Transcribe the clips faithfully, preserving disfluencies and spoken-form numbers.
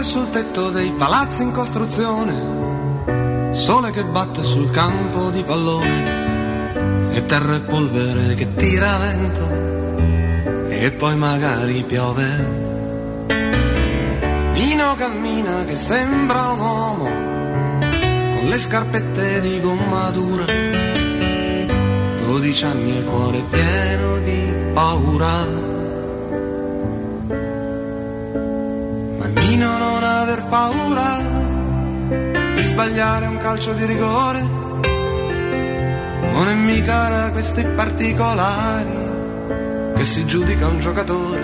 sul tetto dei palazzi in costruzione, sole che batte sul campo di pallone, e terra e polvere che tira vento, e poi magari piove. Nino cammina che sembra un uomo, con le scarpette di gomma dura, dodici anni e il cuore pieno di paura. Nino, non aver paura di sbagliare un calcio di rigore, non è mica da questi particolari che si giudica un giocatore.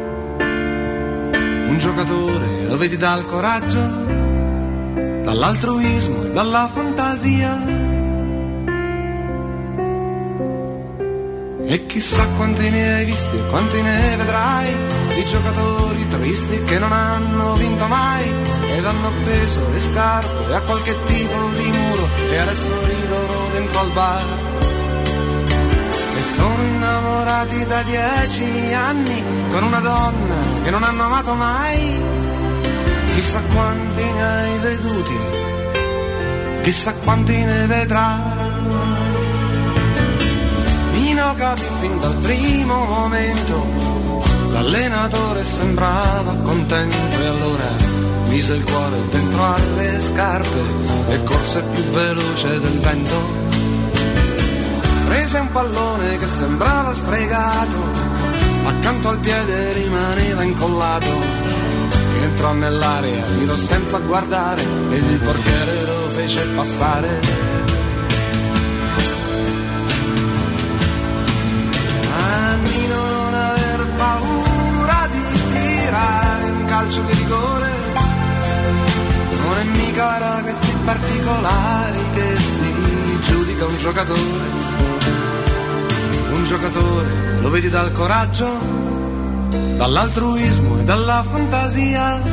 Un giocatore lo vedi dal coraggio, dall'altruismo e dalla fantasia. E chissà quanti ne hai visti e quanti ne vedrai, di giocatori tristi che non hanno vinto mai ed hanno appeso le scarpe a qualche tipo di muro e adesso ridono dentro al bar. E sono innamorati da dieci anni con una donna che non hanno amato mai. Chissà quanti ne hai veduti, chissà quanti ne vedrai. Nino capì fin dal primo momento, l'allenatore sembrava contento e allora mise il cuore dentro alle scarpe e corse più veloce del vento. Prese un pallone che sembrava stregato, accanto al piede rimaneva incollato, entrò nell'area, tirò senza guardare ed il portiere lo fece passare. Non aver paura di tirare un calcio di rigore, non è mica da questi particolari che si giudica un giocatore. Un giocatore lo vedi dal coraggio, dall'altruismo e dalla fantasia.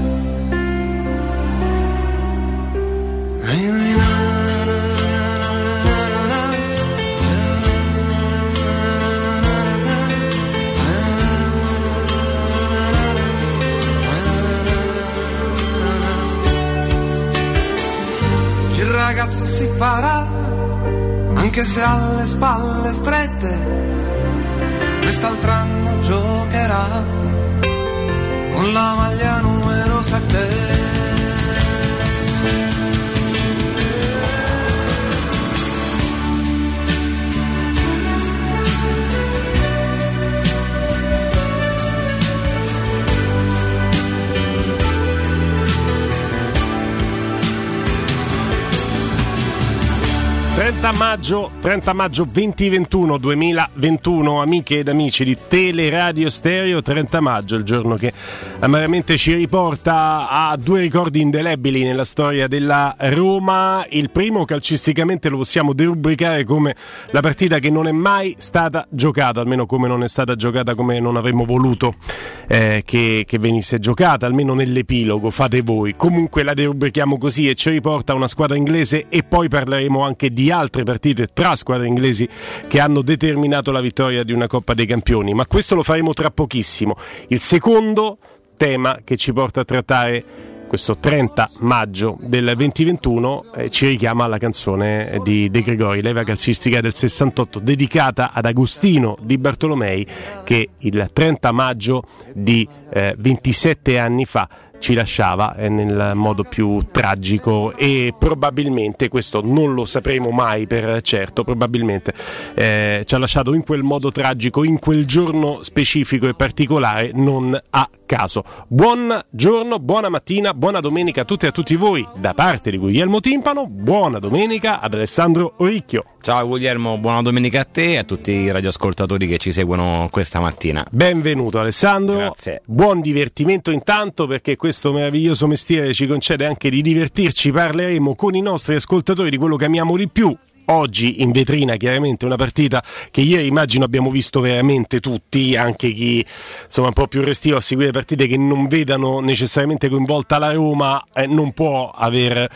Ragazzo si farà, anche se ha le spalle strette, quest'altro anno giocherà con la maglia numero sette. trenta maggio, trenta maggio duemilaventuno, duemilaventuno, amiche ed amici di Teleradio Stereo. Trenta maggio, il giorno che amaramente ci riporta a due ricordi indelebili nella storia della Roma. Il primo, calcisticamente, lo possiamo derubricare come la partita che non è mai stata giocata, almeno come non è stata giocata, come non avremmo voluto eh, che, che venisse giocata, almeno nell'epilogo, fate voi. Comunque la derubrichiamo così e ci riporta a una squadra inglese, e poi parleremo anche di altre partite tra squadre inglesi che hanno determinato la vittoria di una Coppa dei Campioni, ma questo lo faremo tra pochissimo. Il secondo tema che ci porta a trattare questo trenta maggio del duemilaventuno eh, ci richiama alla canzone di De Gregori, leva calcistica del sessantotto, dedicata ad Agostino Di Bartolomei, che il trenta maggio di eh, ventisette anni fa ci lasciava eh, nel modo più tragico, e probabilmente, questo non lo sapremo mai per certo, probabilmente eh, ci ha lasciato in quel modo tragico, in quel giorno specifico e particolare, non a caso. Buon giorno, buona mattina, buona domenica a tutti e a tutti voi da parte di Guglielmo Timpano. Buona domenica ad Alessandro Oricchio. Ciao Guglielmo, buona domenica a te e a tutti i radioascoltatori che ci seguono questa mattina. Benvenuto Alessandro. Grazie. Buon divertimento intanto, perché questo meraviglioso mestiere ci concede anche di divertirci. Parleremo con i nostri ascoltatori di quello che amiamo di più, oggi in vetrina chiaramente una partita che ieri immagino abbiamo visto veramente tutti, anche chi insomma un po' più restio a seguire partite che non vedano necessariamente coinvolta la Roma eh, non può aver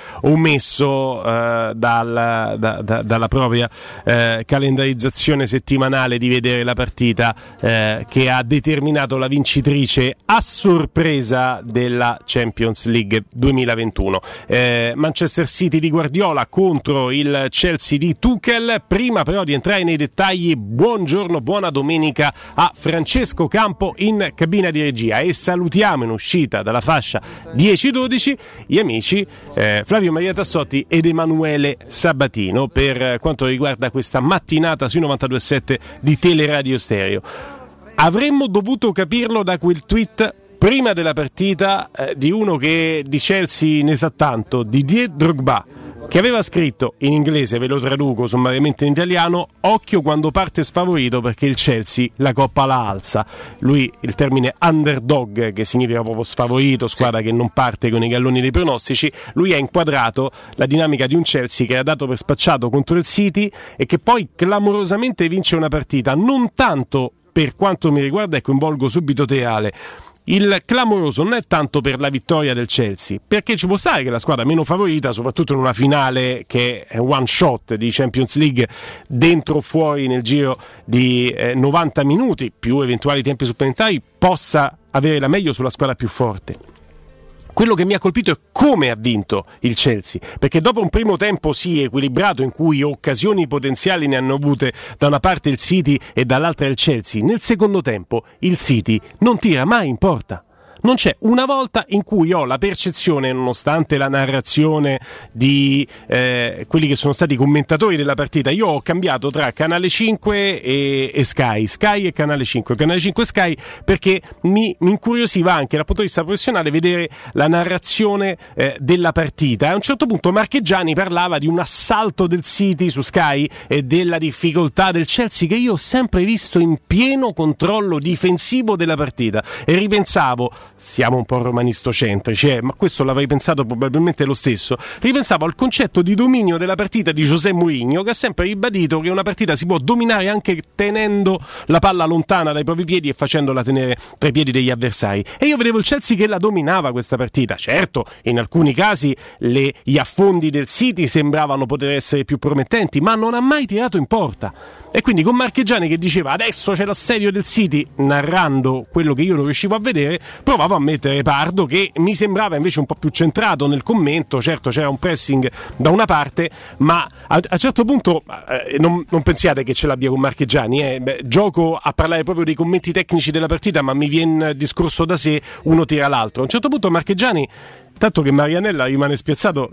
omesso eh, dal, da, da, dalla propria eh, calendarizzazione settimanale di vedere la partita eh, che ha determinato la vincitrice a sorpresa della Champions League duemilaventuno. eh, Manchester City di Guardiola contro il Chelsea di Tuchel. Prima però di entrare nei dettagli, buongiorno, buona domenica a Francesco Campo in cabina di regia, e salutiamo in uscita dalla fascia dieci dodici gli amici eh, Flavio Maria Tassotti ed Emanuele Sabatino per quanto riguarda questa mattinata sui novantadue virgola sette di Teleradio Stereo. Avremmo dovuto capirlo da quel tweet prima della partita eh, di uno che di Chelsea ne sa tanto, Didier Drogba, che aveva scritto in inglese, ve lo traduco sommariamente in italiano: occhio quando parte sfavorito perché il Chelsea la coppa la alza. Lui il termine underdog, che significa proprio sfavorito, squadra sì, che non parte con i galloni dei pronostici, lui ha inquadrato la dinamica di un Chelsea che era dato per spacciato contro il City e che poi clamorosamente vince una partita, non tanto per quanto mi riguarda, e coinvolgo subito Teale. Il clamoroso non è tanto per la vittoria del Chelsea, perché ci può stare che la squadra meno favorita, soprattutto in una finale che è one shot di Champions League, dentro o fuori nel giro di eh, novanta minuti più eventuali tempi supplementari, possa avere la meglio sulla squadra più forte. Quello che mi ha colpito è come ha vinto il Chelsea, perché dopo un primo tempo sì equilibrato, in cui occasioni potenziali ne hanno avute da una parte il City e dall'altra il Chelsea, nel secondo tempo il City non tira mai in porta. Non c'è una volta in cui ho la percezione, nonostante la narrazione di eh, quelli che sono stati i commentatori della partita, io ho cambiato tra Canale cinque e, e Sky, Sky e Canale cinque, Canale cinque e Sky, perché mi, mi incuriosiva anche dal punto di vista professionale vedere la narrazione eh, della partita. A un certo punto Marchegiani parlava di un assalto del City su Sky e della difficoltà del Chelsea, che io ho sempre visto in pieno controllo difensivo della partita, e ripensavo, siamo un po' romanistocentrici, eh, ma questo l'avrei pensato probabilmente lo stesso. Ripensavo al concetto di dominio della partita di José Mourinho, che ha sempre ribadito che una partita si può dominare anche tenendo la palla lontana dai propri piedi e facendola tenere tra i piedi degli avversari. E io vedevo il Chelsea che la dominava questa partita. Certo, in alcuni casi le, gli affondi del City sembravano poter essere più promettenti, ma non ha mai tirato in porta. E quindi con Marchegiani che diceva adesso c'è l'assedio del City, narrando quello che io non riuscivo a vedere, provavo a mettere Pardo, che mi sembrava invece un po' più centrato nel commento. Certo, c'era un pressing da una parte, ma a un certo punto eh, non, non pensiate che ce l'abbia con Marchegiani, eh. Beh, gioco a parlare proprio dei commenti tecnici della partita, ma mi viene discorso da sé, uno tira l'altro. A un certo punto Marchegiani, tanto che Marianella rimane spiazzato,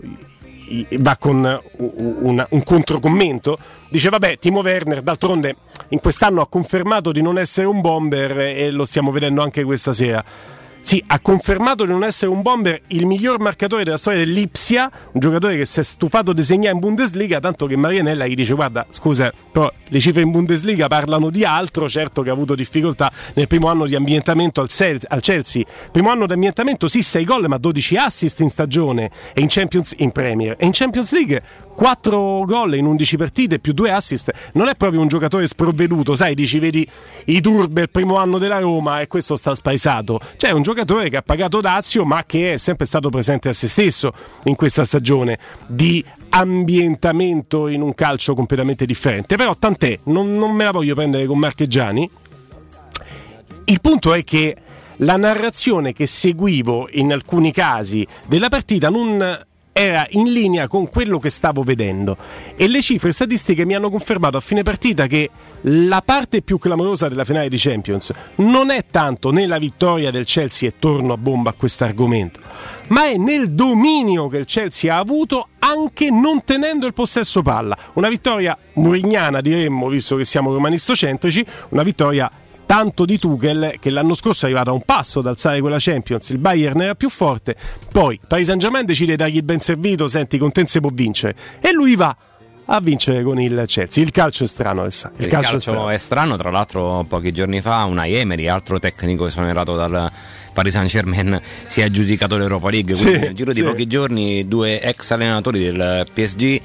va con un, un controcommento, dice vabbè, Timo Werner d'altronde in quest'anno ha confermato di non essere un bomber e lo stiamo vedendo anche questa sera. Sì, ha confermato di non essere un bomber il miglior marcatore della storia dell'Ipsia, un giocatore che si è stufato di segnare in Bundesliga, tanto che Marianella gli dice guarda, scusa, però le cifre in Bundesliga parlano di altro. Certo che ha avuto difficoltà nel primo anno di ambientamento al, Cel- al Chelsea. Primo anno di ambientamento sì, sei gol, ma dodici assist in stagione, e in Champions in Premier e in Champions League quattro gol in undici partite più due assist. Non è proprio un giocatore sprovveduto, sai, dici vedi i Turbe il primo anno della Roma e questo sta spaesato. Cioè è un giocatore che ha pagato dazio, ma che è sempre stato presente a se stesso in questa stagione di ambientamento in un calcio completamente differente. Però tant'è, non, non me la voglio prendere con Marchegiani. Il punto è che la narrazione che seguivo in alcuni casi della partita non era in linea con quello che stavo vedendo, e le cifre statistiche mi hanno confermato a fine partita che la parte più clamorosa della finale di Champions non è tanto nella vittoria del Chelsea, e torno a bomba a questo argomento, ma è nel dominio che il Chelsea ha avuto anche non tenendo il possesso palla. Una vittoria murignana, diremmo, visto che siamo romanistocentrici, una vittoria tanto di Tuchel, che l'anno scorso è arrivato a un passo da alzare quella Champions, il Bayern era più forte, poi Paris Saint-Germain decide di dargli il ben servito, senti, con te si può vincere, e lui va a vincere con il Chelsea. Il calcio è strano, il, il, il calcio, calcio è, strano. è strano. Tra l'altro pochi giorni fa Unai Emery, altro tecnico esonerato dal Paris Saint-Germain, si è aggiudicato l'Europa League, quindi sì, nel giro sì. di pochi giorni due ex allenatori del P S G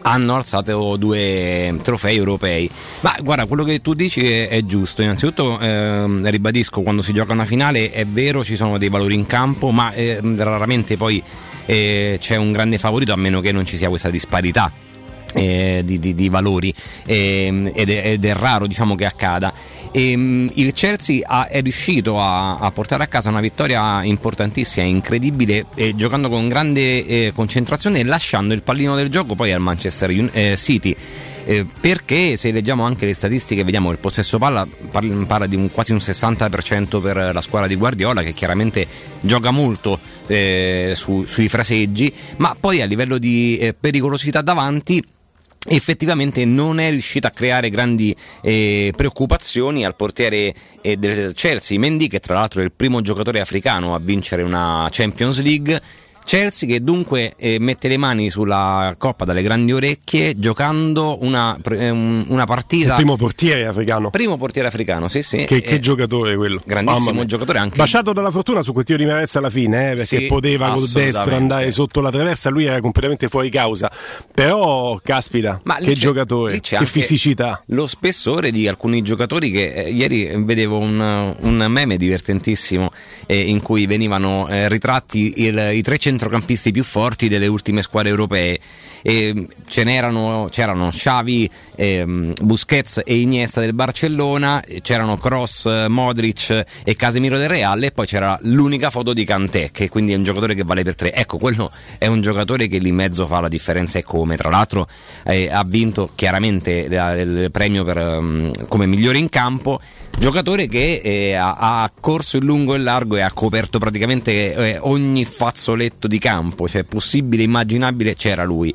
hanno alzato due trofei europei. Ma guarda, quello che tu dici è, è giusto. Innanzitutto eh, ribadisco, quando si gioca una finale è vero, ci sono dei valori in campo, ma eh, raramente poi eh, c'è un grande favorito, a meno che non ci sia questa disparità Eh, di, di, di valori, eh, ed, è, ed è raro, diciamo, che accada. E, um, il Chelsea ha, è riuscito a, a portare a casa una vittoria importantissima, incredibile, eh, giocando con grande eh, concentrazione e lasciando il pallino del gioco poi al Manchester Un- eh, City. Eh, perché se leggiamo anche le statistiche, vediamo il possesso palla parla, parla di un, quasi un sessanta per cento per la squadra di Guardiola, che chiaramente gioca molto eh, su, sui fraseggi, ma poi a livello di eh, pericolosità davanti effettivamente non è riuscito a creare grandi eh, preoccupazioni al portiere eh, del Chelsea, Mendy, che tra l'altro è il primo giocatore africano a vincere una Champions League. Chelsea che dunque eh, mette le mani sulla coppa dalle grandi orecchie, giocando una, eh, una partita. Il primo portiere africano. Primo portiere africano, sì, sì. Che, che eh, giocatore quello. Grandissimo giocatore anche. Baciato dalla fortuna su quel tiro di Marezza alla fine, eh, perché sì, poteva col destro andare sotto la traversa, lui era completamente fuori causa. Però, caspita, ma che giocatore, che fisicità. Lo spessore di alcuni giocatori che eh, ieri vedevo un, un meme divertentissimo eh, in cui venivano eh, ritratti il, i tre centrocampisti più forti delle ultime squadre europee, e ce n'erano c'erano Xavi, ehm, Busquets e Iniesta del Barcellona, c'erano Kroos, Modric e Casemiro del Real, e poi c'era l'unica foto di Kanté, che quindi è un giocatore che vale per tre. Ecco, quello è un giocatore che lì in mezzo fa la differenza, e come. Tra l'altro eh, ha vinto chiaramente la, il premio per, um, come migliore in campo. Giocatore che eh, ha, ha corso in lungo e largo e ha coperto praticamente eh, ogni fazzoletto di campo, cioè possibile, immaginabile, c'era lui.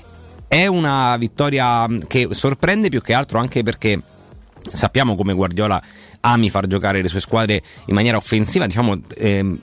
È una vittoria che sorprende più che altro anche perché sappiamo come Guardiola ami far giocare le sue squadre in maniera offensiva, diciamo eh,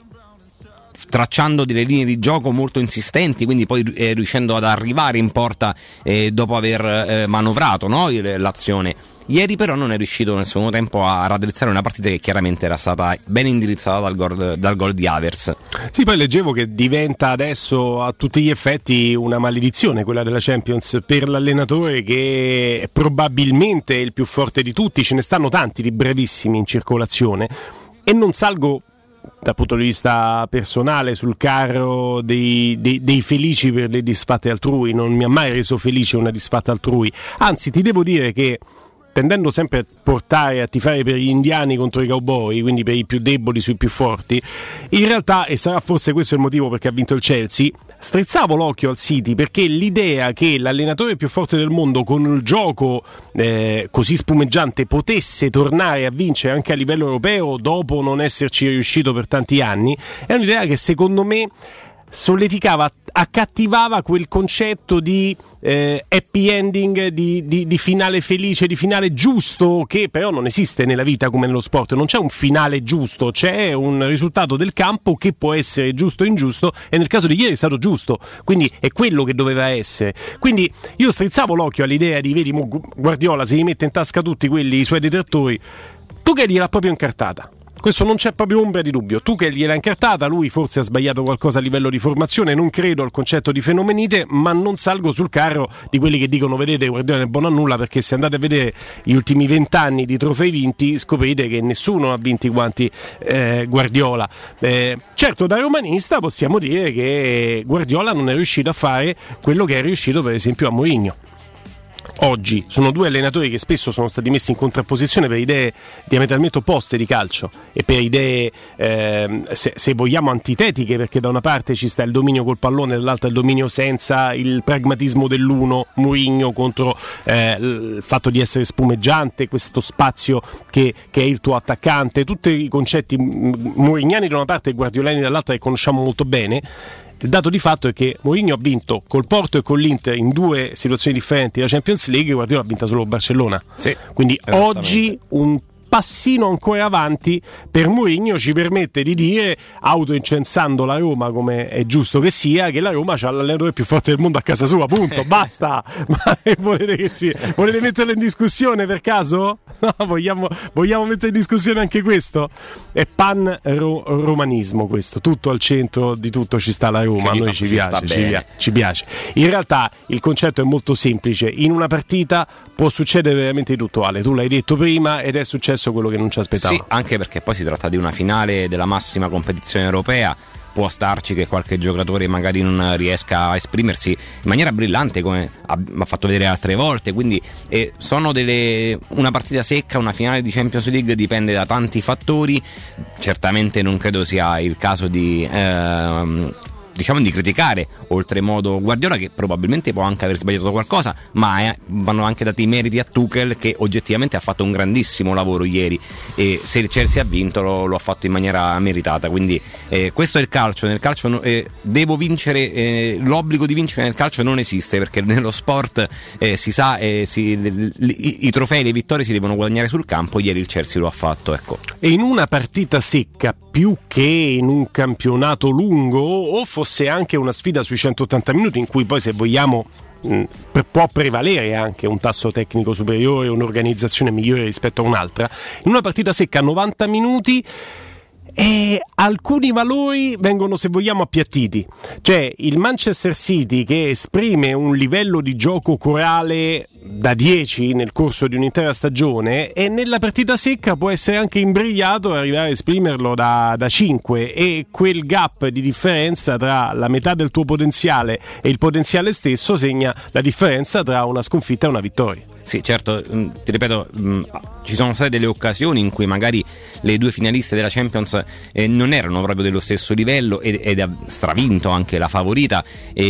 tracciando delle linee di gioco molto insistenti, quindi poi eh, riuscendo ad arrivare in porta eh, dopo aver eh, manovrato, no, l'azione. Ieri però non è riuscito nel secondo tempo a raddrizzare una partita che chiaramente era stata ben indirizzata dal gol, dal gol di Havertz. Sì, poi leggevo che diventa adesso a tutti gli effetti una maledizione quella della Champions per l'allenatore, che probabilmente è il più forte di tutti. Ce ne stanno tanti di bravissimi in circolazione, e non salgo dal punto di vista personale sul carro dei, dei, dei felici per le disfatte altrui. Non mi ha mai reso felice una disfatta altrui, anzi ti devo dire che, tendendo sempre a portare a tifare per gli indiani contro i cowboy, quindi per i più deboli sui più forti, in realtà, e sarà forse questo il motivo perché ha vinto il Chelsea, strizzavo l'occhio al City, perché l'idea che l'allenatore più forte del mondo con il gioco eh, così spumeggiante potesse tornare a vincere anche a livello europeo dopo non esserci riuscito per tanti anni, è un'idea che secondo me solleticava, accattivava quel concetto di eh, happy ending, di, di, di finale felice, di finale giusto, che però non esiste nella vita come nello sport. Non c'è un finale giusto, c'è un risultato del campo che può essere giusto o ingiusto, e nel caso di ieri è stato giusto, quindi è quello che doveva essere. Quindi io strizzavo l'occhio all'idea di, vedi, Guardiola si rimette in tasca tutti quelli, i suoi detrattori. Tuchel gliel'ha proprio incartata. Questo non c'è proprio ombra di dubbio. Tu che gliel'ha incartata, lui forse ha sbagliato qualcosa a livello di formazione, non credo al concetto di fenomenite, ma non salgo sul carro di quelli che dicono vedete Guardiola è buono a nulla, perché se andate a vedere gli ultimi vent'anni di trofei vinti scoprite che nessuno ha vinti quanti eh, Guardiola. Eh, certo, da romanista possiamo dire che Guardiola non è riuscito a fare quello che è riuscito per esempio a Mourinho. Oggi sono due allenatori che spesso sono stati messi in contrapposizione per idee diametralmente opposte di calcio e per idee eh, se, se vogliamo antitetiche, perché da una parte ci sta il dominio col pallone, dall'altra il dominio senza, il pragmatismo dell'uno, Mourinho contro eh, il fatto di essere spumeggiante, questo spazio che, che è il tuo attaccante, tutti i concetti mourignani da una parte e guardiolani dall'altra che conosciamo molto bene. Il dato di fatto è che Mourinho ha vinto col Porto e con l'Inter in due situazioni differenti la Champions League, Guardiola ha vinto solo Barcellona. Sì, quindi oggi un passino ancora avanti per Mourinho ci permette di dire, autoincensando la Roma come è giusto che sia, che la Roma c'ha l'allenatore più forte del mondo a casa sua, punto, basta. Ma volete che sì? Volete metterlo in discussione per caso? No, vogliamo, vogliamo mettere in discussione anche questo? È pan-romanismo questo, tutto al centro di tutto ci sta la Roma, a noi ci piace, ci piace, ci piace. In realtà il concetto è molto semplice, in una partita può succedere veramente di tutto, Ale, tu l'hai detto prima ed è successo quello che non ci aspettavamo. Sì, anche perché poi si tratta di una finale della massima competizione europea. Può starci che qualche giocatore magari non riesca a esprimersi in maniera brillante come ha fatto vedere altre volte, quindi eh, sono delle una partita secca, una finale di Champions League dipende da tanti fattori. Certamente non credo sia il caso di ehm, diciamo di criticare oltremodo Guardiola, che probabilmente può anche aver sbagliato qualcosa, ma eh, vanno anche dati i meriti a Tuchel, che oggettivamente ha fatto un grandissimo lavoro ieri, e se il Chelsea ha vinto lo, lo ha fatto in maniera meritata. Quindi eh, questo è il calcio. Nel calcio eh, devo vincere, eh, l'obbligo di vincere nel calcio non esiste, perché nello sport eh, si sa eh, si, li, i, i trofei, le vittorie si devono guadagnare sul campo. Ieri il Chelsea lo ha fatto, ecco. E in una partita secca più che in un campionato lungo, o fosse anche una sfida sui centottanta minuti in cui poi, se vogliamo, mh, può prevalere anche un tasso tecnico superiore, un'organizzazione migliore rispetto a un'altra, in una partita secca a novanta minuti e alcuni valori vengono, se vogliamo, appiattiti. Cioè il Manchester City, che esprime un livello di gioco corale da dieci nel corso di un'intera stagione, e nella partita secca può essere anche imbrigliato e arrivare a esprimerlo da, da cinque, e quel gap di differenza tra la metà del tuo potenziale e il potenziale stesso segna la differenza tra una sconfitta e una vittoria. Sì, certo, ti ripeto, ci sono state delle occasioni in cui magari le due finaliste della Champions eh, non erano proprio dello stesso livello, ed, ed ha stravinto anche la favorita,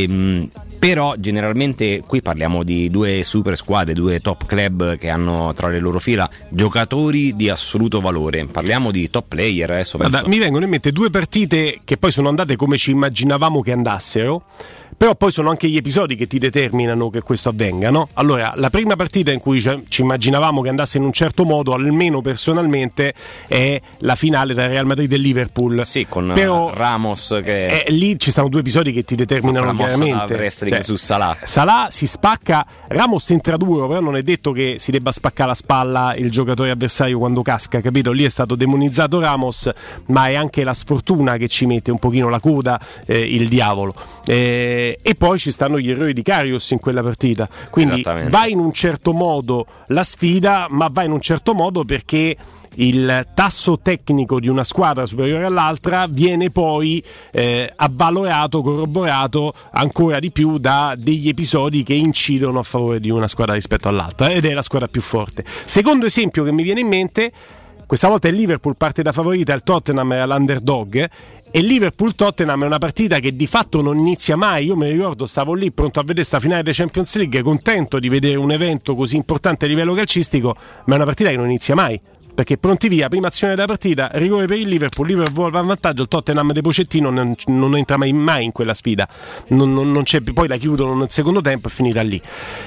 e, però generalmente qui parliamo di due super squadre, due top club che hanno tra le loro fila giocatori di assoluto valore. Parliamo di top player. Adesso penso... Guarda, mi vengono in mente due partite che poi sono andate come ci immaginavamo che andassero, però poi sono anche gli episodi che ti determinano che questo avvenga, no? Allora, la prima partita in cui ci immaginavamo che andasse in un certo modo, almeno personalmente, è la finale tra Real Madrid e Liverpool. Sì, con però, Ramos che... Eh, lì ci stanno due episodi che ti determinano chiaramente. Cioè, su Salah. Salah si spacca, Ramos entra duro, però non è detto che si debba spaccare la spalla il giocatore avversario quando casca, capito? Lì è stato demonizzato Ramos, ma è anche la sfortuna che ci mette un pochino la coda, eh, il diavolo. Eh, e poi ci stanno gli errori di Karius in quella partita, quindi va in un certo modo la sfida, ma va in un certo modo perché il tasso tecnico di una squadra superiore all'altra viene poi eh, avvalorato, corroborato ancora di più da degli episodi che incidono a favore di una squadra rispetto all'altra, ed è la squadra più forte. Secondo esempio che mi viene in mente, questa volta il Liverpool parte da favorita, il Tottenham era l'underdog, e Liverpool-Tottenham è una partita che di fatto non inizia mai. Io mi ricordo, stavo lì pronto a vedere sta finale della Champions League, contento di vedere un evento così importante a livello calcistico, ma è una partita che non inizia mai, perché pronti via, prima azione della partita, rigore per il Liverpool, Liverpool va in vantaggio, il Tottenham de Pochettino non, non entra mai, mai in quella sfida, non, non, non c'è, poi la chiudono nel secondo tempo e finita lì.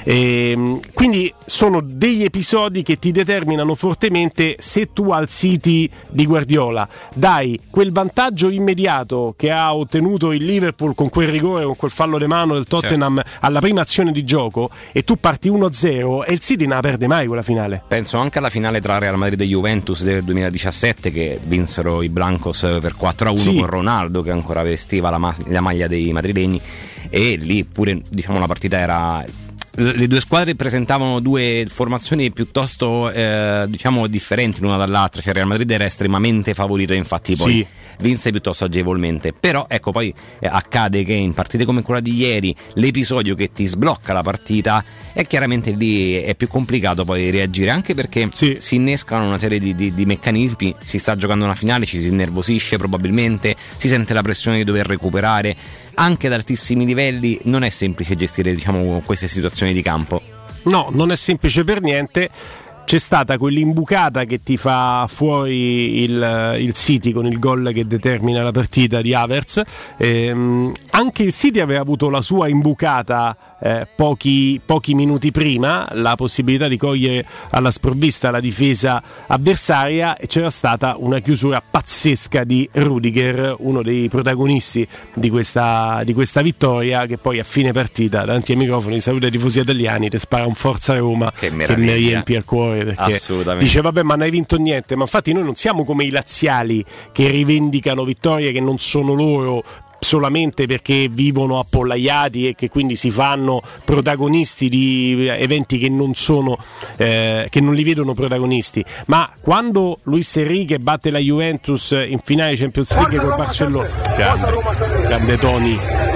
E, quindi sono degli episodi che ti determinano fortemente. Se tu al City di Guardiola dai quel vantaggio immediato che ha ottenuto il Liverpool con quel rigore, con quel fallo di mano del Tottenham, certo, alla prima azione di gioco, e tu parti uno a zero, e il City non la perde mai quella finale. Penso anche alla finale tra Real Madrid e Juventus del duemiladiciassette, che vinsero i Blancos per quattro a uno, sì, con Ronaldo che ancora vestiva la, ma- la maglia dei madrileni, e lì pure, diciamo, la partita era... le due squadre presentavano due formazioni piuttosto eh, diciamo differenti l'una dall'altra. Cioè Real Madrid era estremamente favorito, infatti poi sì, vinse piuttosto agevolmente. Però ecco, poi eh, accade che in partite come quella di ieri l'episodio che ti sblocca la partita, e chiaramente lì è più complicato poi reagire, anche perché sì, si innescano una serie di, di, di meccanismi. Si sta giocando una finale, ci si innervosisce probabilmente, si sente la pressione di dover recuperare anche ad altissimi livelli. Non è semplice gestire, diciamo, queste situazioni di campo. No, non è semplice per niente. c'è stata quell'imbucata che ti fa fuori il, il City con il gol che determina la partita di Havertz. Ehm, anche il City aveva avuto la sua imbucata eh, pochi, pochi minuti prima, la possibilità di cogliere alla sprovvista la difesa avversaria, e c'era stata una chiusura pazzesca di Rudiger, uno dei protagonisti di questa, di questa vittoria, che poi a fine partita davanti ai microfoni saluta i tifosi italiani, ti spara un Forza Roma che, che ne riempie il cuore, perché dice vabbè, ma non hai vinto niente. Ma infatti noi non siamo come i laziali che rivendicano vittorie che non sono loro solamente perché vivono appollaiati e che quindi si fanno protagonisti di eventi che non sono eh, che non li vedono protagonisti. Ma quando Luis Enrique batte la Juventus in finale Champions League col Barcellona, grande, grande Toni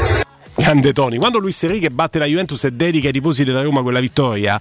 grande Toni quando Luis Enrique batte la Juventus e dedica ai tifosi della Roma quella vittoria,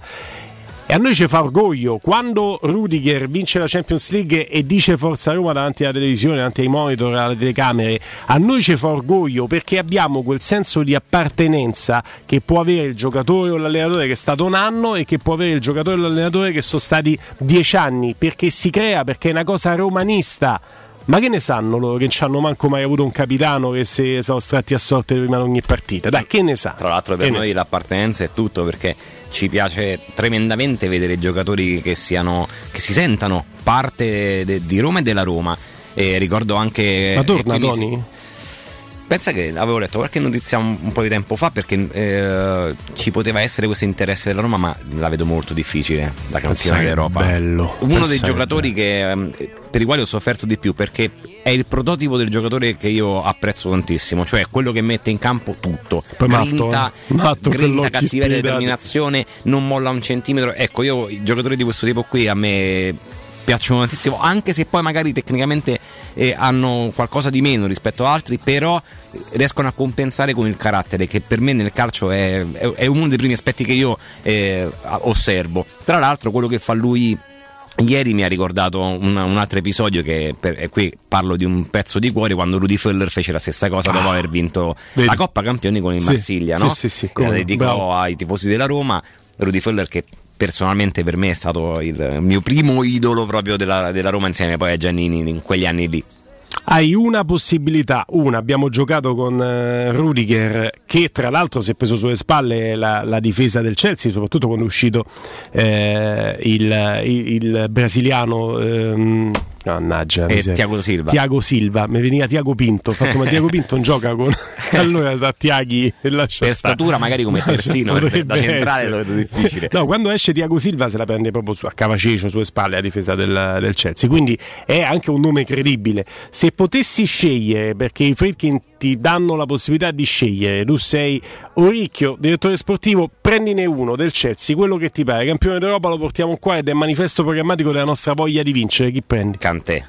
e a noi ci fa orgoglio. Quando Rudiger vince la Champions League e dice Forza Roma davanti alla televisione, davanti ai monitor, alle telecamere, a noi ci fa orgoglio, perché abbiamo quel senso di appartenenza che può avere il giocatore o l'allenatore che è stato un anno, e che può avere il giocatore o l'allenatore che sono stati dieci anni, perché si crea, perché è una cosa romanista. Ma che ne sanno loro che non ci hanno manco mai avuto un capitano che si sono stati a sorte prima di ogni partita? Dai, che ne sa? Tra l'altro per che noi l'appartenenza è tutto, perché ci piace tremendamente vedere giocatori che siano che si sentano parte de, di Roma e della Roma. E ricordo anche. Ma torna Toni? Si... Pensa che avevo letto qualche notizia un, un po' di tempo fa, perché eh, ci poteva essere questo interesse della Roma, ma la vedo molto difficile da campionare d'Europa. Bello. Uno Pensa dei giocatori che, per i quali ho sofferto di più, perché è il prototipo del giocatore che io apprezzo tantissimo, cioè quello che mette in campo tutto. Poi grinta, matto, eh? matto grinta cattiveria, determinazione, non molla un centimetro. Ecco, io i giocatori di questo tipo qui a me piacciono tantissimo, anche se poi magari tecnicamente eh, hanno qualcosa di meno rispetto ad altri, però riescono a compensare con il carattere, che per me nel calcio è, è, è uno dei primi aspetti che io eh, osservo. Tra l'altro quello che fa lui ieri mi ha ricordato un, un altro episodio, che per, e qui parlo di un pezzo di cuore, quando Rudi Völler fece la stessa cosa dopo ah, aver vinto vedi. la Coppa Campioni con il sì, Marsiglia, no? Sì, sì, sì, la dedicò ai tifosi della Roma. Rudi Völler, che personalmente per me è stato il mio primo idolo proprio della, della Roma, insieme poi a Giannini in quegli anni lì. Hai una possibilità, una, abbiamo giocato con uh, Rudiger, che tra l'altro si è preso sulle spalle la, la difesa del Chelsea, soprattutto quando è uscito eh, il, il, il brasiliano ehm, mannaggia, e Thiago Silva Thiago Silva, mi veniva Thiago Pinto, ho fatto, ma Thiago Pinto non gioca con allora sta Thiaghi e lascia per stare. Statura magari come terzino, per, da centrale lo vedo difficile. No, quando esce Thiago Silva se la prende proprio su, a cavacecio sulle spalle la difesa del, del Chelsea, quindi è anche un nome credibile. Se potessi scegliere, perché i Friedkin ti danno la possibilità di scegliere, tu sei Oricchio, direttore sportivo, prendine uno del Chelsea, quello che ti pare, campione d'Europa, lo portiamo qua ed è manifesto programmatico della nostra voglia di vincere, chi prendi? Kanté.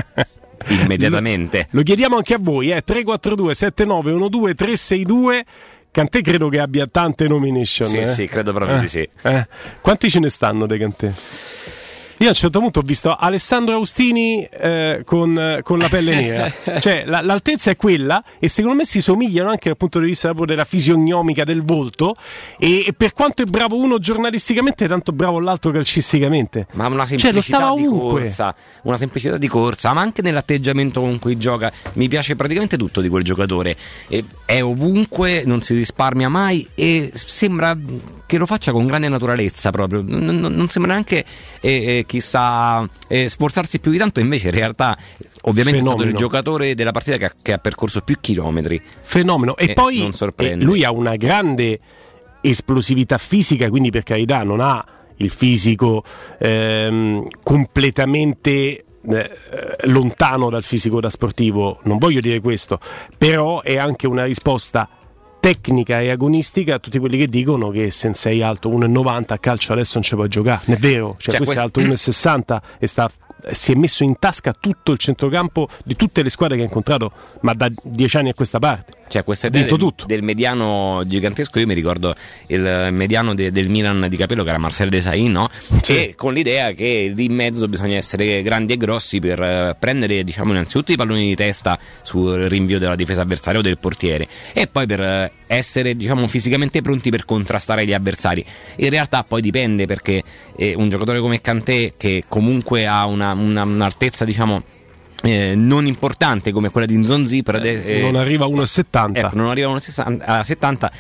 Immediatamente. Lo, lo chiediamo anche a voi, eh? tre quattro due sette nove uno due tre sei due. Kanté credo che abbia tante nomination. Sì, eh? sì, credo proprio eh, di sì. Eh. Quanti ce ne stanno dei Kanté? Io a un certo punto ho visto Alessandro Austini eh, con, con la pelle nera, cioè la, l'altezza è quella, e secondo me si somigliano anche dal punto di vista proprio della fisionomica del volto, e, e per quanto è bravo uno giornalisticamente, è tanto bravo l'altro calcisticamente. Ma una semplicità cioè, lo stava di ovunque. corsa, una semplicità di corsa, ma anche nell'atteggiamento con cui gioca. Mi piace praticamente tutto di quel giocatore, e, è ovunque, non si risparmia mai e sembra che lo faccia con grande naturalezza proprio, non, non sembra neanche eh, eh, chissà eh, sforzarsi più di tanto, invece in realtà ovviamente Fenomeno. È stato il giocatore della partita che ha, che ha percorso più chilometri. Fenomeno. E, e poi non sorprende. Lui ha una grande esplosività fisica, quindi per carità non ha il fisico ehm, completamente eh, lontano dal fisico da sportivo, non voglio dire questo, però è anche una risposta tecnica e agonistica a tutti quelli che dicono che se sei alto uno e novanta a calcio adesso non ci puoi giocare. Non è vero, cioè, cioè questo quest- è alto uno e sessanta e sta, si è messo in tasca tutto il centrocampo di tutte le squadre che ha incontrato, ma da dieci anni a questa parte. Cioè questa idea del, del mediano gigantesco, io mi ricordo il mediano de, del Milan di Capello che era Marcel Desailly, no? Sì. E con l'idea che lì in mezzo bisogna essere grandi e grossi per uh, prendere, diciamo, innanzitutto i palloni di testa sul rinvio della difesa avversaria o del portiere, e poi per uh, essere, diciamo, fisicamente pronti per contrastare gli avversari. In realtà poi dipende, perché eh, un giocatore come Kanté, che comunque ha una, una, un'altezza, diciamo, Eh, non importante come quella di Nzonzi, per ade- eh, non arriva a uno virgola settanta, ecco, non arriva a uno virgola settanta,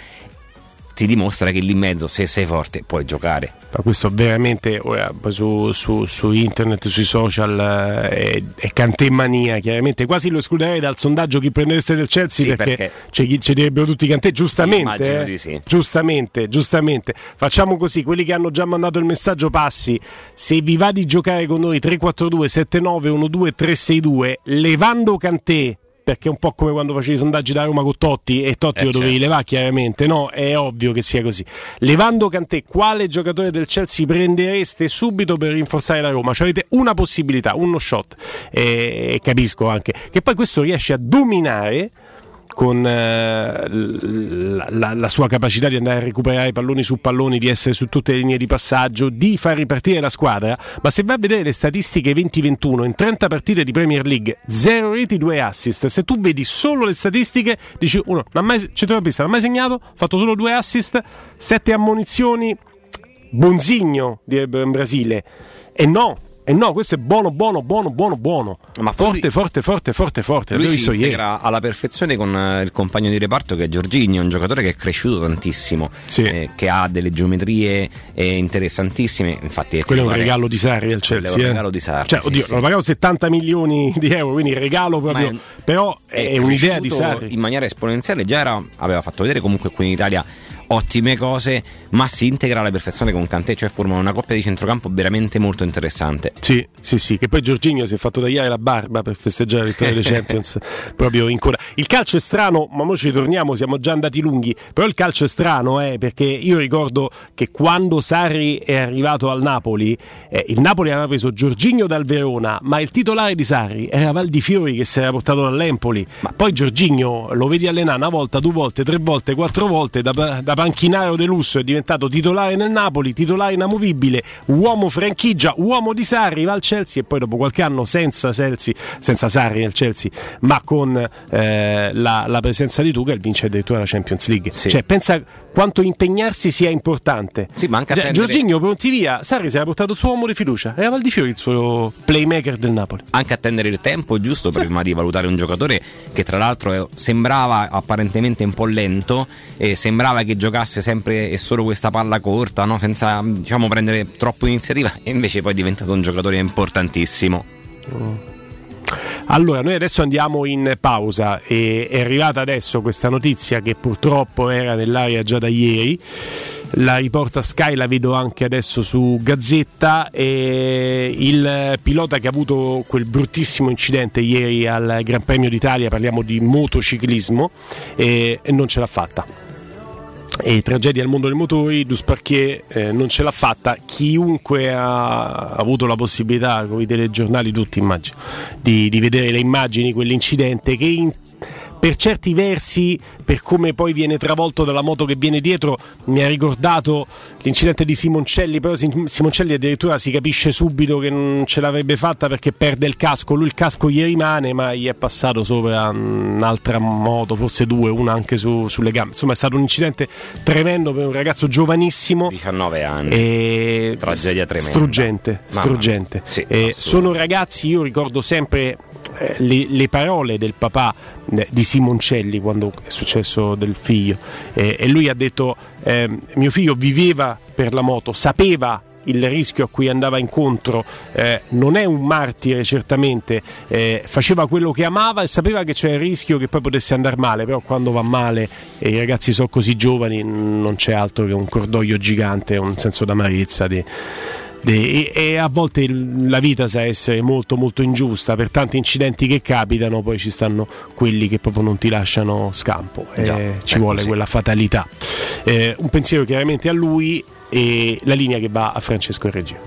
ti dimostra che lì in mezzo, se sei forte, puoi giocare. Ma questo veramente ora, su, su, su internet, sui social, è, è Kanté mania. Chiaramente quasi lo escluderei dal sondaggio chi prendereste del Chelsea, sì, perché, perché c'è chi ci direbbero tutti Kanté, giustamente, eh? di sì. giustamente giustamente facciamo così: quelli che hanno già mandato il messaggio passi, se vi va di giocare con noi, tre quattro due sette nove uno due tre sei due, levando Kanté, perché è un po' come quando facevi i sondaggi da Roma con Totti e Totti eh lo dovevi certo. levare, chiaramente, no? È ovvio che sia così. Levando Kanté, quale giocatore del Chelsea prendereste subito per rinforzare la Roma? Cioè avete una possibilità, uno shot, e capisco anche che poi questo riesce a dominare con eh, la, la, la sua capacità di andare a recuperare palloni su palloni, di essere su tutte le linee di passaggio, di far ripartire la squadra. Ma se vai a vedere le statistiche venti ventuno, in trenta partite di Premier League, zero reti, due assist. Se tu vedi solo le statistiche dici uno, non ha mai, centrocampista, non ha mai segnato, ha fatto solo due assist, sette ammonizioni, bonzigno direbbero in Brasile. E no, E no, questo è buono, buono, buono, buono, buono. Ma forte, lui, forte, forte, forte, forte. Lui si integra alla perfezione con il compagno di reparto che è Jorginho, un giocatore che è cresciuto tantissimo, sì. eh, che ha delle geometrie eh, interessantissime. Infatti, è quello è un regalo di Sarri al Chelsea. È un regalo di Sarri. Cioè, oddio, sì, l'ho pagato settanta milioni di euro, quindi regalo proprio. È, però è, è un'idea di Sarri. In maniera esponenziale, già era, aveva fatto vedere comunque qui in Italia ottime cose, ma si integra alla perfezione con Kanté, cioè formano una coppia di centrocampo veramente molto interessante. Sì, sì, sì, che poi Jorginho si è fatto tagliare la barba per festeggiare la vittoria delle Champions proprio in coda. Il calcio è strano, ma ora ci ritorniamo, siamo già andati lunghi, però il calcio è strano, eh, perché io ricordo che quando Sarri è arrivato al Napoli, eh, il Napoli aveva preso Jorginho dal Verona, ma il titolare di Sarri era Valdifiori che si era portato dall'Empoli. Ma poi Jorginho lo vedi allenare una volta, due volte, tre volte, quattro volte, da, da panchinario de lusso è diventato titolare nel Napoli, titolare inamovibile, uomo franchigia, uomo di Sarri, va al Chelsea e poi dopo qualche anno senza Chelsea, senza Sarri nel Chelsea, ma con eh, la, la presenza di Tuchel vince addirittura la Champions League. Sì. Cioè pensa quanto impegnarsi sia importante. Sì, ma anche cioè, Jorginho pronti via, Sarri si era portato il suo uomo di fiducia, era Valdifiori il suo playmaker del Napoli. Anche attendere il tempo giusto sì. prima di valutare un giocatore che tra l'altro sembrava apparentemente un po' lento e sembrava che giocasse sempre e solo questa palla corta, no? Senza, diciamo, prendere troppo iniziativa, e invece poi è diventato un giocatore importantissimo. Mm. Allora, noi adesso andiamo in pausa e è arrivata adesso questa notizia che purtroppo era nell'aria già da ieri. La riporta Sky, la vedo anche adesso su Gazzetta, e il pilota che ha avuto quel bruttissimo incidente ieri al Gran Premio d'Italia, parliamo di motociclismo, e, e non ce l'ha fatta. E tragedia al mondo dei motori, Dusparchier eh, non ce l'ha fatta. Chiunque ha avuto la possibilità, con i telegiornali tutti immagino, di, di vedere le immagini, quell'incidente che in, per certi versi, per come poi viene travolto dalla moto che viene dietro, mi ha ricordato l'incidente di Simoncelli, però Simoncelli addirittura si capisce subito che non ce l'avrebbe fatta perché perde il casco, lui il casco gli rimane ma gli è passato sopra un'altra moto, forse due, una anche su, sulle gambe. Insomma è stato un incidente tremendo per un ragazzo giovanissimo, diciannove anni, e tragedia tremenda, struggente, struggente. Sì, e sono ragazzi, io ricordo sempre Le, le parole del papà eh, di Simoncelli quando è successo del figlio, eh, e lui ha detto eh, mio figlio viveva per la moto, sapeva il rischio a cui andava incontro, eh, non è un martire certamente, eh, faceva quello che amava e sapeva che c'era il rischio che poi potesse andare male, però quando va male e i ragazzi sono così giovani non c'è altro che un cordoglio gigante, un senso d'amarezza di E, e a volte la vita sa essere molto molto ingiusta, per tanti incidenti che capitano poi ci stanno quelli che proprio non ti lasciano scampo, Già, e ci vuole così. Quella fatalità. Eh, un pensiero chiaramente a lui e la linea che va a Francesco in regia.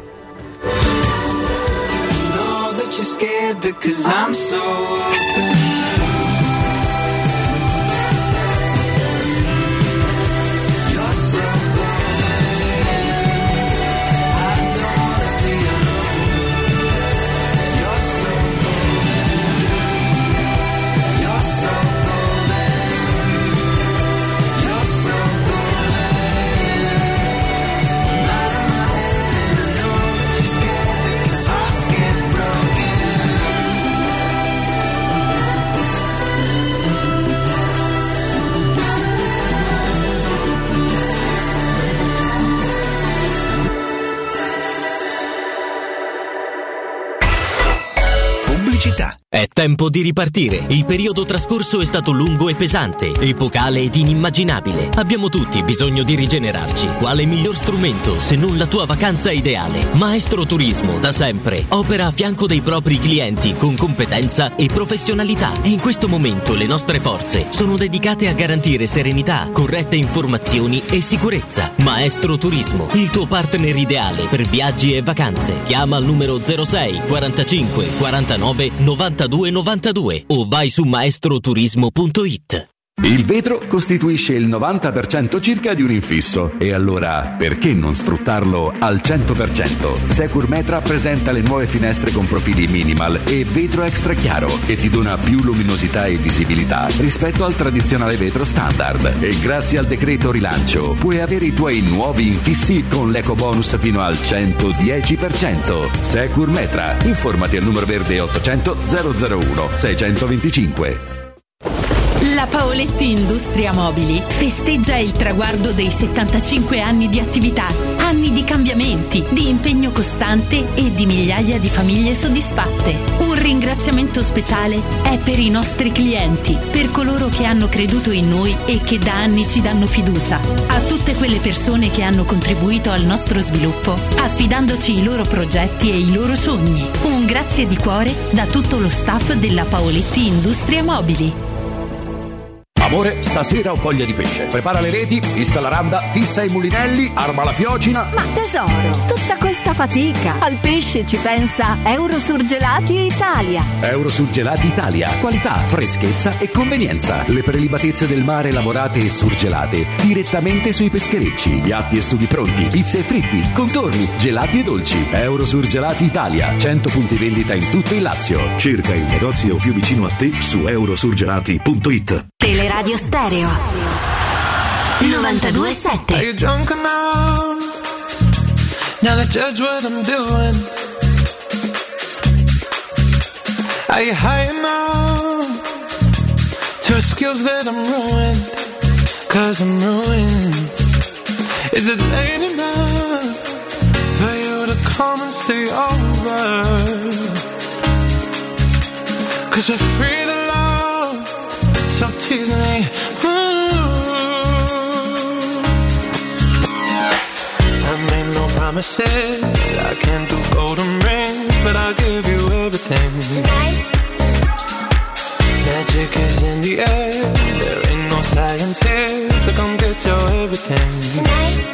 È tempo di ripartire. Il periodo trascorso è stato lungo e pesante, epocale ed inimmaginabile. Abbiamo tutti bisogno di rigenerarci. Quale miglior strumento se non la tua vacanza ideale? Maestro Turismo, da sempre, opera a fianco dei propri clienti con competenza e professionalità. E in questo momento le nostre forze sono dedicate a garantire serenità, corrette informazioni e sicurezza. Maestro Turismo, il tuo partner ideale per viaggi e vacanze. Chiama al numero zero sei quarantacinque quarantanove novantadue novantadue o vai su maestroturismo punto it. Il vetro costituisce il novanta per cento circa di un infisso e allora perché non sfruttarlo al cento per cento? Securmetra presenta le nuove finestre con profili minimal e vetro extra chiaro che ti dona più luminosità e visibilità rispetto al tradizionale vetro standard e grazie al decreto rilancio puoi avere i tuoi nuovi infissi con l'eco bonus fino al centodieci per cento. Securmetra, informati al numero verde ottocento zero zero uno seicentoventicinque. La Paoletti Industria Mobili festeggia il traguardo dei settantacinque anni di attività, anni di cambiamenti, di impegno costante e di migliaia di famiglie soddisfatte. Un ringraziamento speciale è per i nostri clienti, per coloro che hanno creduto in noi e che da anni ci danno fiducia, a tutte quelle persone che hanno contribuito al nostro sviluppo, affidandoci i loro progetti e i loro sogni. Un grazie di cuore da tutto lo staff della Paoletti Industria Mobili. Amore, stasera ho voglia di pesce. Prepara le reti, fissa la randa, fissa i mulinelli, arma la fiocina. Ma tesoro, tutta questa fatica. Al pesce ci pensa Eurosurgelati Italia. Eurosurgelati Italia. Qualità, freschezza e convenienza. Le prelibatezze del mare lavorate e surgelate direttamente sui pescherecci. Piatti e sughi pronti, pizze e fritti, contorni, gelati e dolci. Eurosurgelati Italia. cento punti vendita in tutto il Lazio. Cerca il negozio più vicino a te su eurosurgelati punto it. Teleradio Stereo novantadue sette. Are you drunk enough now to judge what I'm doing? Are you high enough to excuse that I'm ruined? Cause I'm ruined. Is it late enough for you to come and stay over? Cause we're free to love, so tease me. I made no promises, I can't do golden rings, but I'll give you everything. Tonight. Magic is in the air, there ain't no science here, so come get your everything. Tonight.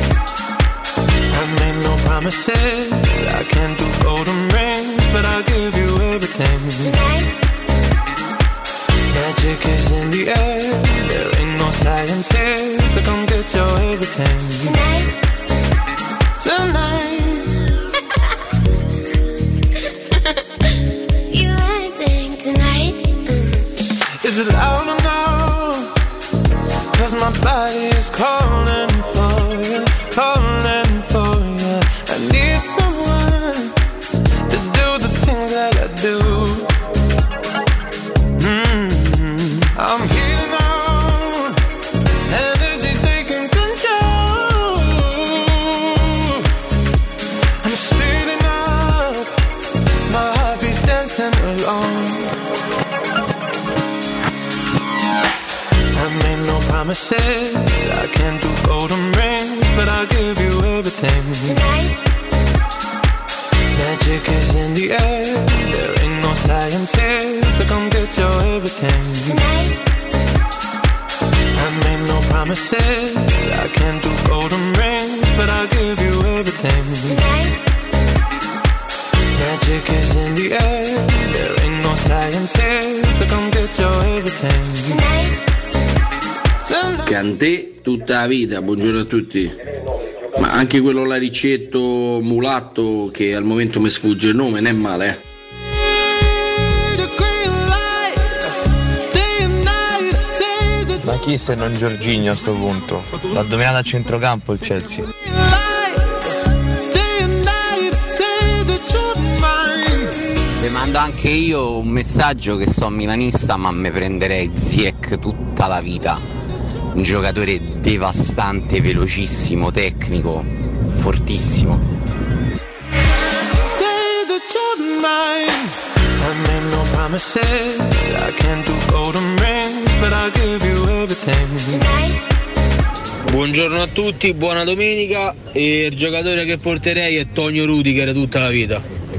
I made no promises, I can't do golden rings, but I'll give you everything. Tonight. Magic is in the air, there ain't no science here, so come get your everything. Tonight. Tonight. You acting tonight. Mm. Is it loud or no? Cause my body is calling for you, calling for you. I need someone to do the things that I do. I'm healing on, energy taking control. I'm speeding up, my heart beats dancing along. I made no promises, I can't do golden rings, but I'll give you everything. Tonight. Magic is in the air, there ain't no science here, so come get your everything. Tonight. I made no promises, I can't do golden rings, but I'll give you everything. Tonight. Magic is in the air, there ain't no science here, so come get your everything. Tonight. Tonight. Cantè tutta la vita, buongiorno a tutti. Ma anche quello Laricetto mulatto che al momento mi sfugge il nome, non è male, eh. Ma chi se non Giorginio a sto punto? L'ha dominato a centrocampo il Chelsea. Vi mando anche io un messaggio che sono milanista, ma mi prenderei Ziyech tutta la vita. Un giocatore devastante, velocissimo, tecnico, fortissimo. Say that you're mine. I made no promises, I can't do golden rings, but I'll give you everything. Buongiorno a tutti, buona domenica. E il giocatore che porterei è Tonio Rudiger tutta la vita.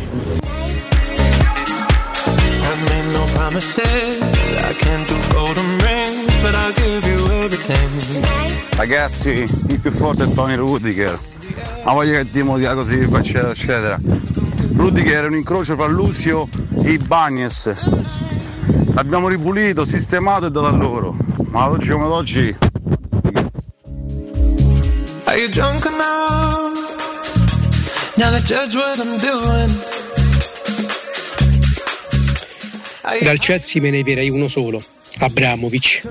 Ragazzi, il più forte è Tony Rudiger. Ha voglia che Dio dia così, eccetera, eccetera. Rudiger è un incrocio fra Lucio e Ibañez. L'abbiamo ripulito, sistemato e dato a loro. Ma oggi come oggi. Are you drunk enough now to judge what I'm doing? Dal Chelsea me ne verrei uno solo, Abramovic.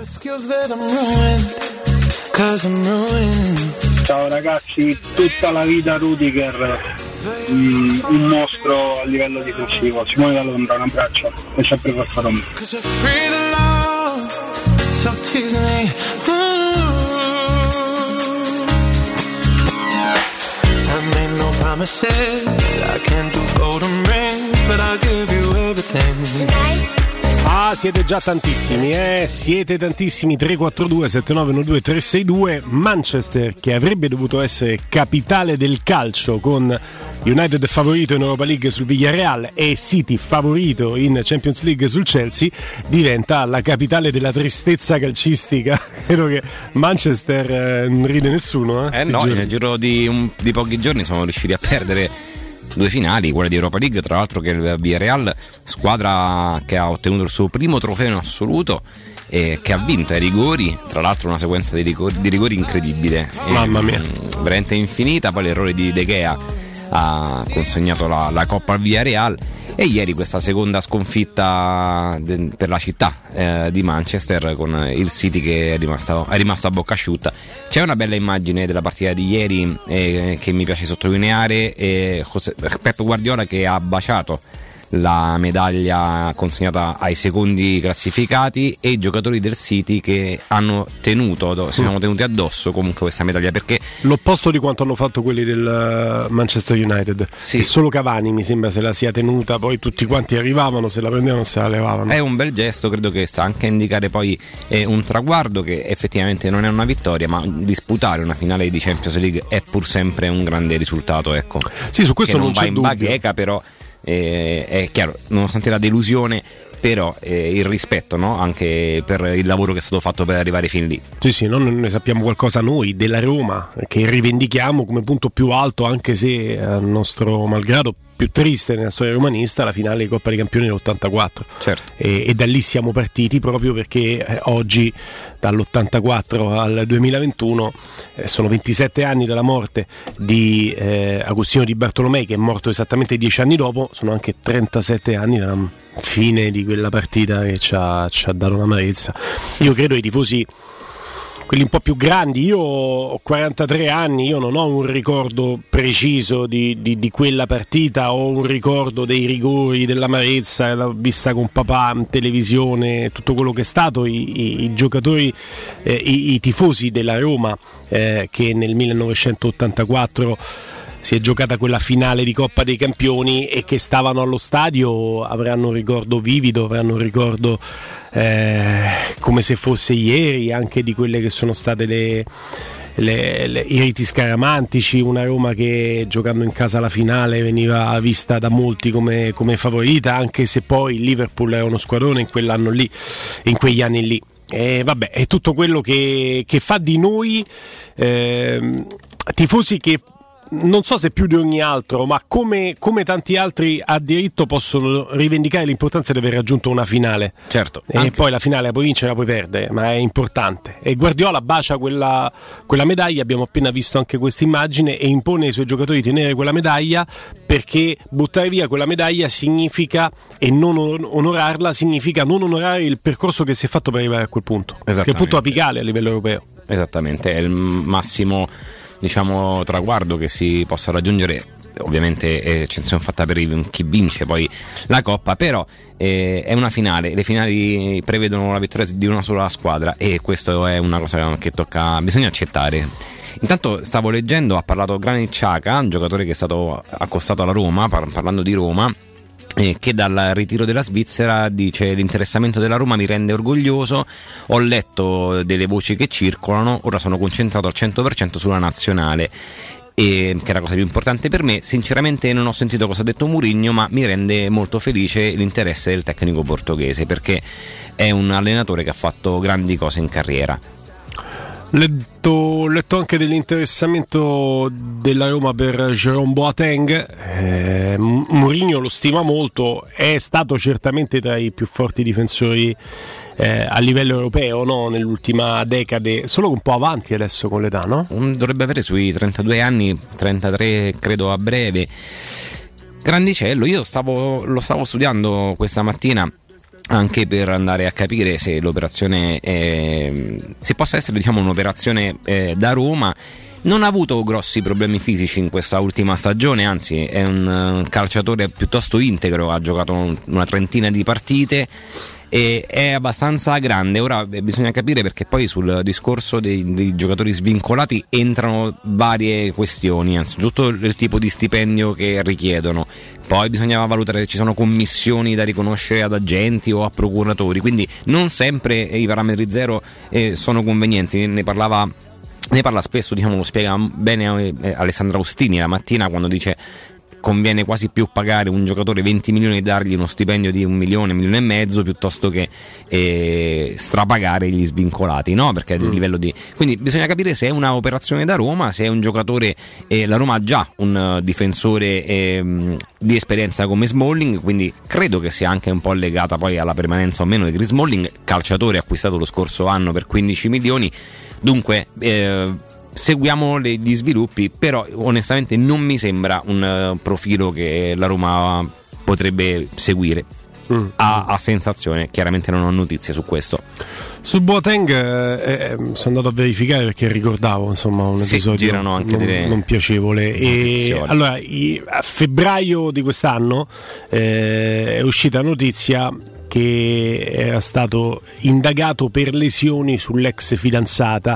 Ciao ragazzi, tutta la vita Rudiger, mm, un mostro a livello difensivo. Simone da Londra, un abbraccio, è sempre Forza Roma. Ah, siete già tantissimi, eh? Siete tantissimi. Tre quattro due sette nove uno due tre sei due. Manchester, che avrebbe dovuto essere capitale del calcio, con United favorito in Europa League sul Villarreal e City favorito in Champions League sul Chelsea, diventa la capitale della tristezza calcistica. Credo che Manchester eh, non ride nessuno. Eh, eh no, giorni. Nel giro di, un, di pochi giorni sono riusciti a perdere due finali, quella di Europa League, tra l'altro, che il Villarreal, squadra che ha ottenuto il suo primo trofeo in assoluto e che ha vinto ai rigori, tra l'altro una sequenza di rigori, di rigori incredibile. Mamma mia, e, veramente infinita. Poi l'errore di De Gea ha consegnato la, la Coppa al Villarreal, e ieri questa seconda sconfitta de, per la città eh, di Manchester, con il City che è rimasto, è rimasto a bocca asciutta. C'è una bella immagine della partita di ieri eh, che mi piace sottolineare, eh, José, Pep Guardiola, che ha baciato la medaglia consegnata ai secondi classificati, e i giocatori del City che hanno tenuto, si sono tenuti addosso comunque questa medaglia, perché l'opposto di quanto hanno fatto quelli del Manchester United, sì. E solo Cavani mi sembra se la sia tenuta, poi tutti quanti arrivavano, se la prendevano, se la levavano. È un bel gesto, credo che sta anche a indicare poi eh, un traguardo che effettivamente non è una vittoria, ma disputare una finale di Champions League è pur sempre un grande risultato, ecco. Sì, su questo che non, non va c'è in dubbio. bacheca, però Eh, è chiaro, nonostante la delusione, però eh, il rispetto, no? Anche per il lavoro che è stato fatto per arrivare fin lì. Sì, sì, non ne sappiamo qualcosa noi della Roma, che rivendichiamo come punto più alto, anche se a nostro malgrado più triste nella storia romanista, la finale di Coppa dei Campioni dell'ottantaquattro. Certo. E, e da lì siamo partiti, proprio perché eh, oggi, dall'ottantaquattro al duemilaventuno, eh, sono ventisette anni dalla morte di eh, Agostino Di Bartolomei, che è morto esattamente dieci anni dopo. Sono anche trentasette anni dalla fine di quella partita che ci ha, ci ha dato un'amarezza. Io credo ai tifosi, quelli un po' più grandi, io ho quarantatré anni, io non ho un ricordo preciso di, di, di quella partita, ho un ricordo dei rigori, dell'amarezza, l'ho vista con papà in televisione, tutto quello che è stato, i, i, i giocatori, eh, i, i tifosi della Roma eh, che nel millenovecentottantaquattro si è giocata quella finale di Coppa dei Campioni e che stavano allo stadio avranno un ricordo vivido, avranno un ricordo eh, come se fosse ieri, anche di quelle che sono state le, le, le, i riti scaramantici, una Roma che giocando in casa la finale veniva vista da molti come, come favorita, anche se poi il Liverpool era uno squadrone in quell'anno lì, in quegli anni lì. E vabbè, è tutto quello che, che fa di noi eh, tifosi che, non so se più di ogni altro, ma come, come tanti altri a diritto possono rivendicare l'importanza di aver raggiunto una finale. Certo. E anche poi la finale la puoi vincere, la puoi perdere, ma è importante. E Guardiola bacia quella, quella medaglia, abbiamo appena visto anche questa immagine, e impone ai suoi giocatori di tenere quella medaglia, perché buttare via quella medaglia significa, e non onorarla significa non onorare il percorso che si è fatto per arrivare a quel punto, che è il punto apicale a livello europeo. Esattamente, è il massimo, diciamo, traguardo che si possa raggiungere. Ovviamente è eccezione fatta per chi vince poi la Coppa, però eh, è una finale, le finali prevedono la vittoria di una sola squadra, e questo è una cosa che tocca, bisogna accettare. Intanto stavo leggendo, ha parlato Granit Xhaka, un giocatore che è stato accostato alla Roma, par- parlando di Roma, eh, che dal ritiro della Svizzera dice: l'interessamento della Roma mi rende orgoglioso, ho letto delle voci che circolano, ora sono concentrato al cento per cento sulla nazionale, e che è la cosa più importante per me. Sinceramente non ho sentito cosa ha detto Mourinho, ma mi rende molto felice l'interesse del tecnico portoghese, perché è un allenatore che ha fatto grandi cose in carriera. Letto, letto anche dell'interessamento della Roma per Jérôme Boateng. eh, Mourinho lo stima molto, è stato certamente tra i più forti difensori eh, a livello europeo, no? Nell'ultima decade, solo un po' avanti adesso con l'età, no? Dovrebbe avere sui trentadue anni, trentatré credo a breve, grandicello. Io stavo, lo stavo studiando questa mattina anche per andare a capire se l'operazione è, se possa essere, diciamo, un'operazione eh, da Roma. Non ha avuto grossi problemi fisici in questa ultima stagione, anzi è un uh, calciatore piuttosto integro, ha giocato un, una trentina di partite e è abbastanza grande. Ora eh, bisogna capire, perché poi sul discorso dei, dei giocatori svincolati entrano varie questioni, anzitutto il tipo di stipendio che richiedono, poi bisogna valutare se ci sono commissioni da riconoscere ad agenti o a procuratori, quindi non sempre i parametri zero eh, sono convenienti. Ne parlava Ne parla spesso, diciamo, lo spiega bene eh, Alessandra Ostini la mattina, quando dice: conviene quasi più pagare un giocatore venti milioni e dargli uno stipendio di un milione, un milione e mezzo, piuttosto che eh, strapagare gli svincolati, no? Perché mm. a livello di... Quindi bisogna capire se è una operazione da Roma, se è un giocatore... Eh, la Roma ha già un uh, difensore eh, di esperienza come Smalling, quindi credo che sia anche un po' legata poi alla permanenza o meno di Chris Smalling, calciatore acquistato lo scorso anno per quindici milioni. Dunque eh, seguiamo le, gli sviluppi, però onestamente non mi sembra un uh, profilo che la Roma potrebbe seguire. Mm. A, a sensazione, chiaramente non ho notizie su questo. Su Boateng eh, sono andato a verificare, perché ricordavo, insomma, un sì, episodio girano anche non, delle non piacevole. E allora, i, a febbraio di quest'anno eh, è uscita notizia che era stato indagato per lesioni sull'ex fidanzata.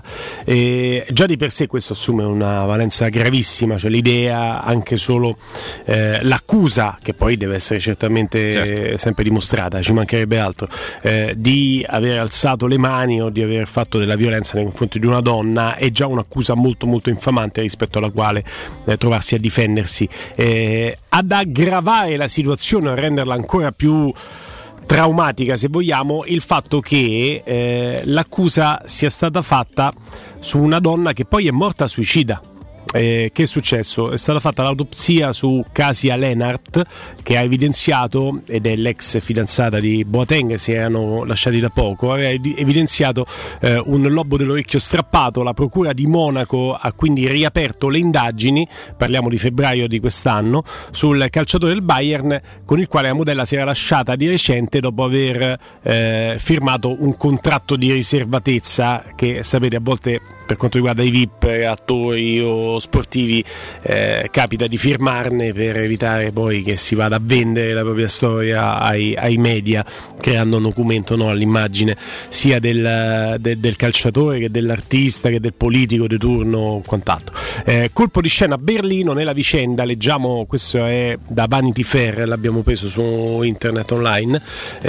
Eh, già di per sé questo assume una valenza gravissima, cioè l'idea, anche solo eh, l'accusa, che poi deve essere certamente certo. sempre dimostrata, ci mancherebbe altro, eh, di aver alzato le mani o di aver fatto della violenza nei confronti di una donna, è già un'accusa molto molto infamante, rispetto alla quale eh, trovarsi a difendersi. Eh, ad aggravare la situazione, a renderla ancora più traumatica, se vogliamo, il fatto che eh, l'accusa sia stata fatta su una donna che poi è morta suicida. Eh, che è successo? È stata fatta l'autopsia su Kasia Lennart, che ha evidenziato, ed è l'ex fidanzata di Boateng, si erano lasciati da poco, aveva evidenziato eh, un lobo dell'orecchio strappato. La procura di Monaco ha quindi riaperto le indagini, parliamo di febbraio di quest'anno, sul calciatore del Bayern, con il quale la modella si era lasciata di recente dopo aver eh, firmato un contratto di riservatezza che, sapete, a volte per quanto riguarda i V I P, attori o sportivi, eh, capita di firmarne per evitare poi che si vada a vendere la propria storia ai, ai media, creando un documento, no, all'immagine sia del, de, del calciatore che dell'artista che del politico di turno o quant'altro. Eh, colpo di scena a Berlino nella vicenda, leggiamo, questo è da Vanity Fair, l'abbiamo preso su internet online,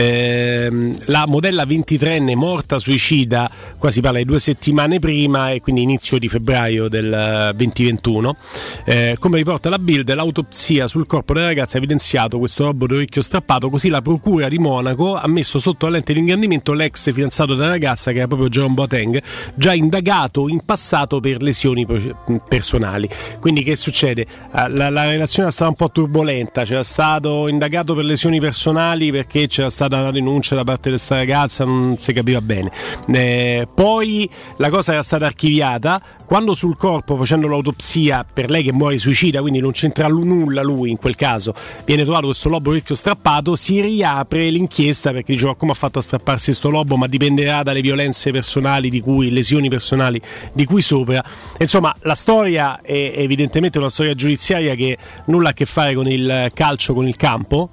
eh, la modella ventitreenne morta suicida, qua si parla di due settimane prima, e quindi inizio di febbraio del duemilaventuno. Eh, come riporta la Bild, l'autopsia sul corpo della ragazza ha evidenziato questo lobo d'orecchio strappato, così la procura di Monaco ha messo sotto la lente di ingrandimento l'ex fidanzato della ragazza, che era proprio Jérôme Boateng, già indagato in passato per lesioni personali. Quindi che succede? La, la relazione è stata un po' turbolenta, c'era stato indagato per lesioni personali perché c'era stata una denuncia da parte di questa ragazza, non si capiva bene. Eh, poi la cosa era stata archiviata, quando sul corpo, facendo l'autopsia per lei che muore suicida, quindi non c'entra nulla lui in quel caso, viene trovato questo lobo orecchio strappato, si riapre l'inchiesta perché diceva: come ha fatto a strapparsi sto lobo? Ma dipenderà dalle violenze personali di cui, lesioni personali di cui sopra. Insomma, la storia è evidentemente una storia giudiziaria che nulla a che fare con il calcio, con il campo,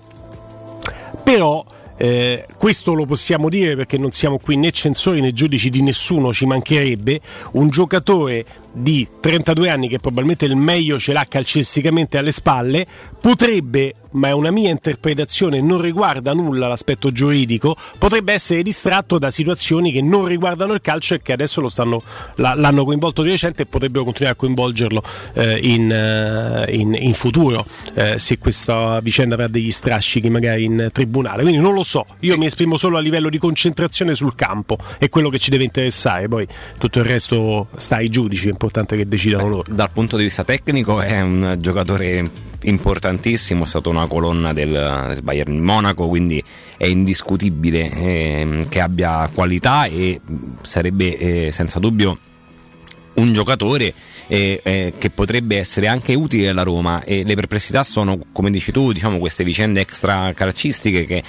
però Eh, questo lo possiamo dire perché non siamo qui né censori né giudici di nessuno, ci mancherebbe. Un giocatore di trentadue anni, che probabilmente il meglio ce l'ha calcisticamente alle spalle, potrebbe, ma è una mia interpretazione, non riguarda nulla l'aspetto giuridico, potrebbe essere distratto da situazioni che non riguardano il calcio e che adesso lo stanno, l'hanno coinvolto di recente e potrebbero continuare a coinvolgerlo eh, in, eh, in, in futuro, eh, se questa vicenda avrà degli strascichi magari in tribunale. Quindi non lo so, io sì. mi esprimo solo a livello di concentrazione sul campo, è quello che ci deve interessare, poi tutto il resto sta ai giudici, è importante che decidano loro. Dal punto di vista tecnico è un giocatore importantissimo, è stato una colonna del, del Bayern Monaco, quindi è indiscutibile eh, che abbia qualità e sarebbe eh, senza dubbio un giocatore eh, eh, che potrebbe essere anche utile alla Roma. E le perplessità sono, come dici tu, diciamo, queste vicende extra calcistiche che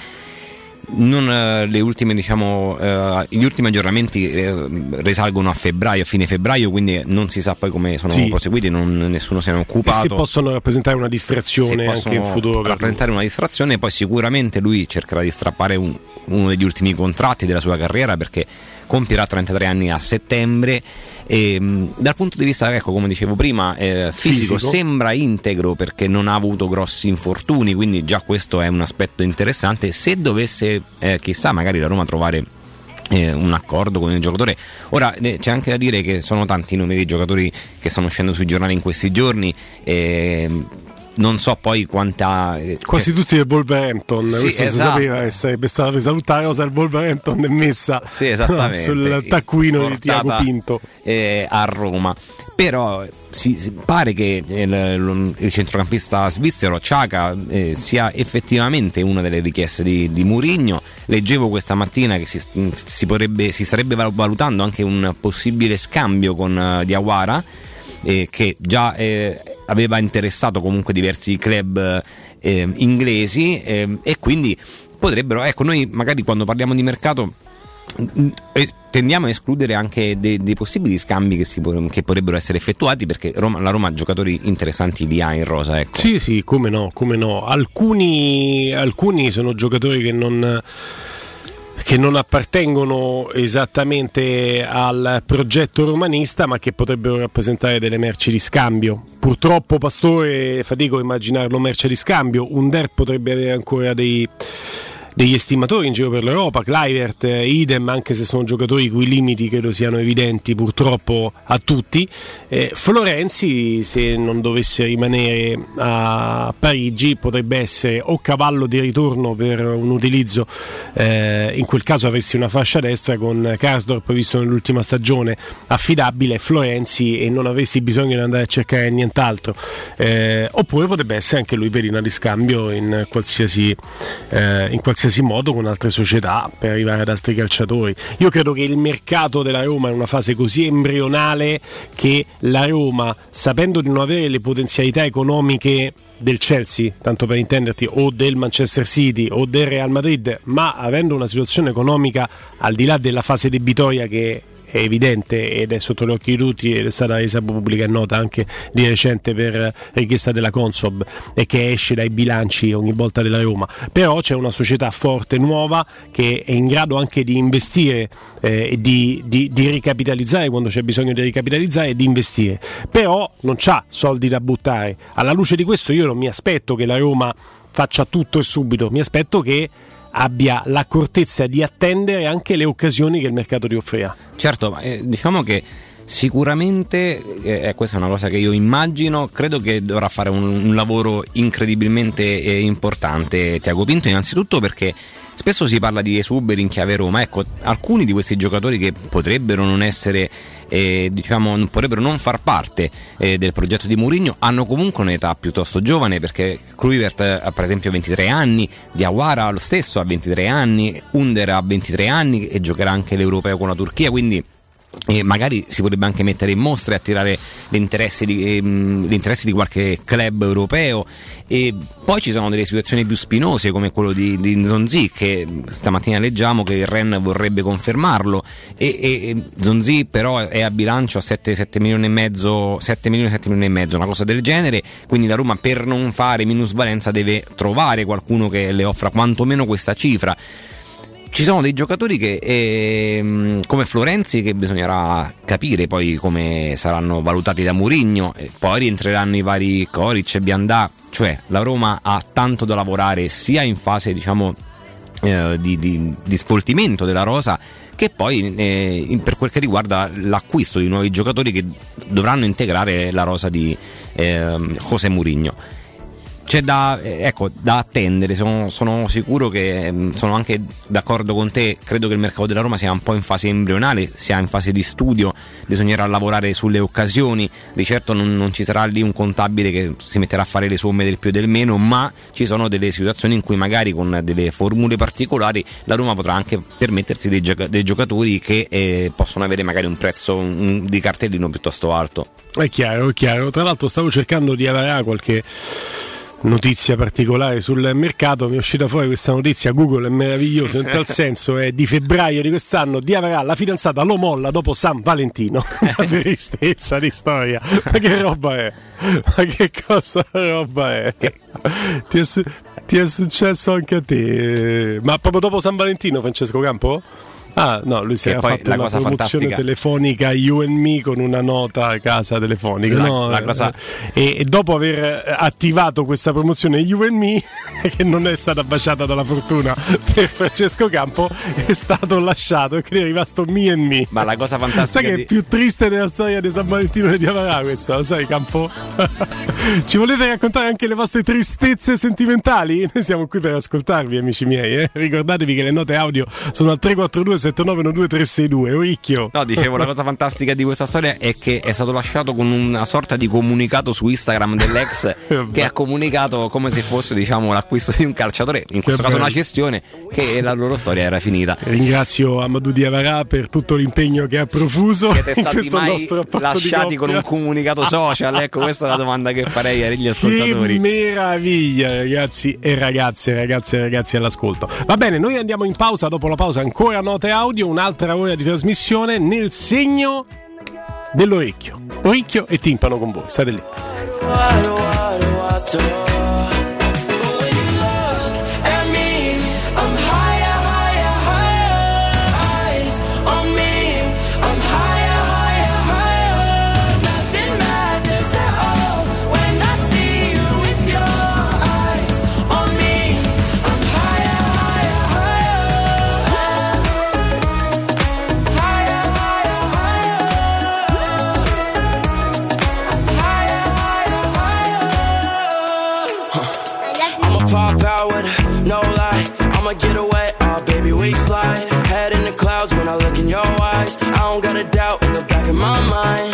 non uh, le ultime diciamo uh, gli ultimi aggiornamenti uh, risalgono a febbraio, a fine febbraio, quindi non si sa poi come sono sì. proseguiti, non, nessuno se ne è occupato. E se possono rappresentare una distrazione anche in futuro, rappresentare una distrazione, poi sicuramente lui cercherà di strappare un, uno degli ultimi contratti della sua carriera, perché compierà trentatré anni a settembre. E, dal punto di vista, ecco, come dicevo prima, eh, fisico, fisico sembra integro perché non ha avuto grossi infortuni, quindi già questo è un aspetto interessante. Se dovesse eh, chissà magari la Roma trovare eh, un accordo con il giocatore, ora eh, c'è anche da dire che sono tanti i nomi dei giocatori che stanno uscendo sui giornali in questi giorni, eh, non so poi quanta eh, quasi che... tutti del Wolverhampton, sì, questo esatto. si sapeva che sarebbe stata presa tutta la cosa del Wolverhampton e messa sì, esattamente. sul taccuino di Tiago Pinto eh, a Roma. Però si, si pare che il, il centrocampista svizzero Xhaka eh, sia effettivamente una delle richieste di, di Mourinho. Leggevo questa mattina che si, si, potrebbe, si starebbe valutando anche un possibile scambio con uh, Diawara, eh, che già eh, aveva interessato comunque diversi club eh, inglesi, eh, e quindi potrebbero, ecco, noi magari quando parliamo di mercato eh, tendiamo a escludere anche dei, dei possibili scambi che, si, che potrebbero essere effettuati, perché Roma, la Roma giocatori interessanti li ha in rosa, ecco. Sì, sì, come no, come no. Alcuni, alcuni sono giocatori che non che non appartengono esattamente al progetto romanista, ma che potrebbero rappresentare delle merci di scambio. Purtroppo Pastore fatico a immaginarlo merce di scambio. Under potrebbe avere ancora dei degli estimatori in giro per l'Europa, Kluivert, idem, anche se sono giocatori i cui limiti credo siano evidenti purtroppo a tutti. eh, Florenzi, se non dovesse rimanere a Parigi, potrebbe essere o cavallo di ritorno per un utilizzo, eh, in quel caso avresti una fascia destra con Karsdorp visto nell'ultima stagione affidabile, Florenzi, e non avresti bisogno di andare a cercare nient'altro, eh, oppure potrebbe essere anche lui pedina di scambio in qualsiasi eh, in qualsiasi modo con altre società per arrivare ad altri calciatori. Io credo che il mercato della Roma è in una fase così embrionale che la Roma, sapendo di non avere le potenzialità economiche del Chelsea, tanto per intenderti, o del Manchester City o del Real Madrid, ma avendo una situazione economica al di là della fase debitoria che è evidente ed è sotto gli occhi di tutti ed è stata resa pubblica e nota anche di recente per richiesta della Consob e che esce dai bilanci ogni volta della Roma, però c'è una società forte, nuova, che è in grado anche di investire e eh, di, di, di ricapitalizzare quando c'è bisogno di ricapitalizzare e di investire, però non c'ha soldi da buttare. Alla luce di questo io non mi aspetto che la Roma faccia tutto e subito, mi aspetto che abbia l'accortezza di attendere anche le occasioni che il mercato gli offrirà. Certo, ma eh, diciamo che sicuramente, eh, questa è una cosa che io immagino, credo che dovrà fare un, un lavoro incredibilmente eh, importante Tiago Pinto, innanzitutto perché spesso si parla di esuberi in chiave Roma. Ecco, alcuni di questi giocatori che potrebbero non essere eh, diciamo potrebbero non far parte eh, del progetto di Mourinho hanno comunque un'età piuttosto giovane, perché Kluivert ha per esempio ventitré anni, Diawara lo stesso ha ventitré anni, Under ha ventitré anni e giocherà anche l'Europeo con la Turchia, quindi e magari si potrebbe anche mettere in mostra e attirare l'interesse di, ehm, l'interesse di qualche club europeo. E poi ci sono delle situazioni più spinose come quello di, di Nzonzi, che stamattina leggiamo che il Rennes vorrebbe confermarlo e, e Nzonzi però è a bilancio a sette milioni e mezzo sette milioni sette milioni e mezzo, una cosa del genere, quindi la Roma per non fare minusvalenza deve trovare qualcuno che le offra quantomeno questa cifra. ci sono dei giocatori che eh, come Florenzi, che bisognerà capire poi come saranno valutati da Mourinho, e poi rientreranno i vari Koric e Biandà, cioè la Roma ha tanto da lavorare sia in fase diciamo eh, di, di, di sfoltimento della rosa, che poi eh, per quel che riguarda l'acquisto di nuovi giocatori che dovranno integrare la rosa di eh, José Mourinho. C'è da, ecco, da attendere, sono, sono sicuro che sono anche d'accordo con te, credo che il mercato della Roma sia un po' in fase embrionale, sia in fase di studio, bisognerà lavorare sulle occasioni, di certo non, non ci sarà lì un contabile che si metterà a fare le somme del più e del meno, ma ci sono delle situazioni in cui magari con delle formule particolari la Roma potrà anche permettersi dei, gioca- dei giocatori che eh, possono avere magari un prezzo un, di cartellino piuttosto alto. È chiaro, è chiaro, tra l'altro stavo cercando di avere qualche notizia particolare sul mercato, mi è uscita fuori questa notizia, Google è meraviglioso, in tal senso è di febbraio di quest'anno, Diawara, la fidanzata lo molla dopo San Valentino. Una tristezza di storia, ma che roba è? Ma che cosa roba è? Ti è, su- ti è successo anche a te? Ma proprio dopo San Valentino, Francesco Campo? Ah no, lui si era fatto una promozione fantastica. telefonica You and Me con una nota a casa telefonica, la, no? la cosa... e, e dopo aver attivato questa promozione You and Me, che non è stata baciata dalla fortuna per Francesco Campo, è stato lasciato e quindi è rimasto Me and Me. Ma la cosa fantastica, sai che di... è più triste della storia di San Valentino di Diawara questo, lo sai Campo? Ci volete raccontare anche le vostre tristezze sentimentali? Noi siamo qui per ascoltarvi, amici miei, eh? Ricordatevi che le note audio sono al tre quattro due sette nove uno due tre sei due. Oricchio. No, dicevo, la cosa fantastica di questa storia è che è stato lasciato con una sorta di comunicato su Instagram dell'ex che ha comunicato come se fosse, diciamo, l'acquisto di un calciatore, in questo che caso bello. Una cessione, che la loro storia era finita. Ringrazio Amadou Diawara per tutto l'impegno che ha profuso. Siete in stati questo mai nostro lasciati con un comunicato social? Ecco, questa è la domanda che farei agli ascoltatori. Che meraviglia, ragazzi e ragazze, ragazze e ragazzi all'ascolto. Va bene, noi andiamo in pausa, dopo la pausa ancora note audio, un'altra ora di trasmissione nel segno dell'orecchio. Orecchio e timpano con voi, state lì. Pop out with a no lie, I'ma get away, oh baby we slide. Head in the clouds when I look in your eyes. I don't got a doubt in the back of my mind.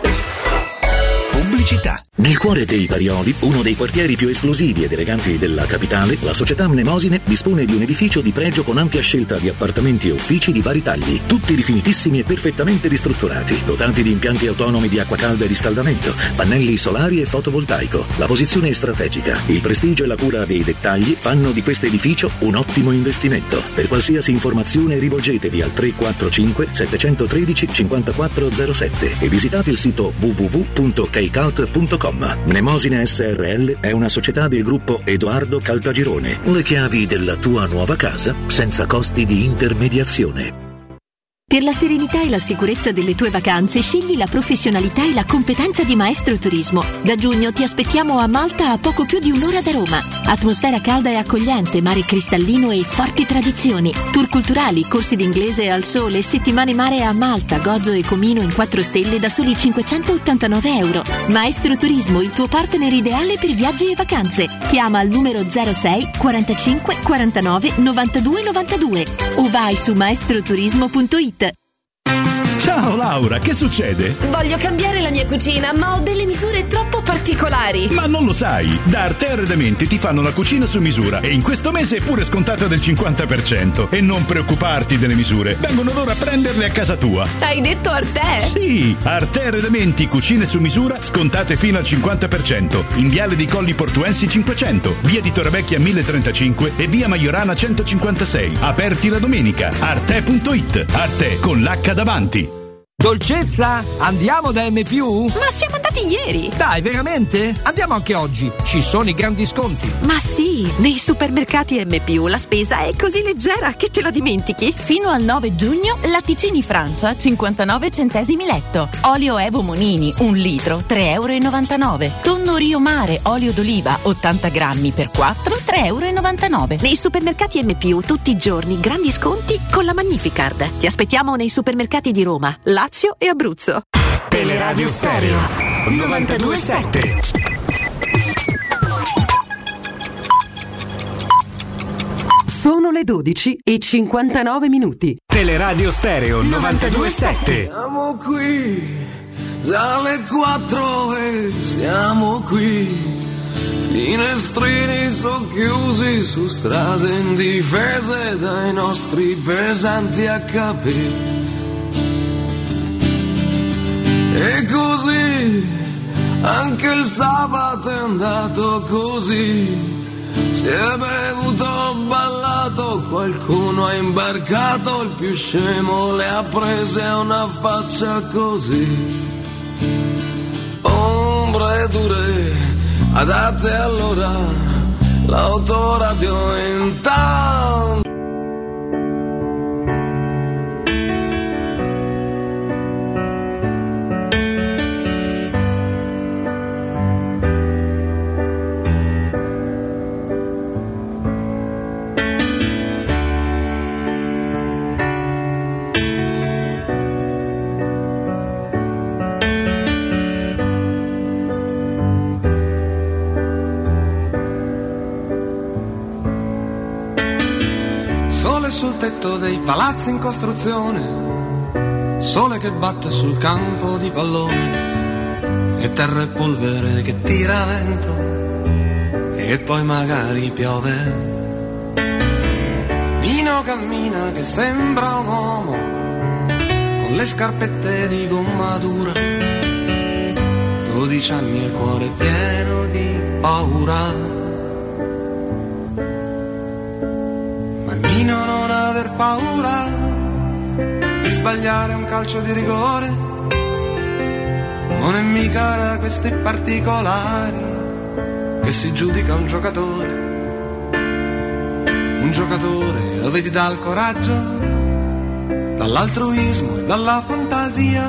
Pubblicità. Nel cuore dei Parioli, uno dei quartieri più esclusivi ed eleganti della capitale, la società Mnemosine dispone di un edificio di pregio con ampia scelta di appartamenti e uffici di vari tagli, tutti rifinitissimi e perfettamente ristrutturati, dotati di impianti autonomi di acqua calda e riscaldamento, pannelli solari e fotovoltaico. La posizione è strategica, il prestigio e la cura dei dettagli fanno di questo edificio un ottimo investimento. Per qualsiasi informazione rivolgetevi al tre quattro cinque sette uno tre cinque quattro zero sette e visitate il sito w w w punto keycult punto com. Mnemosine S R L è una società del gruppo Edoardo Caltagirone. Le chiavi della tua nuova casa senza costi di intermediazione. Per la serenità e la sicurezza delle tue vacanze scegli la professionalità e la competenza di Maestro Turismo. Da giugno ti aspettiamo a Malta a poco più di un'ora da Roma. Atmosfera calda e accogliente, mare cristallino e forti tradizioni. Tour culturali, corsi d'inglese al sole, settimane mare a Malta, Gozo e Comino in quattro stelle da soli cinquecentottantanove euro. Maestro Turismo, il tuo partner ideale per viaggi e vacanze. Chiama al numero zero sei quarantacinque quarantanove novantadue novantadue o vai su maestroturismo punto it. Ciao Laura, che succede? Voglio cambiare la mia cucina, ma ho delle misure troppo particolari. Ma non lo sai, da Arte Arredamenti ti fanno la cucina su misura e in questo mese è pure scontata del cinquanta per cento. E non preoccuparti delle misure, vengono loro a prenderle a casa tua. Hai detto Arte? Sì, Arte Arredamenti, cucine su misura, scontate fino al cinquanta per cento. In Viale dei Colli Portuensi cinquecento, via di Torrevecchia mille trentacinque e via Maiorana centocinquantasei. Aperti la domenica. Arte punto it. Arte con l'H davanti. Dolcezza? Andiamo da M più? Ma siamo andati ieri! Dai, veramente? Andiamo anche oggi, ci sono i grandi sconti. Ma sì! Sì, nei supermercati M più la spesa è così leggera che te la dimentichi. Fino al nove giugno, latticini Francia cinquantanove centesimi letto. Olio Evo Monini un litro tre e novantanove euro. Tonno Rio Mare olio d'oliva ottanta grammi per quattro tre e novantanove euro. Nei supermercati M più tutti i giorni grandi sconti con la Magnificard. Ti aspettiamo nei supermercati di Roma, Lazio e Abruzzo. Teleradio Stereo novantadue sette. Sono le dodici e cinquantanove minuti. Teleradio Stereo novantadue sette. Siamo qui, già le quattro e siamo qui. Finestrini socchiusi su strade indifese dai nostri pesanti acca pi. E così anche il sabato è andato così. Si è bevuto, ballato, qualcuno ha imbarcato, il più scemo le ha prese a una faccia così. Ombre dure, adatte allora, l'autoradio intanto. Sul tetto dei palazzi in costruzione, sole che batte sul campo di pallone, e terra e polvere che tira vento, e poi magari piove. Nino cammina che sembra un uomo, con le scarpette di gomma dura, dodici anni e il cuore pieno di paura. Nino non aver paura di sbagliare un calcio di rigore, non è mica da questi particolari che si giudica un giocatore. Un giocatore lo vedi dal coraggio, dall'altruismo e dalla fantasia,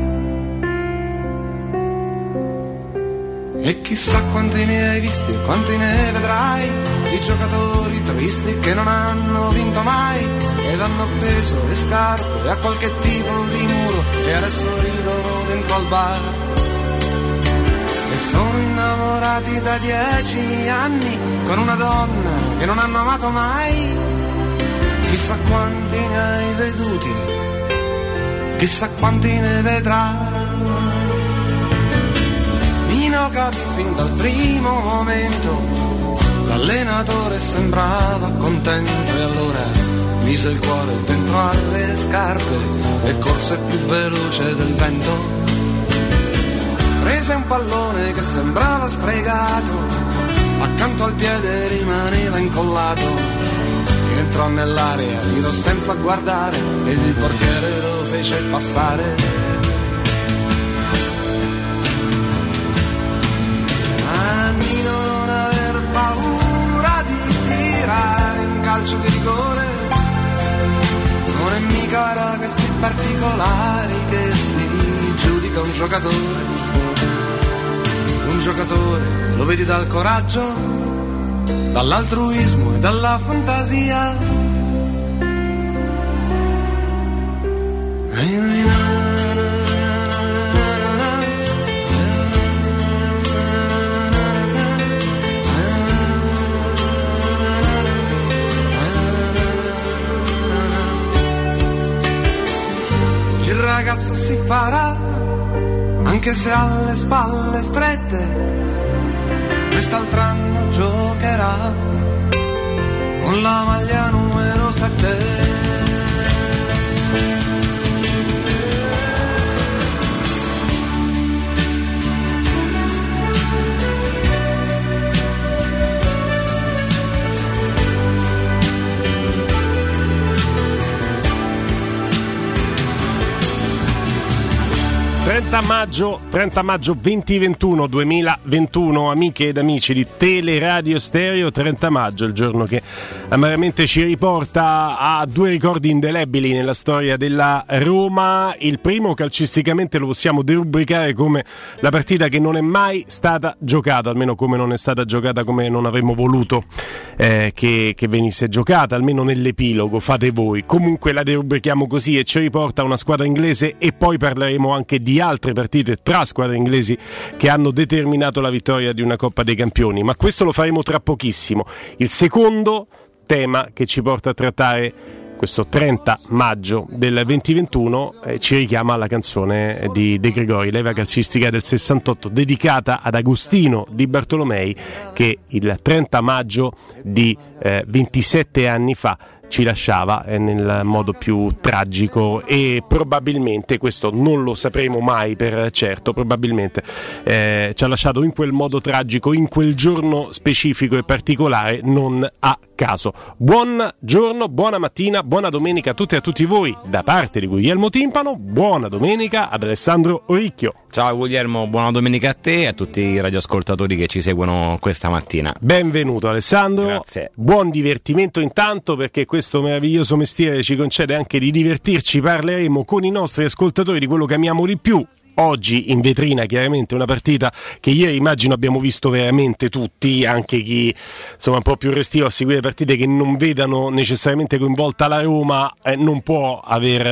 e chissà quanti ne hai visti e quanti ne vedrai, di giocatori tristi che non hanno vinto mai ed hanno appeso le scarpe a qualche tipo di muro e adesso ridono dentro al bar. E sono innamorati da dieci anni con una donna che non hanno amato mai. Chissà quanti ne hai veduti, chissà quanti ne vedrai. Nino capì fin dal primo momento, l'allenatore sembrava contento e allora mise il cuore dentro alle scarpe e corse più veloce del vento. Prese un pallone che sembrava stregato, accanto al piede rimaneva incollato, entrò nell'area, tirò senza guardare ed il portiere lo fece passare. Un calcio di rigore non è mica da questi particolari che si giudica un giocatore. Un giocatore lo vedi dal coraggio, dall'altruismo e dalla fantasia. Il ragazzo si farà, anche se ha le spalle strette, quest'altro anno giocherà con la maglia numero sette. trenta maggio, trenta maggio duemilaventuno, duemilaventuno, amiche ed amici di Teleradio Stereo. Trenta maggio, il giorno che amaramente ci riporta a due ricordi indelebili nella storia della Roma. Il primo, calcisticamente, lo possiamo derubricare come la partita che non è mai stata giocata, almeno come non è stata giocata, come non avremmo voluto eh, che, che venisse giocata, almeno nell'epilogo, fate voi. Comunque la derubrichiamo così e ci riporta a una squadra inglese, e poi parleremo anche di altre partite tra squadre inglesi che hanno determinato la vittoria di una Coppa dei Campioni, ma questo lo faremo tra pochissimo. Il secondo tema che ci porta a trattare questo trenta maggio del duemilaventuno eh, ci richiama alla canzone di De Gregori, leva calcistica del sessantotto, dedicata ad Agostino Di Bartolomei, che il trenta maggio di eh, ventisette anni fa ci lasciava eh, nel modo più tragico, e probabilmente, questo non lo sapremo mai per certo, probabilmente eh, ci ha lasciato in quel modo tragico, in quel giorno specifico e particolare, non a caso. Buon giorno, buona mattina, buona domenica a tutti e a tutti voi da parte di Guglielmo Timpano. Buona domenica ad Alessandro Oricchio. Ciao Guglielmo, buona domenica a te e a tutti i radioascoltatori che ci seguono questa mattina. Benvenuto Alessandro. Grazie. Buon divertimento intanto, perché questo meraviglioso mestiere ci concede anche di divertirci. Parleremo con i nostri ascoltatori di quello che amiamo di più. Oggi in vetrina chiaramente una partita che ieri immagino abbiamo visto veramente tutti, anche chi insomma un po' più restio a seguire partite che non vedano necessariamente coinvolta la Roma eh, non può aver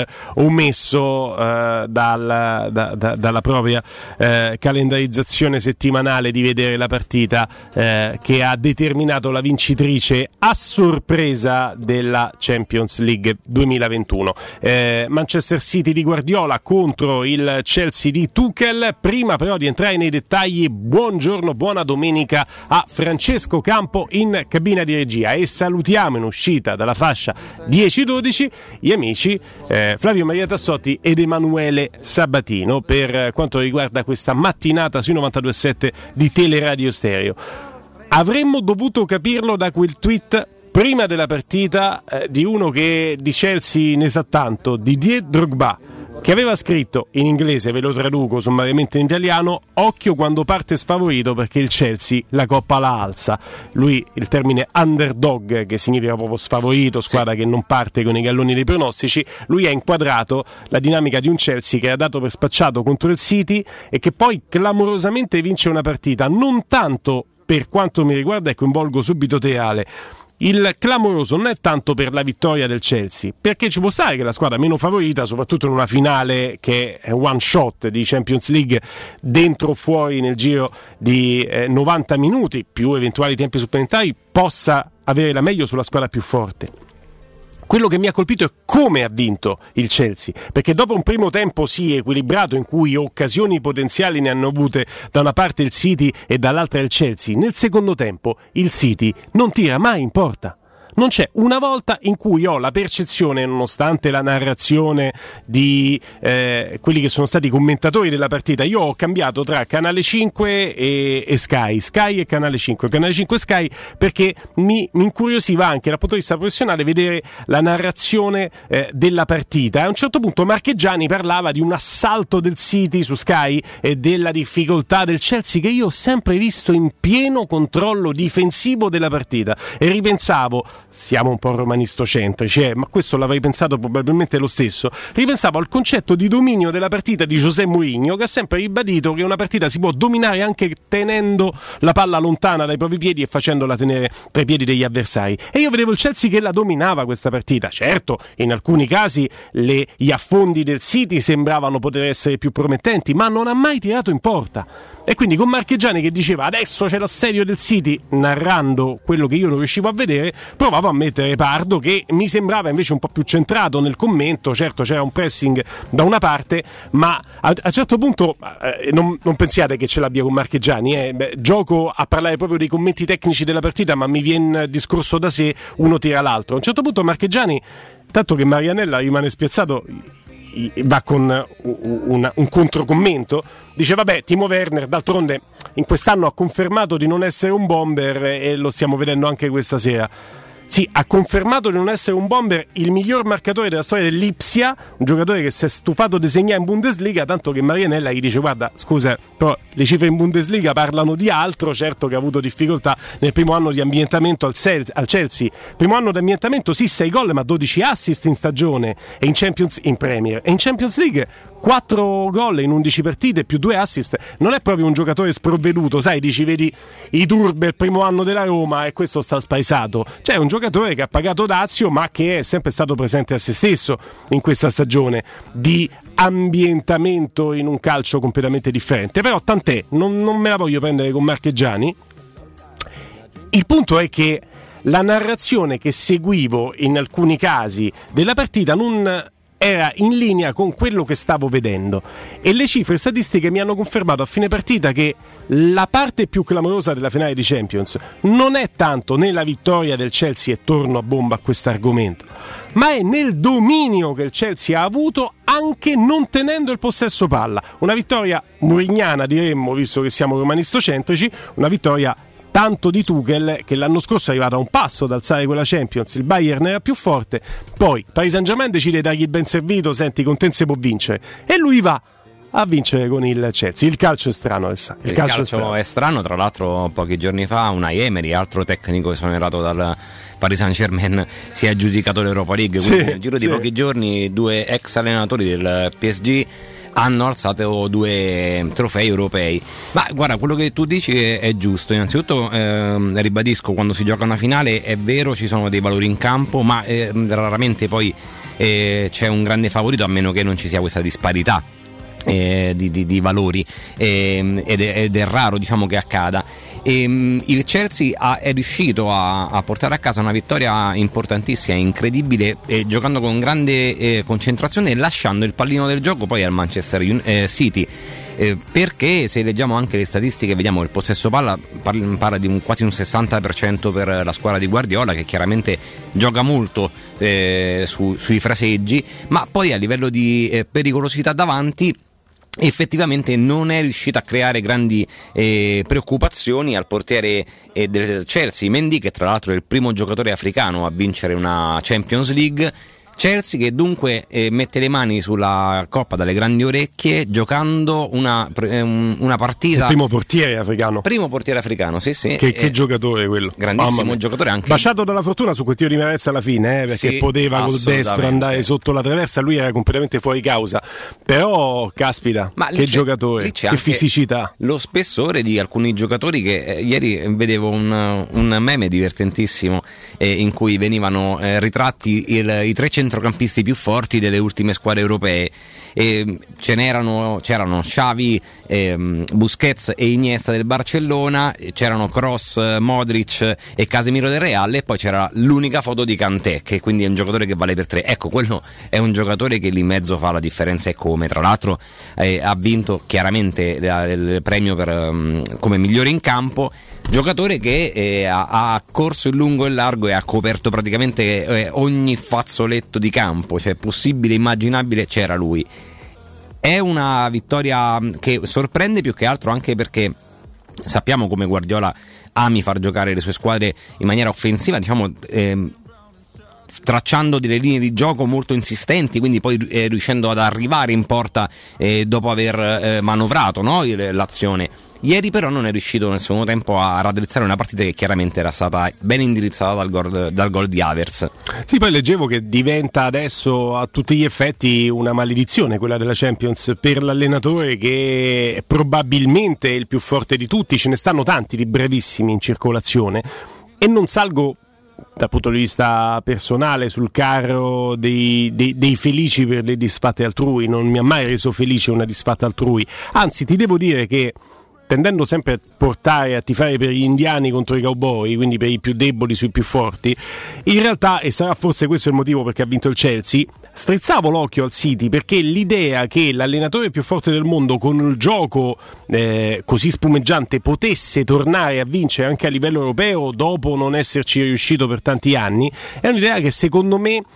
omesso eh, dal, da, da, dalla propria eh, calendarizzazione settimanale di vedere la partita eh, che ha determinato la vincitrice a sorpresa della Champions League duemilaventuno. Eh, Manchester City di Guardiola contro il Chelsea di Tuchel. Prima però di entrare nei dettagli, buongiorno, buona domenica a Francesco Campo in cabina di regia, e salutiamo in uscita dalla fascia dieci dodici gli amici eh, Flavio Maria Tassotti ed Emanuele Sabatino per quanto riguarda questa mattinata sui novantadue sette di Teleradio Stereo. Avremmo dovuto capirlo da quel tweet prima della partita eh, di uno che di Chelsea ne sa tanto, Didier Drogba, che aveva scritto in inglese, ve lo traduco sommariamente in italiano: occhio quando parte sfavorito perché il Chelsea la coppa la alza. Lui il termine underdog, che significa proprio sfavorito, squadra sì, che non parte con i galloni dei pronostici, lui ha inquadrato la dinamica di un Chelsea che era dato per spacciato contro il City e che poi clamorosamente vince una partita. Non tanto, per quanto mi riguarda, e coinvolgo subito te Ale, il clamoroso non è tanto per la vittoria del Chelsea, perché ci può stare che la squadra meno favorita, soprattutto in una finale che è one shot di Champions League, dentro o fuori nel giro di eh, novanta minuti più eventuali tempi supplementari, possa avere la meglio sulla squadra più forte. Quello che mi ha colpito è come ha vinto il Chelsea, perché dopo un primo tempo sì equilibrato, in cui occasioni potenziali ne hanno avute da una parte il City e dall'altra il Chelsea, nel secondo tempo il City non tira mai in porta. Non c'è una volta in cui ho la percezione, nonostante la narrazione di eh, quelli che sono stati i commentatori della partita, io ho cambiato tra Canale cinque e, e Sky, Sky e Canale cinque, Canale cinque e Sky, perché mi, mi incuriosiva anche dal punto di vista professionale vedere la narrazione eh, della partita. A un certo punto Marchegiani parlava di un assalto del City su Sky e della difficoltà del Chelsea, che io ho sempre visto in pieno controllo difensivo della partita, e ripensavo, siamo un po' romanistocentrici, eh, ma questo l'avrei pensato probabilmente lo stesso, ripensavo al concetto di dominio della partita di José Mourinho, che ha sempre ribadito che una partita si può dominare anche tenendo la palla lontana dai propri piedi e facendola tenere tra i piedi degli avversari, e io vedevo il Chelsea che la dominava questa partita. Certo, in alcuni casi le, gli affondi del City sembravano poter essere più promettenti, ma non ha mai tirato in porta. E quindi con Marchegiani che diceva adesso c'è l'assedio del City, narrando quello che io non riuscivo a vedere, provavo a mettere Pardo, che mi sembrava invece un po' più centrato nel commento. Certo, c'era un pressing da una parte, ma a un certo punto eh, non, non pensiate che ce l'abbia con Marchegiani, eh. Beh, gioco a parlare proprio dei commenti tecnici della partita, ma mi viene il discorso da sé, uno tira l'altro. A un certo punto Marchegiani, tanto che Marianella rimane spiazzato, va con un, un controcommento, dice vabbè, Timo Werner d'altronde in quest'anno ha confermato di non essere un bomber e lo stiamo vedendo anche questa sera. sì, ha confermato di non essere un bomber, il miglior marcatore della storia dell'Ipsia, un giocatore che si è stufato di segnare in Bundesliga, tanto che Marianella gli dice: guarda, scusa, però le cifre in Bundesliga parlano di altro. Certo che ha avuto difficoltà nel primo anno di ambientamento al Chelsea, primo anno di ambientamento sì, sei gol ma dodici assist in stagione, e in Champions, in Premier e in Champions League quattro gol in undici partite più due assist. Non è proprio un giocatore sprovveduto, sai, dici vedi i Turbe il primo anno della Roma e questo sta spaesato. Cioè è un giocatore che ha pagato dazio ma che è sempre stato presente a se stesso in questa stagione di ambientamento in un calcio completamente differente. Però tant'è, non, non me la voglio prendere con Marchegiani. Il punto è che la narrazione che seguivo in alcuni casi della partita non era in linea con quello che stavo vedendo, e le cifre statistiche mi hanno confermato a fine partita che la parte più clamorosa della finale di Champions non è tanto nella vittoria del Chelsea, e torno a bomba a questo argomento, ma è nel dominio che il Chelsea ha avuto anche non tenendo il possesso palla. Una vittoria murignana, diremmo, visto che siamo romanistocentrici, una vittoria tanto di Tuchel, che l'anno scorso è arrivato a un passo da alzare quella Champions. Il Bayern era più forte, poi Paris Saint-Germain decide di dargli il ben servito, senti, con te si può vincere, e lui va a vincere con il Chelsea. Il calcio è strano, il, il calcio, calcio è, strano. è strano. Tra l'altro pochi giorni fa Unai Emery, altro tecnico esonerato dal Paris Saint-Germain, si è aggiudicato l'Europa League, quindi sì, nel giro sì. di pochi giorni due ex allenatori del P S G hanno alzato due trofei europei. Ma guarda, quello che tu dici è, è giusto. Innanzitutto eh, ribadisco, quando si gioca una finale è vero, ci sono dei valori in campo, ma eh, raramente poi eh, c'è un grande favorito, a meno che non ci sia questa disparità eh, di, di, di valori, eh, ed, è, ed è raro, diciamo, che accada. E, um, il Chelsea ha, è riuscito a, a portare a casa una vittoria importantissima, incredibile, eh, giocando con grande eh, concentrazione e lasciando il pallino del gioco poi al Manchester eh, City, eh, perché se leggiamo anche le statistiche vediamo il possesso palla parla di un, quasi un sessanta per cento per la squadra di Guardiola, che chiaramente gioca molto eh, su, sui fraseggi, ma poi a livello di eh, pericolosità davanti effettivamente non è riuscita a creare grandi eh, preoccupazioni al portiere eh, del Chelsea, Mendy, che tra l'altro è il primo giocatore africano a vincere una Champions League. Chelsea che dunque eh, mette le mani sulla coppa dalle grandi orecchie, giocando una, eh, una partita. Il primo portiere africano. Primo portiere africano, sì, sì. Che, che eh, giocatore quello. Grandissimo giocatore, anche. Baciato dalla fortuna su quel tiro di Marezza alla fine, eh, perché sì, poteva col destro andare sotto la traversa, lui era completamente fuori causa. Però, caspita, ma che giocatore, che fisicità. Lo spessore di alcuni giocatori che eh, ieri vedevo un, un meme divertentissimo eh, in cui venivano eh, ritratti il, i tre centrocampisti più forti delle ultime squadre europee, e ce n'erano c'erano Xavi, ehm, Busquets e Iniesta del Barcellona, c'erano Kroos, Modric e Casemiro del Real, e poi c'era l'unica foto di Kanté, che quindi è un giocatore che vale per tre. Ecco, quello è un giocatore che lì in mezzo fa la differenza, e come. Tra l'altro eh, ha vinto chiaramente il premio per, um, come migliore in campo, giocatore che eh, ha, ha corso in lungo e largo e ha coperto praticamente eh, ogni fazzoletto di campo, cioè possibile, immaginabile, c'era lui. È una vittoria che sorprende più che altro anche perché sappiamo come Guardiola ami far giocare le sue squadre in maniera offensiva, diciamo eh, tracciando delle linee di gioco molto insistenti, quindi poi eh, riuscendo ad arrivare in porta eh, dopo aver eh, manovrato, no, l'azione. Ieri però non è riuscito nel secondo tempo a raddrizzare una partita che chiaramente era stata ben indirizzata dal gol, dal gol di Havertz. Sì, poi leggevo che diventa adesso a tutti gli effetti una maledizione quella della Champions per l'allenatore, che probabilmente è il più forte di tutti. Ce ne stanno tanti di brevissimi in circolazione, e non salgo dal punto di vista personale sul carro dei, dei, dei felici per le disfatte altrui. Non mi ha mai reso felice una disfatta altrui, anzi ti devo dire che, tendendo sempre a portare a tifare per gli indiani contro i cowboy, quindi per i più deboli sui più forti, in realtà, e sarà forse questo il motivo perché ha vinto il Chelsea, strizzavo l'occhio al City, perché l'idea che l'allenatore più forte del mondo con il gioco eh, così spumeggiante potesse tornare a vincere anche a livello europeo dopo non esserci riuscito per tanti anni, è un'idea che secondo me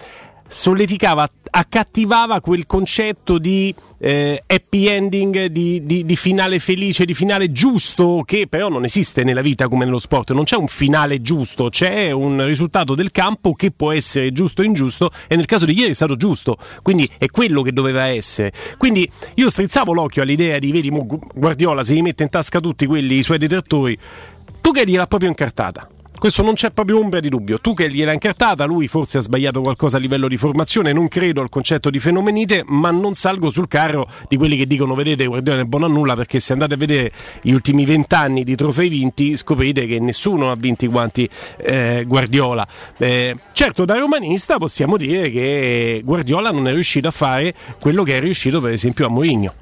solleticava, accattivava quel concetto di eh, happy ending, di, di, di finale felice, di finale giusto, che però non esiste nella vita come nello sport. Non c'è un finale giusto, c'è un risultato del campo che può essere giusto o ingiusto, e nel caso di ieri è stato giusto, quindi è quello che doveva essere. Quindi io strizzavo l'occhio all'idea di, vedi, Guardiola si rimette in tasca tutti quelli, i suoi detrattori, tu che gliel'ha proprio incartata. Questo non c'è proprio ombra di dubbio. Tu che gliel'hai incartata, lui forse ha sbagliato qualcosa a livello di formazione, non credo al concetto di fenomenite, ma non salgo sul carro di quelli che dicono vedete Guardiola non è buono a nulla, perché se andate a vedere gli ultimi vent'anni di trofei vinti scoprite che nessuno ha vinti quanti eh, Guardiola. Eh, certo, da romanista possiamo dire che Guardiola non è riuscito a fare quello che è riuscito per esempio a Mourinho.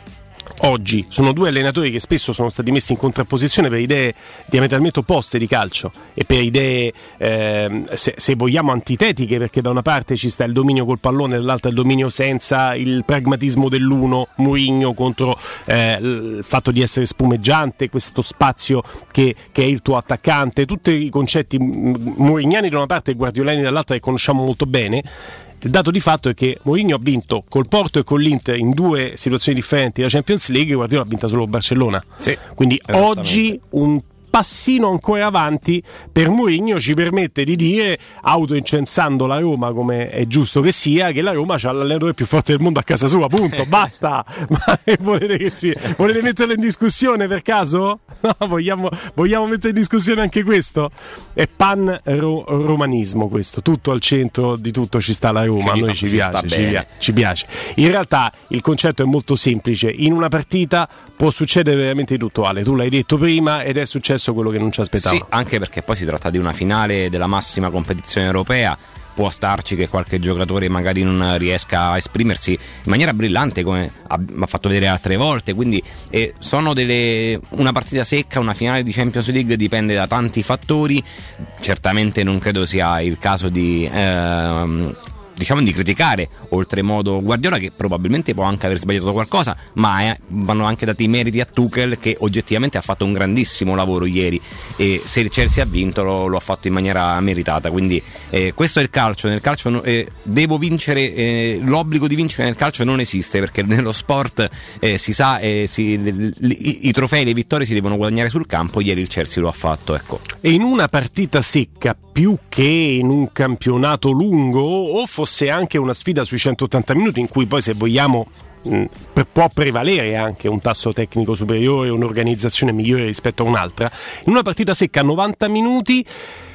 Oggi sono due allenatori che spesso sono stati messi in contrapposizione per idee diametralmente opposte di calcio e per idee eh, se, se vogliamo antitetiche, perché da una parte ci sta il dominio col pallone, dall'altra il dominio senza, il pragmatismo dell'uno, Mourinho contro eh, il fatto di essere spumeggiante, questo spazio che, che è il tuo attaccante, tutti i concetti mourignani da una parte e guardiolani dall'altra che conosciamo molto bene. Il dato di fatto è che Mourinho ha vinto col Porto e con l'Inter in due situazioni differenti la Champions League, Guardiola ha vinto solo Barcellona. Sì, quindi oggi un passino ancora avanti per Mourinho ci permette di dire, autoincensando la Roma come è giusto che sia, che la Roma c'ha l'allenatore più forte del mondo a casa sua, punto, basta. Ma volete che sia? Volete metterlo in discussione per caso? No, vogliamo, vogliamo mettere in discussione anche questo? È pan-romanismo questo, tutto al centro di tutto ci sta la Roma, a noi ci piace, ci piace, ci piace. In realtà il concetto è molto semplice, in una partita può succedere veramente di tutto, Ale, tu l'hai detto prima ed è successo quello che non ci aspettavamo. Sì, anche perché poi si tratta di una finale della massima competizione europea. Può starci che qualche giocatore magari non riesca a esprimersi in maniera brillante come ha fatto vedere altre volte, quindi eh, sono delle una partita secca, una finale di Champions League dipende da tanti fattori. Certamente non credo sia il caso di ehm, diciamo di criticare oltremodo Guardiola, che probabilmente può anche aver sbagliato qualcosa, ma eh, vanno anche dati i meriti a Tuchel, che oggettivamente ha fatto un grandissimo lavoro ieri, e se il Chelsea ha vinto lo, lo ha fatto in maniera meritata. Quindi eh, questo è il calcio. Nel calcio eh, devo vincere, eh, l'obbligo di vincere nel calcio non esiste, perché nello sport eh, si sa eh, si, i, i trofei, le vittorie si devono guadagnare sul campo. Ieri il Chelsea lo ha fatto, ecco. E in una partita secca più che in un campionato lungo, o fosse anche una sfida sui centottanta minuti in cui poi, se vogliamo, mh, può prevalere anche un tasso tecnico superiore, un'organizzazione migliore rispetto a un'altra, in una partita secca a novanta minuti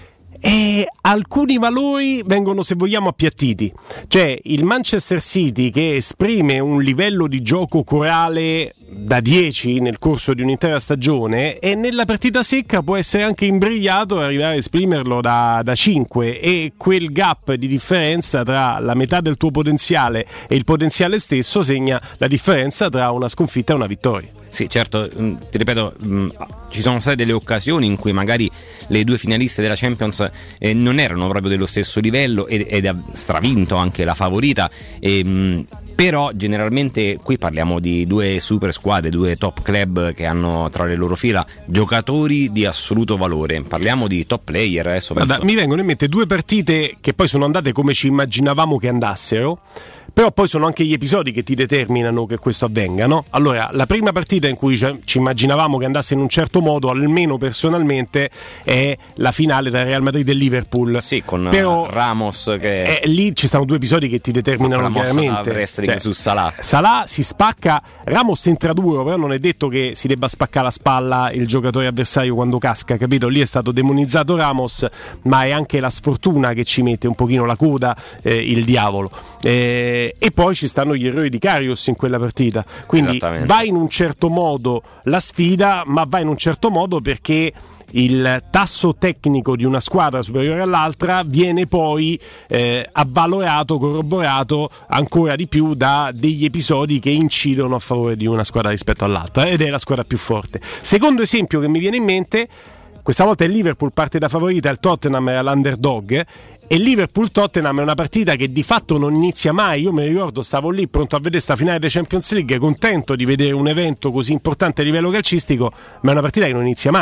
e alcuni valori vengono, se vogliamo, appiattiti. Cioè il Manchester City, che esprime un livello di gioco corale da dieci nel corso di un'intera stagione, e nella partita secca può essere anche imbrigliato e arrivare a esprimerlo da, da cinque, e quel gap di differenza tra la metà del tuo potenziale e il potenziale stesso segna la differenza tra una sconfitta e una vittoria. Sì, certo, ti ripeto, ci sono state delle occasioni in cui magari le due finaliste della Champions eh, non erano proprio dello stesso livello, ed, ed ha stravinto anche la favorita, e, mh, però generalmente qui parliamo di due super squadre, due top club che hanno tra le loro fila giocatori di assoluto valore. Parliamo di top player adesso. Guarda, mi vengono in mente due partite che poi sono andate come ci immaginavamo che andassero, però poi sono anche gli episodi che ti determinano che questo avvenga, no? Allora, la prima partita in cui ci immaginavamo che andasse in un certo modo, almeno personalmente, è la finale tra Real Madrid e Liverpool. Sì, con però, Ramos che... Eh, lì ci stanno due episodi che ti determinano chiaramente. Cioè, su Salah. Salah si spacca, Ramos entra duro, però non è detto che si debba spaccare la spalla il giocatore avversario quando casca, capito? Lì è stato demonizzato Ramos, ma è anche la sfortuna che ci mette un pochino la coda, eh, il diavolo. Eh, e poi ci stanno gli errori di Karius in quella partita, quindi va in un certo modo la sfida, ma va in un certo modo perché il tasso tecnico di una squadra superiore all'altra viene poi eh, avvalorato, corroborato ancora di più da degli episodi che incidono a favore di una squadra rispetto all'altra, ed è la squadra più forte. Secondo esempio che mi viene in mente, questa volta il Liverpool parte da favorita, il Tottenham era l'underdog, e Liverpool-Tottenham è una partita che di fatto non inizia mai. Io mi ricordo, stavo lì pronto a vedere sta finale dei Champions League, contento di vedere un evento così importante a livello calcistico, ma è una partita che non inizia mai.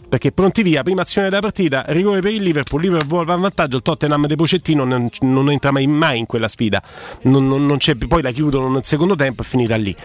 perché pronti via, prima azione della partita, rigore per il Liverpool, Liverpool va in vantaggio, il Tottenham di Pochettino non, non entra mai, mai in quella sfida, non, non, non c'è, poi la chiudono nel secondo tempo, è finita lì.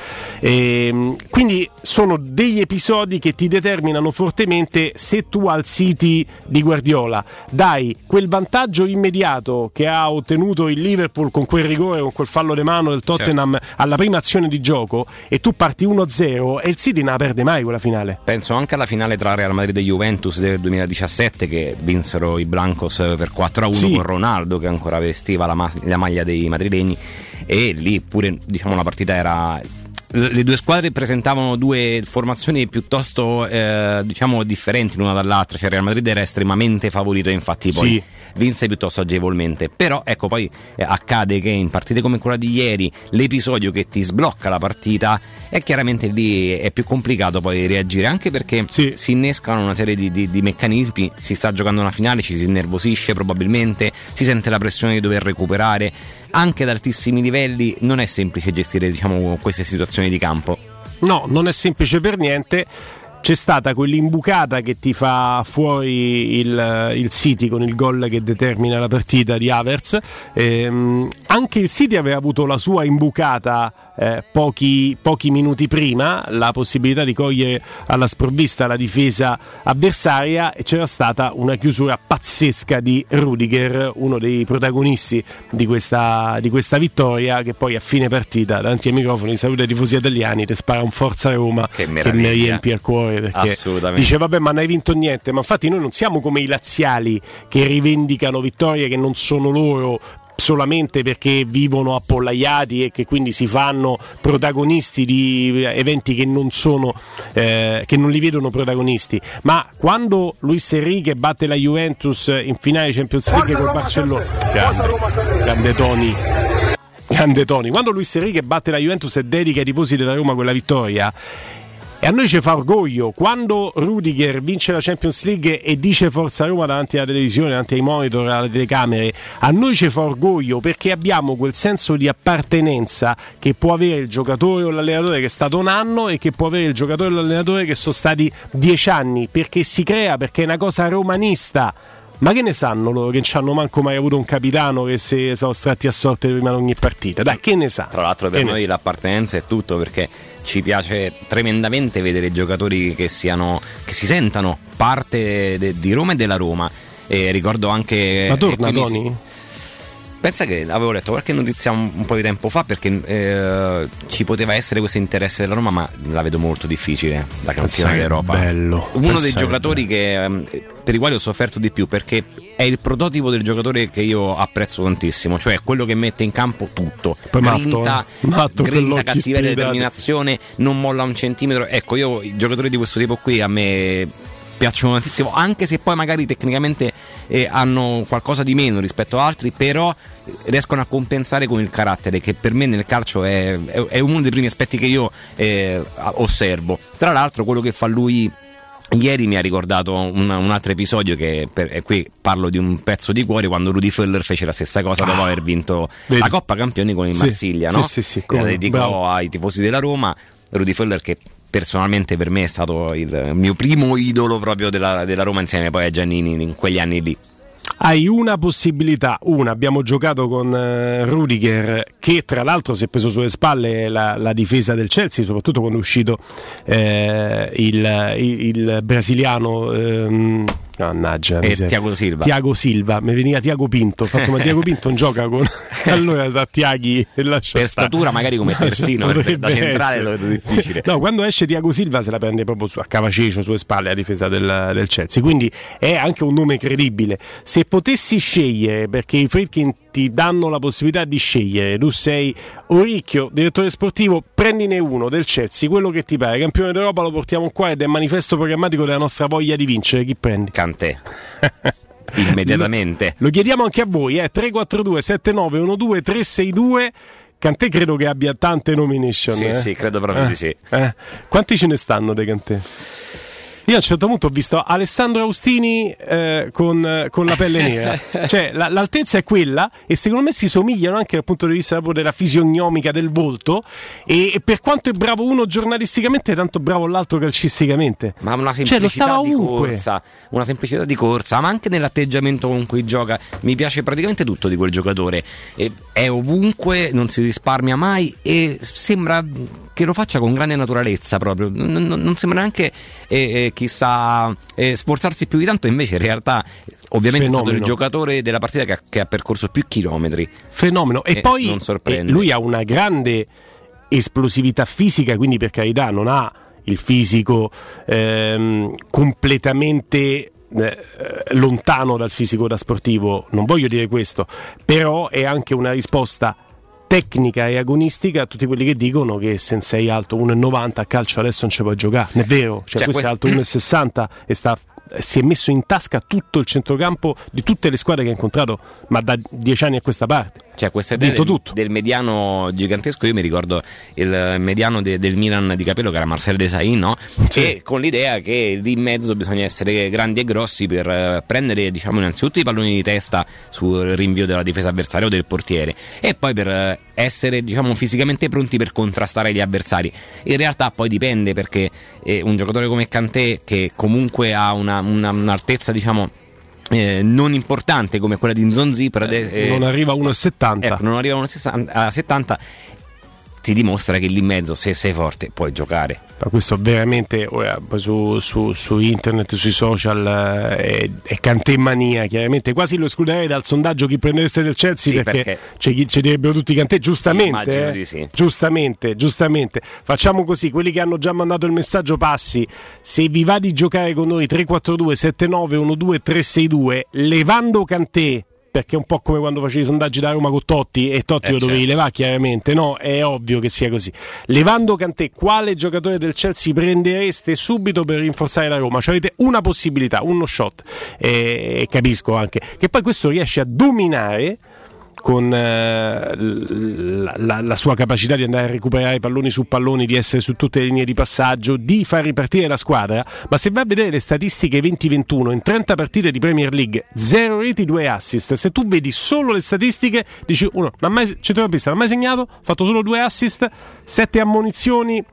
E, quindi sono degli episodi che ti determinano fortemente. Se tu al City di Guardiola dai quel vantaggio immediato che ha ottenuto il Liverpool con quel rigore, con quel fallo di mano del Tottenham, certo, alla prima azione di gioco, e tu parti uno a zero, e il City non la perde mai quella finale. Penso anche alla finale tra Real Madrid e Juventus del duemiladiciassette, che vinsero i Blancos per quattro a uno, sì, con Ronaldo che ancora vestiva la, ma- la maglia dei madrilegni, e lì pure, diciamo, la partita era, le due squadre presentavano due formazioni piuttosto eh, diciamo differenti l'una dall'altra, cioè Real Madrid era estremamente favorito e infatti poi sì, vinse piuttosto agevolmente. Però ecco, poi eh, accade che in partite come quella di ieri l'episodio che ti sblocca la partita, e chiaramente lì è più complicato poi reagire, anche perché sì, si innescano una serie di, di, di meccanismi. Si sta giocando una finale, ci si innervosisce probabilmente, si sente la pressione di dover recuperare anche ad altissimi livelli. Non è semplice gestire, diciamo, queste situazioni di campo. No, non è semplice per niente. C'è stata quell'imbucata che ti fa fuori il, il City con il gol che determina la partita di Havertz. Ehm, anche il City aveva avuto la sua imbucata eh, pochi, pochi minuti prima, la possibilità di cogliere alla sprovvista la difesa avversaria, e c'era stata una chiusura pazzesca di Rudiger, uno dei protagonisti di questa, di questa vittoria, che poi a fine partita davanti ai microfoni saluta i tifosi italiani, ti spara un Forza Roma che, che mi riempie il cuore, perché dice vabbè, ma non hai vinto niente. Ma infatti noi non siamo come i laziali che rivendicano vittorie che non sono loro solamente perché vivono appollaiati e che quindi si fanno protagonisti di eventi che non sono eh, che non li vedono protagonisti. Ma quando Luis Enrique batte la Juventus in finale Champions League col Barcellona, grande, grande Toni grande Toni quando Luis Enrique batte la Juventus e dedica ai tifosi della Roma quella vittoria, e a noi ci fa orgoglio. Quando Rudiger vince la Champions League e dice Forza Roma davanti alla televisione, davanti ai monitor, alle telecamere, a noi ci fa orgoglio, perché abbiamo quel senso di appartenenza che può avere il giocatore o l'allenatore che è stato un anno, e che può avere il giocatore o l'allenatore che sono stati dieci anni, perché si crea, perché è una cosa romanista. Ma che ne sanno loro, che non ci hanno manco mai avuto un capitano che si sono stati a sorte prima di ogni partita? Dai, che ne sa? Tra l'altro per che noi l'appartenenza è tutto, perché ci piace tremendamente vedere giocatori che siano, che si sentano parte de, di Roma e della Roma. E ricordo anche. Ma torna Toni? Pensa che avevo letto qualche notizia un, un po' di tempo fa, perché eh, ci poteva essere questo interesse della Roma, ma la vedo molto difficile da campionare d'Europa. Bello. Uno Pensa dei giocatori che, per i quali ho sofferto di più, perché è il prototipo del giocatore che io apprezzo tantissimo, cioè quello che mette in campo tutto. Poi grinta, matto, eh? matto grinta cattiveria, determinazione, non molla un centimetro. Ecco, io i giocatori di questo tipo qui a me piacciono tantissimo, anche se poi magari tecnicamente eh, hanno qualcosa di meno rispetto ad altri, però riescono a compensare con il carattere, che per me nel calcio è, è, è uno dei primi aspetti che io eh, osservo. Tra l'altro quello che fa lui ieri mi ha ricordato un, un altro episodio, che per, e qui parlo di un pezzo di cuore, quando Rudi Völler fece la stessa cosa dopo ah, aver vinto vedi. la Coppa Campioni con il sì, Marsiglia, no? Sì, sì, sì, la dedicò ai tifosi della Roma. Rudi Völler, che personalmente per me è stato il mio primo idolo proprio della, della Roma, insieme poi a Giannini in quegli anni lì. Hai una possibilità, una, abbiamo giocato con uh, Rudiger, che tra l'altro si è preso sulle spalle la, la difesa del Chelsea, soprattutto quando è uscito eh, il, il, il brasiliano ehm, mannaggia, e Thiago Silva Thiago Silva, mi veniva Thiago Pinto, fatto, ma Thiago Pinto non gioca con allora da Thiaghi e lascia per stare. Statura magari come terzino, per, da centrale lo vedo difficile. No, quando esce Thiago Silva se la prende proprio su, a cavacecio sulle spalle la difesa del, del Chelsea, quindi è anche un nome credibile. Se potessi scegliere, perché i Friedkin ti danno la possibilità di scegliere, tu sei Oricchio, direttore sportivo, prendine uno del Chelsea, quello che ti pare, campione d'Europa, lo portiamo qua ed è manifesto programmatico della nostra voglia di vincere. Chi prendi? Kanté. Immediatamente. Lo, lo chiediamo anche a voi, eh? tre quattro due sette nove uno due tre sei due. Kanté credo che abbia tante nomination. Sì, eh? sì, credo proprio eh, di sì. Eh. Quanti ce ne stanno dei Kanté? Io a un certo punto ho visto Alessandro Austini eh, con, con la pelle nera, cioè la, l'altezza è quella e secondo me si somigliano anche dal punto di vista proprio della fisionomica del volto e, e per quanto è bravo uno giornalisticamente tanto bravo l'altro calcisticamente. Ma una cioè, lo semplicità stava di ovunque. corsa, una semplicità di corsa, ma anche nell'atteggiamento con cui gioca. Mi piace praticamente tutto di quel giocatore. E, è ovunque, non si risparmia mai e sembra che lo faccia con grande naturalezza proprio. Non, non, non sembra neanche eh, eh, chissà eh, sforzarsi più di tanto, invece in realtà ovviamente Fenomeno. È stato il giocatore della partita che ha, che ha percorso più chilometri. Fenomeno. E, e poi non sorprende. E lui ha una grande esplosività fisica, quindi per carità non ha il fisico ehm, completamente eh, lontano dal fisico da sportivo, non voglio dire questo, però è anche una risposta tecnica e agonistica a tutti quelli che dicono che se sei alto uno e novanta a calcio adesso non ci puoi giocare. Non è vero, cioè, cioè questo quest- è alto uno e sessanta e sta, si è messo in tasca tutto il centrocampo di tutte le squadre che ha incontrato, ma da dieci anni a questa parte. Cioè questa idea del, del mediano gigantesco, io mi ricordo il mediano de, del Milan di Capello che era Marcel Desailly, no? Sì. E con l'idea che lì in mezzo bisogna essere grandi e grossi per uh, prendere, diciamo, innanzitutto i palloni di testa sul rinvio della difesa avversaria o del portiere e poi per uh, essere, diciamo, fisicamente pronti per contrastare gli avversari. In realtà poi dipende, perché eh, un giocatore come Kanté, che comunque ha una, una, un'altezza, diciamo, Eh, non importante come quella di Nzonzi, per ade- eh, non arriva a uno e settanta, ecco, non arriva a settanta, ti dimostra che lì in mezzo, se sei forte, puoi giocare. Ma questo veramente poi su, su, su internet, sui social è, è Kanté mania, chiaramente. Quasi lo escluderei dal sondaggio chi prendereste del Chelsea, sì, perché, perché c'è chi ci direbbero tutti Kanté, giustamente eh? di sì. giustamente giustamente facciamo così, quelli che hanno già mandato il messaggio passi, se vi va di giocare con noi tre quattro due sette nove uno due tre sei due levando Kanté, perché è un po' come quando facevi i sondaggi da Roma con Totti e Totti eh lo dovevi certo. levare, chiaramente, no? È ovvio che sia così. Levando Kanté, quale giocatore del Chelsea prendereste subito per rinforzare la Roma? Cioè avete una possibilità, uno shot, e capisco anche che poi questo riesce a dominare con eh, la, la, la sua capacità di andare a recuperare palloni su palloni, di essere su tutte le linee di passaggio, di far ripartire la squadra. Ma se vai a vedere le statistiche venti ventuno in trenta partite di Premier League, zero reti, due assist. Se tu vedi solo le statistiche dici uno non ha mai, centrocampista, non ha mai segnato, ha fatto solo due assist, sette ammonizioni,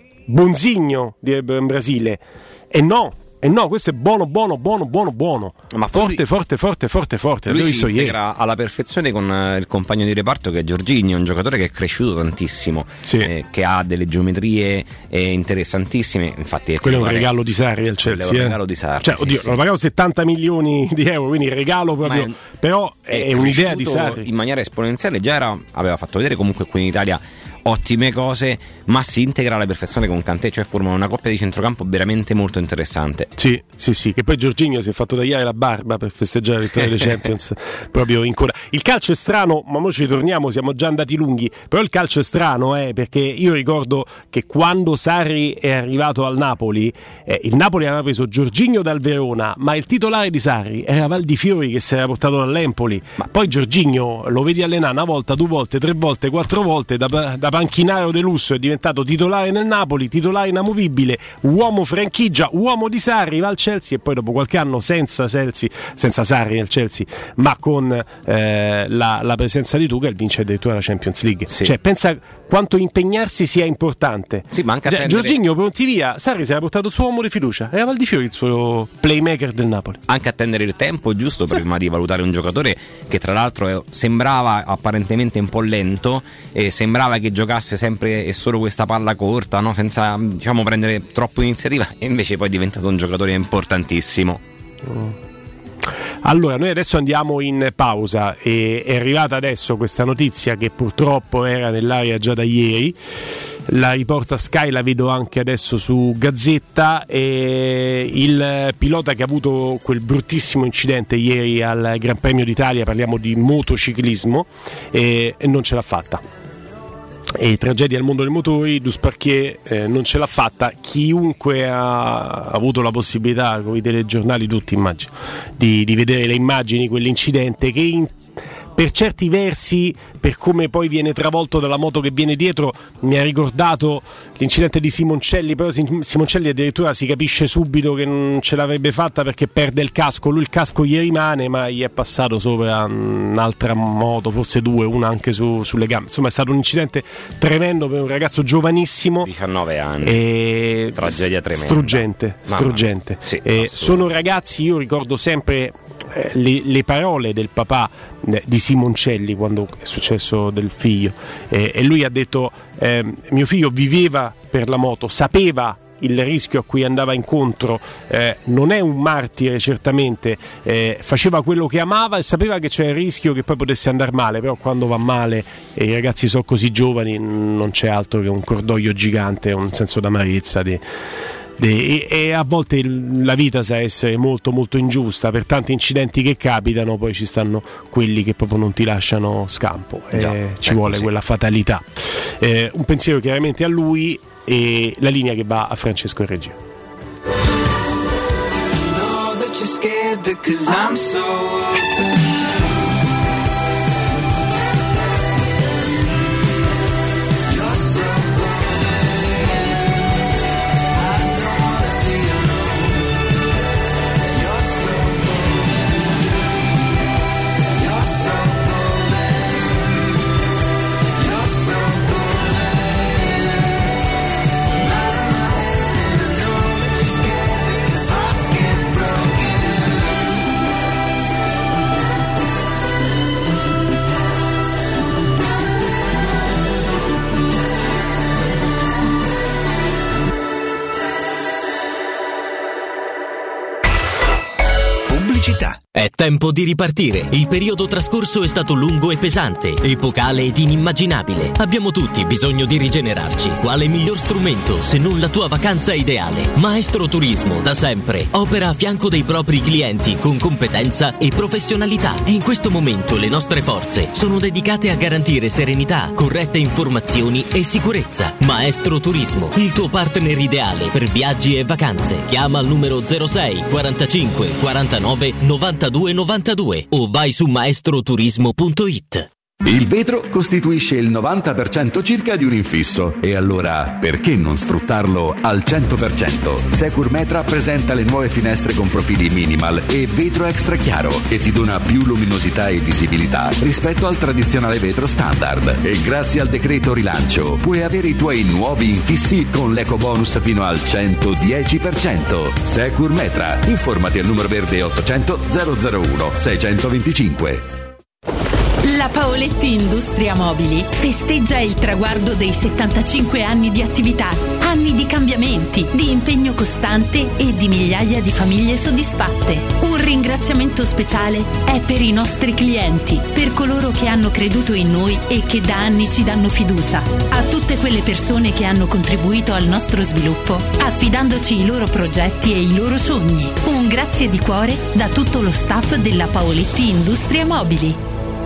bonzigno direbbero in Brasile. E no, E eh no, questo è buono, buono, buono, buono, buono. Ma forte, lui, forte, forte, forte, forte. Lui si si integra ieri. alla perfezione con il compagno di reparto che è Jorginho, un giocatore che è cresciuto tantissimo, sì. eh, che ha delle geometrie eh, interessantissime. Infatti, quello è un regalo di Sarri al Chelsea. È un eh? regalo di Sarri. Cioè, sì, oddio, sì. l'ho pagato settanta milioni di euro, quindi regalo proprio. È, però è, è un'idea di Sarri. In maniera esponenziale, già era, aveva fatto vedere comunque qui in Italia ottime cose, ma si integra alla perfezione con Kanté, cioè formano una coppia di centrocampo veramente molto interessante. Sì, sì, sì, che poi Jorginho si è fatto tagliare la barba per festeggiare la vittoria delle Champions proprio in coda. Il calcio è strano, ma ora ci ritorniamo, siamo già andati lunghi, però il calcio è strano, eh, perché io ricordo che quando Sarri è arrivato al Napoli, eh, il Napoli aveva preso Jorginho dal Verona, ma il titolare di Sarri era Valdifiori che si era portato dall'Empoli. Ma poi Jorginho lo vedi allenare una volta, due volte, tre volte, quattro volte, da, da panchinaro de lusso è diventato titolare nel Napoli, titolare inamovibile, uomo franchigia, uomo di Sarri, va al Chelsea e poi dopo qualche anno senza Chelsea, senza Sarri nel Chelsea, ma con eh, la, la presenza di Tuchel vince addirittura la Champions League. Sì. Cioè pensa quanto impegnarsi sia importante. Sì, ma anche G- Jorginho pronti via, Sarri si era portato il suo uomo di fiducia, era Valdifiori il suo playmaker del Napoli. Anche attendere il tempo giusto sì. prima di valutare un giocatore che tra l'altro è, sembrava apparentemente un po' lento e sembrava che giocasse sempre e solo questa palla corta, no? Senza, diciamo, prendere troppo iniziativa, e invece poi è diventato un giocatore importantissimo. Mm. Allora, noi adesso andiamo in pausa e è arrivata adesso questa notizia che purtroppo era nell'aria già da ieri. La riporta Sky, la vedo anche adesso su Gazzetta. E il pilota che ha avuto quel bruttissimo incidente ieri al Gran Premio d'Italia, parliamo di motociclismo, e, e non ce l'ha fatta. E tragedia al mondo dei motori, Dusparquier eh, non ce l'ha fatta. Chiunque ha avuto la possibilità, con i telegiornali tutti immagino, di, di vedere le immagini, quell'incidente che in per certi versi, per come poi viene travolto dalla moto che viene dietro, mi ha ricordato l'incidente di Simoncelli, però Simoncelli addirittura si capisce subito che non ce l'avrebbe fatta perché perde il casco, lui il casco gli rimane ma gli è passato sopra un'altra moto, forse due, una anche su, sulle gambe. Insomma è stato un incidente tremendo per un ragazzo giovanissimo, diciannove anni, e tragedia tremenda, struggente, struggente. Sì, eh, sono ragazzi, io ricordo sempre eh, le, le parole del papà eh, di Simoncelli quando è successo del figlio, eh, e lui ha detto eh, mio figlio viveva per la moto, sapeva il rischio a cui andava incontro, eh, non è un martire certamente, eh, faceva quello che amava e sapeva che c'è il rischio che poi potesse andare male, però quando va male e i ragazzi sono così giovani non c'è altro che un cordoglio gigante, un senso d'amarezza di, di, e, e a volte il, la vita sa essere molto molto ingiusta, per tanti incidenti che capitano poi ci stanno quelli che proprio non ti lasciano scampo, Già, eh, ci è vuole così. quella fatalità. Eh, un pensiero chiaramente a lui e la linea che va a Francesco in regia. È tempo di ripartire. Il periodo trascorso è stato lungo e pesante, epocale ed inimmaginabile. Abbiamo tutti bisogno di rigenerarci. Quale miglior strumento se non la tua vacanza ideale? Maestro Turismo, da sempre, opera a fianco dei propri clienti con competenza e professionalità. E in questo momento le nostre forze sono dedicate a garantire serenità, corrette informazioni e sicurezza. Maestro Turismo, il tuo partner ideale per viaggi e vacanze. Chiama al numero zero sei quarantacinque quarantanove novantadue novantadue o vai su maestroturismo punto it. Il vetro costituisce il novanta per cento circa di un infisso e allora perché non sfruttarlo al cento per cento? Securmetra presenta le nuove finestre con profili minimal e vetro extra chiaro che ti dona più luminosità e visibilità rispetto al tradizionale vetro standard, e grazie al decreto rilancio puoi avere i tuoi nuovi infissi con l'eco bonus fino al centodieci per cento. Securmetra, informati al numero verde ottocento zero zero uno seicentoventicinque. La Paoletti Industria Mobili festeggia il traguardo dei settantacinque anni di attività, anni di cambiamenti, di impegno costante e di migliaia di famiglie soddisfatte. Un ringraziamento speciale è per i nostri clienti, per coloro che hanno creduto in noi e che da anni ci danno fiducia, a tutte quelle persone che hanno contribuito al nostro sviluppo, affidandoci i loro progetti e i loro sogni. Un grazie di cuore da tutto lo staff della Paoletti Industria Mobili.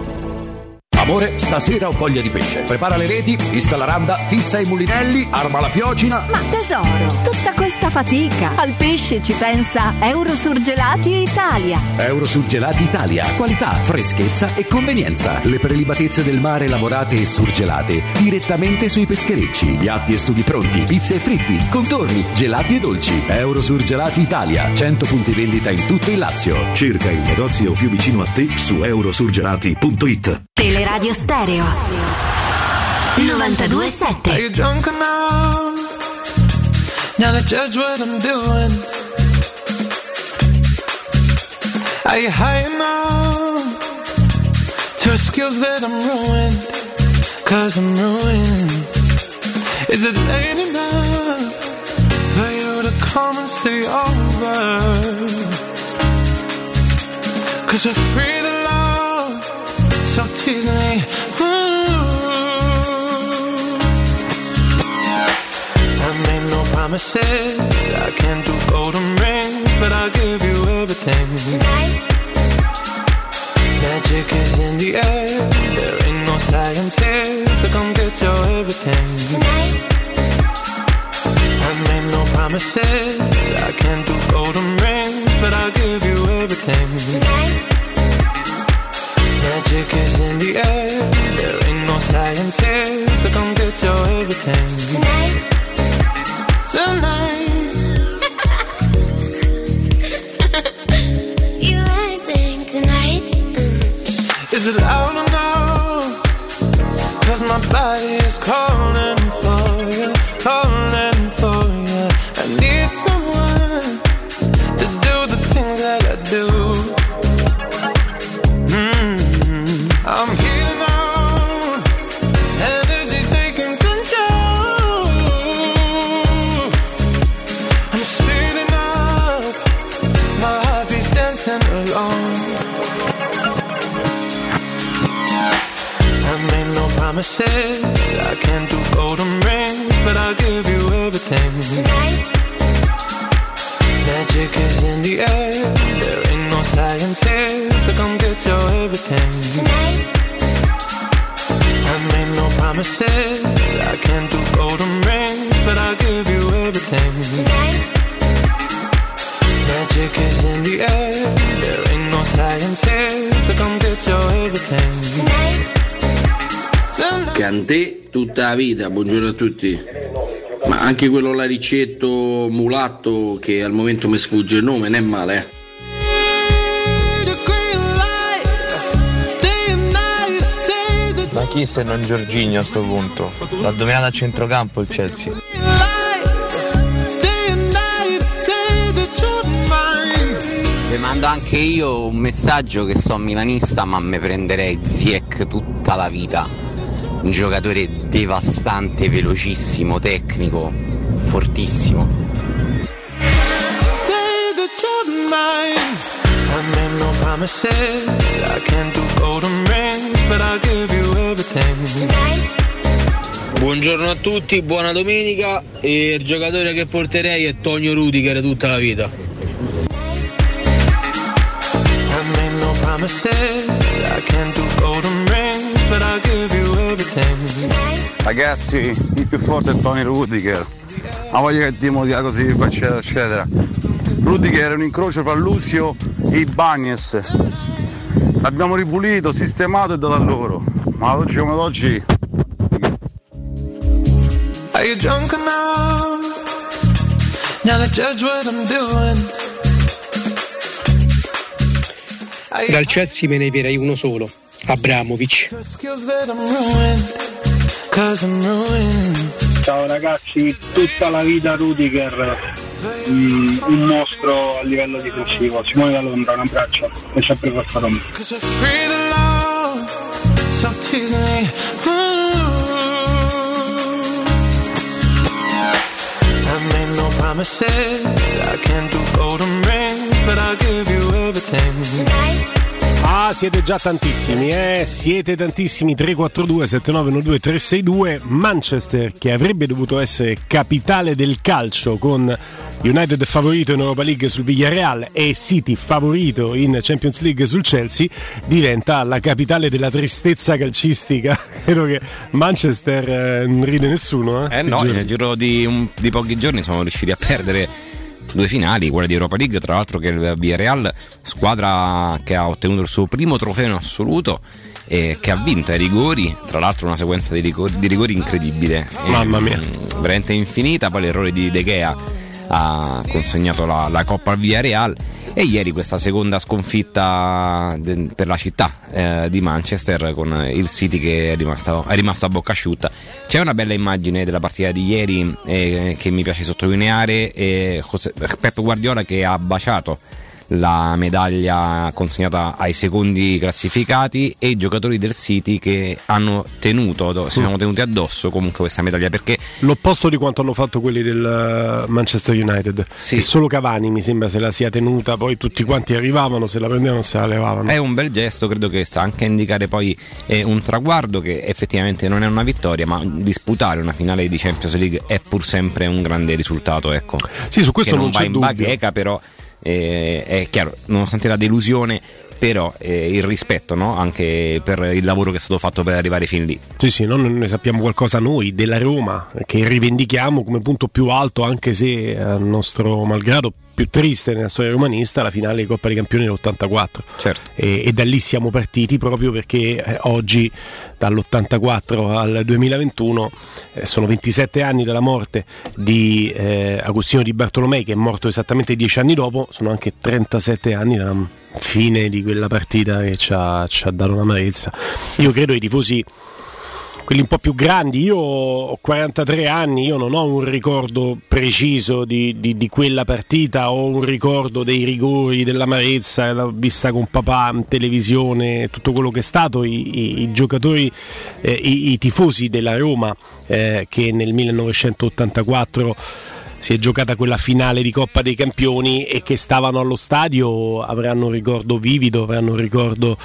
Amore, stasera ho voglia di pesce. Prepara le reti, fissa la randa, fissa i mulinelli, arma la fiocina. Ma tesoro, tutta questa fatica. Al pesce ci pensa Eurosurgelati Italia. Eurosurgelati Italia. Qualità, freschezza e convenienza. Le prelibatezze del mare lavorate e surgelate direttamente sui pescherecci. Piatti e sughi pronti, pizze e fritti, contorni, gelati e dolci. Eurosurgelati Italia. cento punti vendita in tutto il Lazio. Cerca il negozio più vicino a te su eurosurgelati punto it. Teleradio Stereo novantadue sette. Are you drunk enough now to judge what I'm doing? Are you high enough to excuse that I'm ruined? Cause I'm ruined. Is it late enough for you to come and stay over? Cause we're free to love, so tease me. I made no promises, I can't do golden rings, but I'll give you everything. Tonight. Magic is in the air, there ain't no science here, so come get your everything. Tonight. I made no promises, I can't do golden rings, but I'll give you everything. Tonight. Magic is in the air, there ain't no science here, so come get your everything tonight. Tonight. You acting tonight. Mm. Is it loud or no? 'Cause my body is calling for you, calling for you. I need someone to do the things that I do. Mm-hmm. I'm healing on, energy taking control. I'm speeding up, my heart beats dancing alone. I made no promises, I can't do golden rings, but I'll give you everything tonight. Magic is in the air, there ain't no science here, so come get your everything tonight. I made no promises, I can't do golden rings, but I'll give you everything tonight. Magic is in the air, there ain't no science here, so come get your everything tonight. Cantè tutta la vita, buongiorno a tutti. Ma anche quello Laricetto mulatto che al momento mi sfugge il nome, non è male, eh. Ma chi se non Giorginio a sto punto? L'ha dominato a centrocampo il Chelsea. Vi mando anche io un messaggio che sono milanista, ma mi prenderei Ziyech tutta la vita. Un giocatore devastante, velocissimo, tecnico, fortissimo. Buongiorno a tutti, buona domenica. E il giocatore che porterei è Tonio Rudiger tutta la vita. Ragazzi, il più forte è Tony Rudiger. Ma voglio che Dio dia così, eccetera, eccetera. Rudiger è un incrocio fra Lucio e Ibañez. L'abbiamo ripulito, sistemato e dato a loro. Ma oggi come oggi. Are you drunk enough now to judge what I'm doing? Dal Chelsea me ne verrei uno solo, Abramovic. Ciao ragazzi, tutta la vita Rudiger, mm, un mostro a livello difensivo. Simone da Londra, un abbraccio e sempre forza Roma. Ah, siete già tantissimi, eh? Siete tantissimi. Tre quattro due sette nove uno due tre sei due. Manchester, che avrebbe dovuto essere capitale del calcio, con United favorito in Europa League sul Villarreal e City favorito in Champions League sul Chelsea, diventa la capitale della tristezza calcistica. Credo che Manchester eh, non ride nessuno. Eh, eh no, giorni. nel giro di, un, di pochi giorni sono riusciti a perdere due finali, quella di Europa League, tra l'altro che il Villarreal, squadra che ha ottenuto il suo primo trofeo in assoluto e che ha vinto ai rigori, tra l'altro una sequenza di rigori, di rigori incredibile. Mamma mia, e, veramente infinita. Poi l'errore di De Gea ha consegnato la, la Coppa al Villarreal. E ieri questa seconda sconfitta de, per la città eh, di Manchester, con il City che è rimasto, è rimasto a bocca asciutta. C'è una bella immagine della partita di ieri eh, che mi piace sottolineare, eh, José, Pep Guardiola che ha baciato la medaglia consegnata ai secondi classificati e i giocatori del City che hanno tenuto, si sono tenuti addosso comunque questa medaglia, perché l'opposto di quanto hanno fatto quelli del Manchester United, sì. E solo Cavani mi sembra se la sia tenuta, poi tutti quanti arrivavano, se la prendevano se la levavano. È un bel gesto, credo che sta anche a indicare poi eh, un traguardo che effettivamente non è una vittoria, ma disputare una finale di Champions League è pur sempre un grande risultato, ecco. Sì, su questo che non, non va c'è in dubbio. bacheca, però Eh, è chiaro, nonostante la delusione, però eh, il rispetto, no? Anche per il lavoro che è stato fatto per arrivare fin lì. Sì, sì, non ne sappiamo qualcosa noi della Roma, che rivendichiamo come punto più alto, anche se a nostro malgrado più triste nella storia romanista, la finale di Coppa dei Campioni dell'ottantaquattro. Certo. E, e da lì siamo partiti, proprio perché eh, oggi dall'ottantaquattro al duemilaventuno eh, sono ventisette anni dalla morte di eh, Agostino Di Bartolomei, che è morto esattamente dieci anni dopo. Sono anche trentasette anni dalla fine di quella partita che ci ha, ci ha dato un'amarezza. Io credo i tifosi, quelli un po' più grandi, io ho quarantatré anni, io non ho un ricordo preciso di, di, di quella partita, ho un ricordo dei rigori, dell'amarezza, l'ho vista con papà in televisione, tutto quello che è stato, i, i, i giocatori, eh, i, i tifosi della Roma eh, che nel millenovecentottantaquattro si è giocata quella finale di Coppa dei Campioni e che stavano allo stadio avranno un ricordo vivido, avranno un ricordo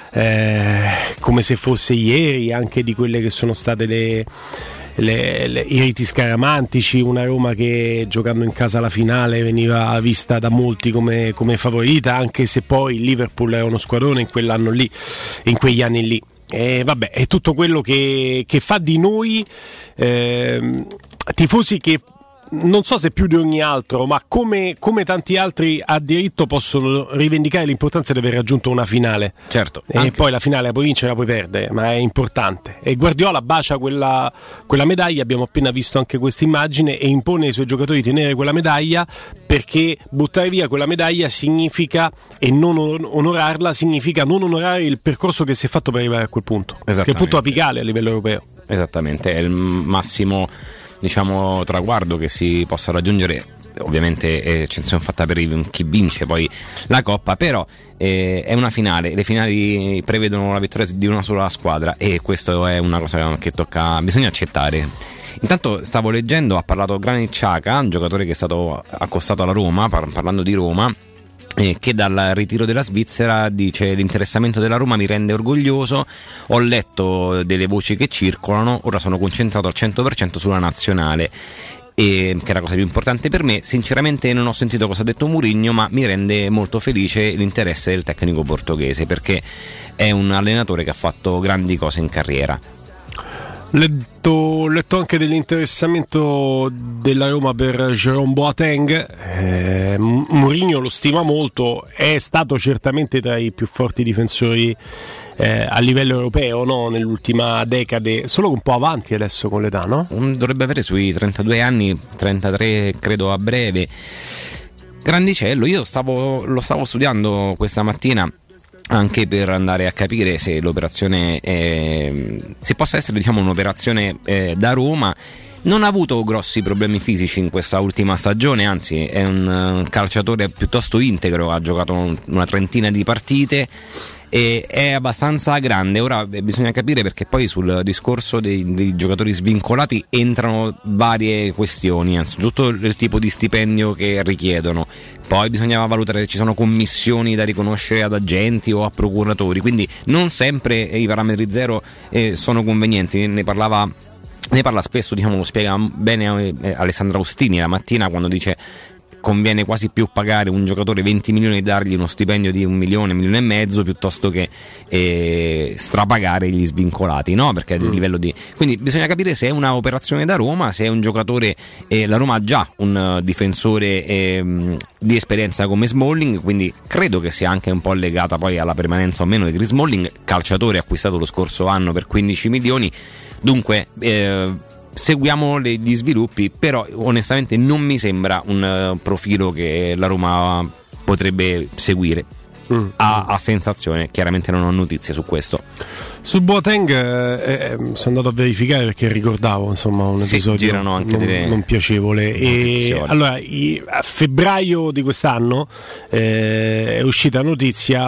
eh, come se fosse ieri, anche di quelle che sono state le, le, le, i riti scaramantici, una Roma che giocando in casa la finale veniva vista da molti come, come favorita, anche se poi il Liverpool era uno squadrone in quell'anno lì, in quegli anni lì. E vabbè, è tutto quello che, che fa di noi eh, tifosi che non so se più di ogni altro, ma come, come tanti altri a diritto possono rivendicare l'importanza di aver raggiunto una finale. Certo. E anche poi la finale la puoi vincere, la puoi perdere, ma è importante. E Guardiola bacia quella, quella medaglia, abbiamo appena visto anche questa immagine, e impone ai suoi giocatori di tenere quella medaglia, perché buttare via quella medaglia significa, e non onorarla significa non onorare il percorso che si è fatto per arrivare a quel punto, che è il punto apicale a livello europeo. Esattamente, è il massimo, diciamo, traguardo che si possa raggiungere. Ovviamente è eccezione fatta per chi vince poi la Coppa, però eh, è una finale, le finali prevedono la vittoria di una sola squadra, e questo è una cosa che tocca, bisogna accettare. Intanto stavo leggendo, ha parlato Granit Xhaka, un giocatore che è stato accostato alla Roma, par- parlando di Roma, Eh, che dal ritiro della Svizzera dice: l'interessamento della Roma mi rende orgoglioso, ho letto delle voci che circolano, ora sono concentrato al cento per cento sulla nazionale, e, che è la cosa più importante per me. Sinceramente non ho sentito cosa ha detto Mourinho, ma mi rende molto felice l'interesse del tecnico portoghese, perché è un allenatore che ha fatto grandi cose in carriera. Letto, letto anche dell'interessamento della Roma per Jérôme Boateng. eh, Mourinho lo stima molto, è stato certamente tra i più forti difensori eh, a livello europeo, no? Nell'ultima decade, solo un po' avanti adesso con l'età, no? Dovrebbe avere sui trentadue anni, trentatré credo a breve. Grandicello, io stavo, lo stavo studiando questa mattina anche per andare a capire se l'operazione eh, se possa essere, diciamo, un'operazione eh, da Roma. Non ha avuto grossi problemi fisici in questa ultima stagione, anzi è un uh, calciatore piuttosto integro, ha giocato un, una trentina di partite e è abbastanza grande. Ora eh, bisogna capire, perché poi sul discorso dei, dei giocatori svincolati entrano varie questioni, anzitutto il tipo di stipendio che richiedono, poi bisognava valutare se ci sono commissioni da riconoscere ad agenti o a procuratori, quindi non sempre i parametri zero eh, sono convenienti. Ne parlava Ne parla spesso, diciamo, lo spiega bene Alessandra Austini la mattina, quando dice: conviene quasi più pagare un giocatore venti milioni e dargli uno stipendio di un milione, un milione e mezzo, piuttosto che eh, strapagare gli svincolati, no? Perché a livello di... Quindi bisogna capire se è una operazione da Roma, se è un giocatore... Eh, la Roma ha già un uh, difensore eh, di esperienza come Smalling, quindi credo che sia anche un po' legata poi alla permanenza o meno di Chris Smalling, calciatore acquistato lo scorso anno per quindici milioni. Dunque eh, seguiamo le, gli sviluppi, però onestamente non mi sembra un uh, profilo che la Roma potrebbe seguire. Mm. A, a sensazione, chiaramente non ho notizie su questo. Su Boateng eh, sono andato a verificare, perché ricordavo, insomma, un sì, episodio girano anche non, delle... non piacevole. E allora, i, a febbraio di quest'anno eh, è uscita notizia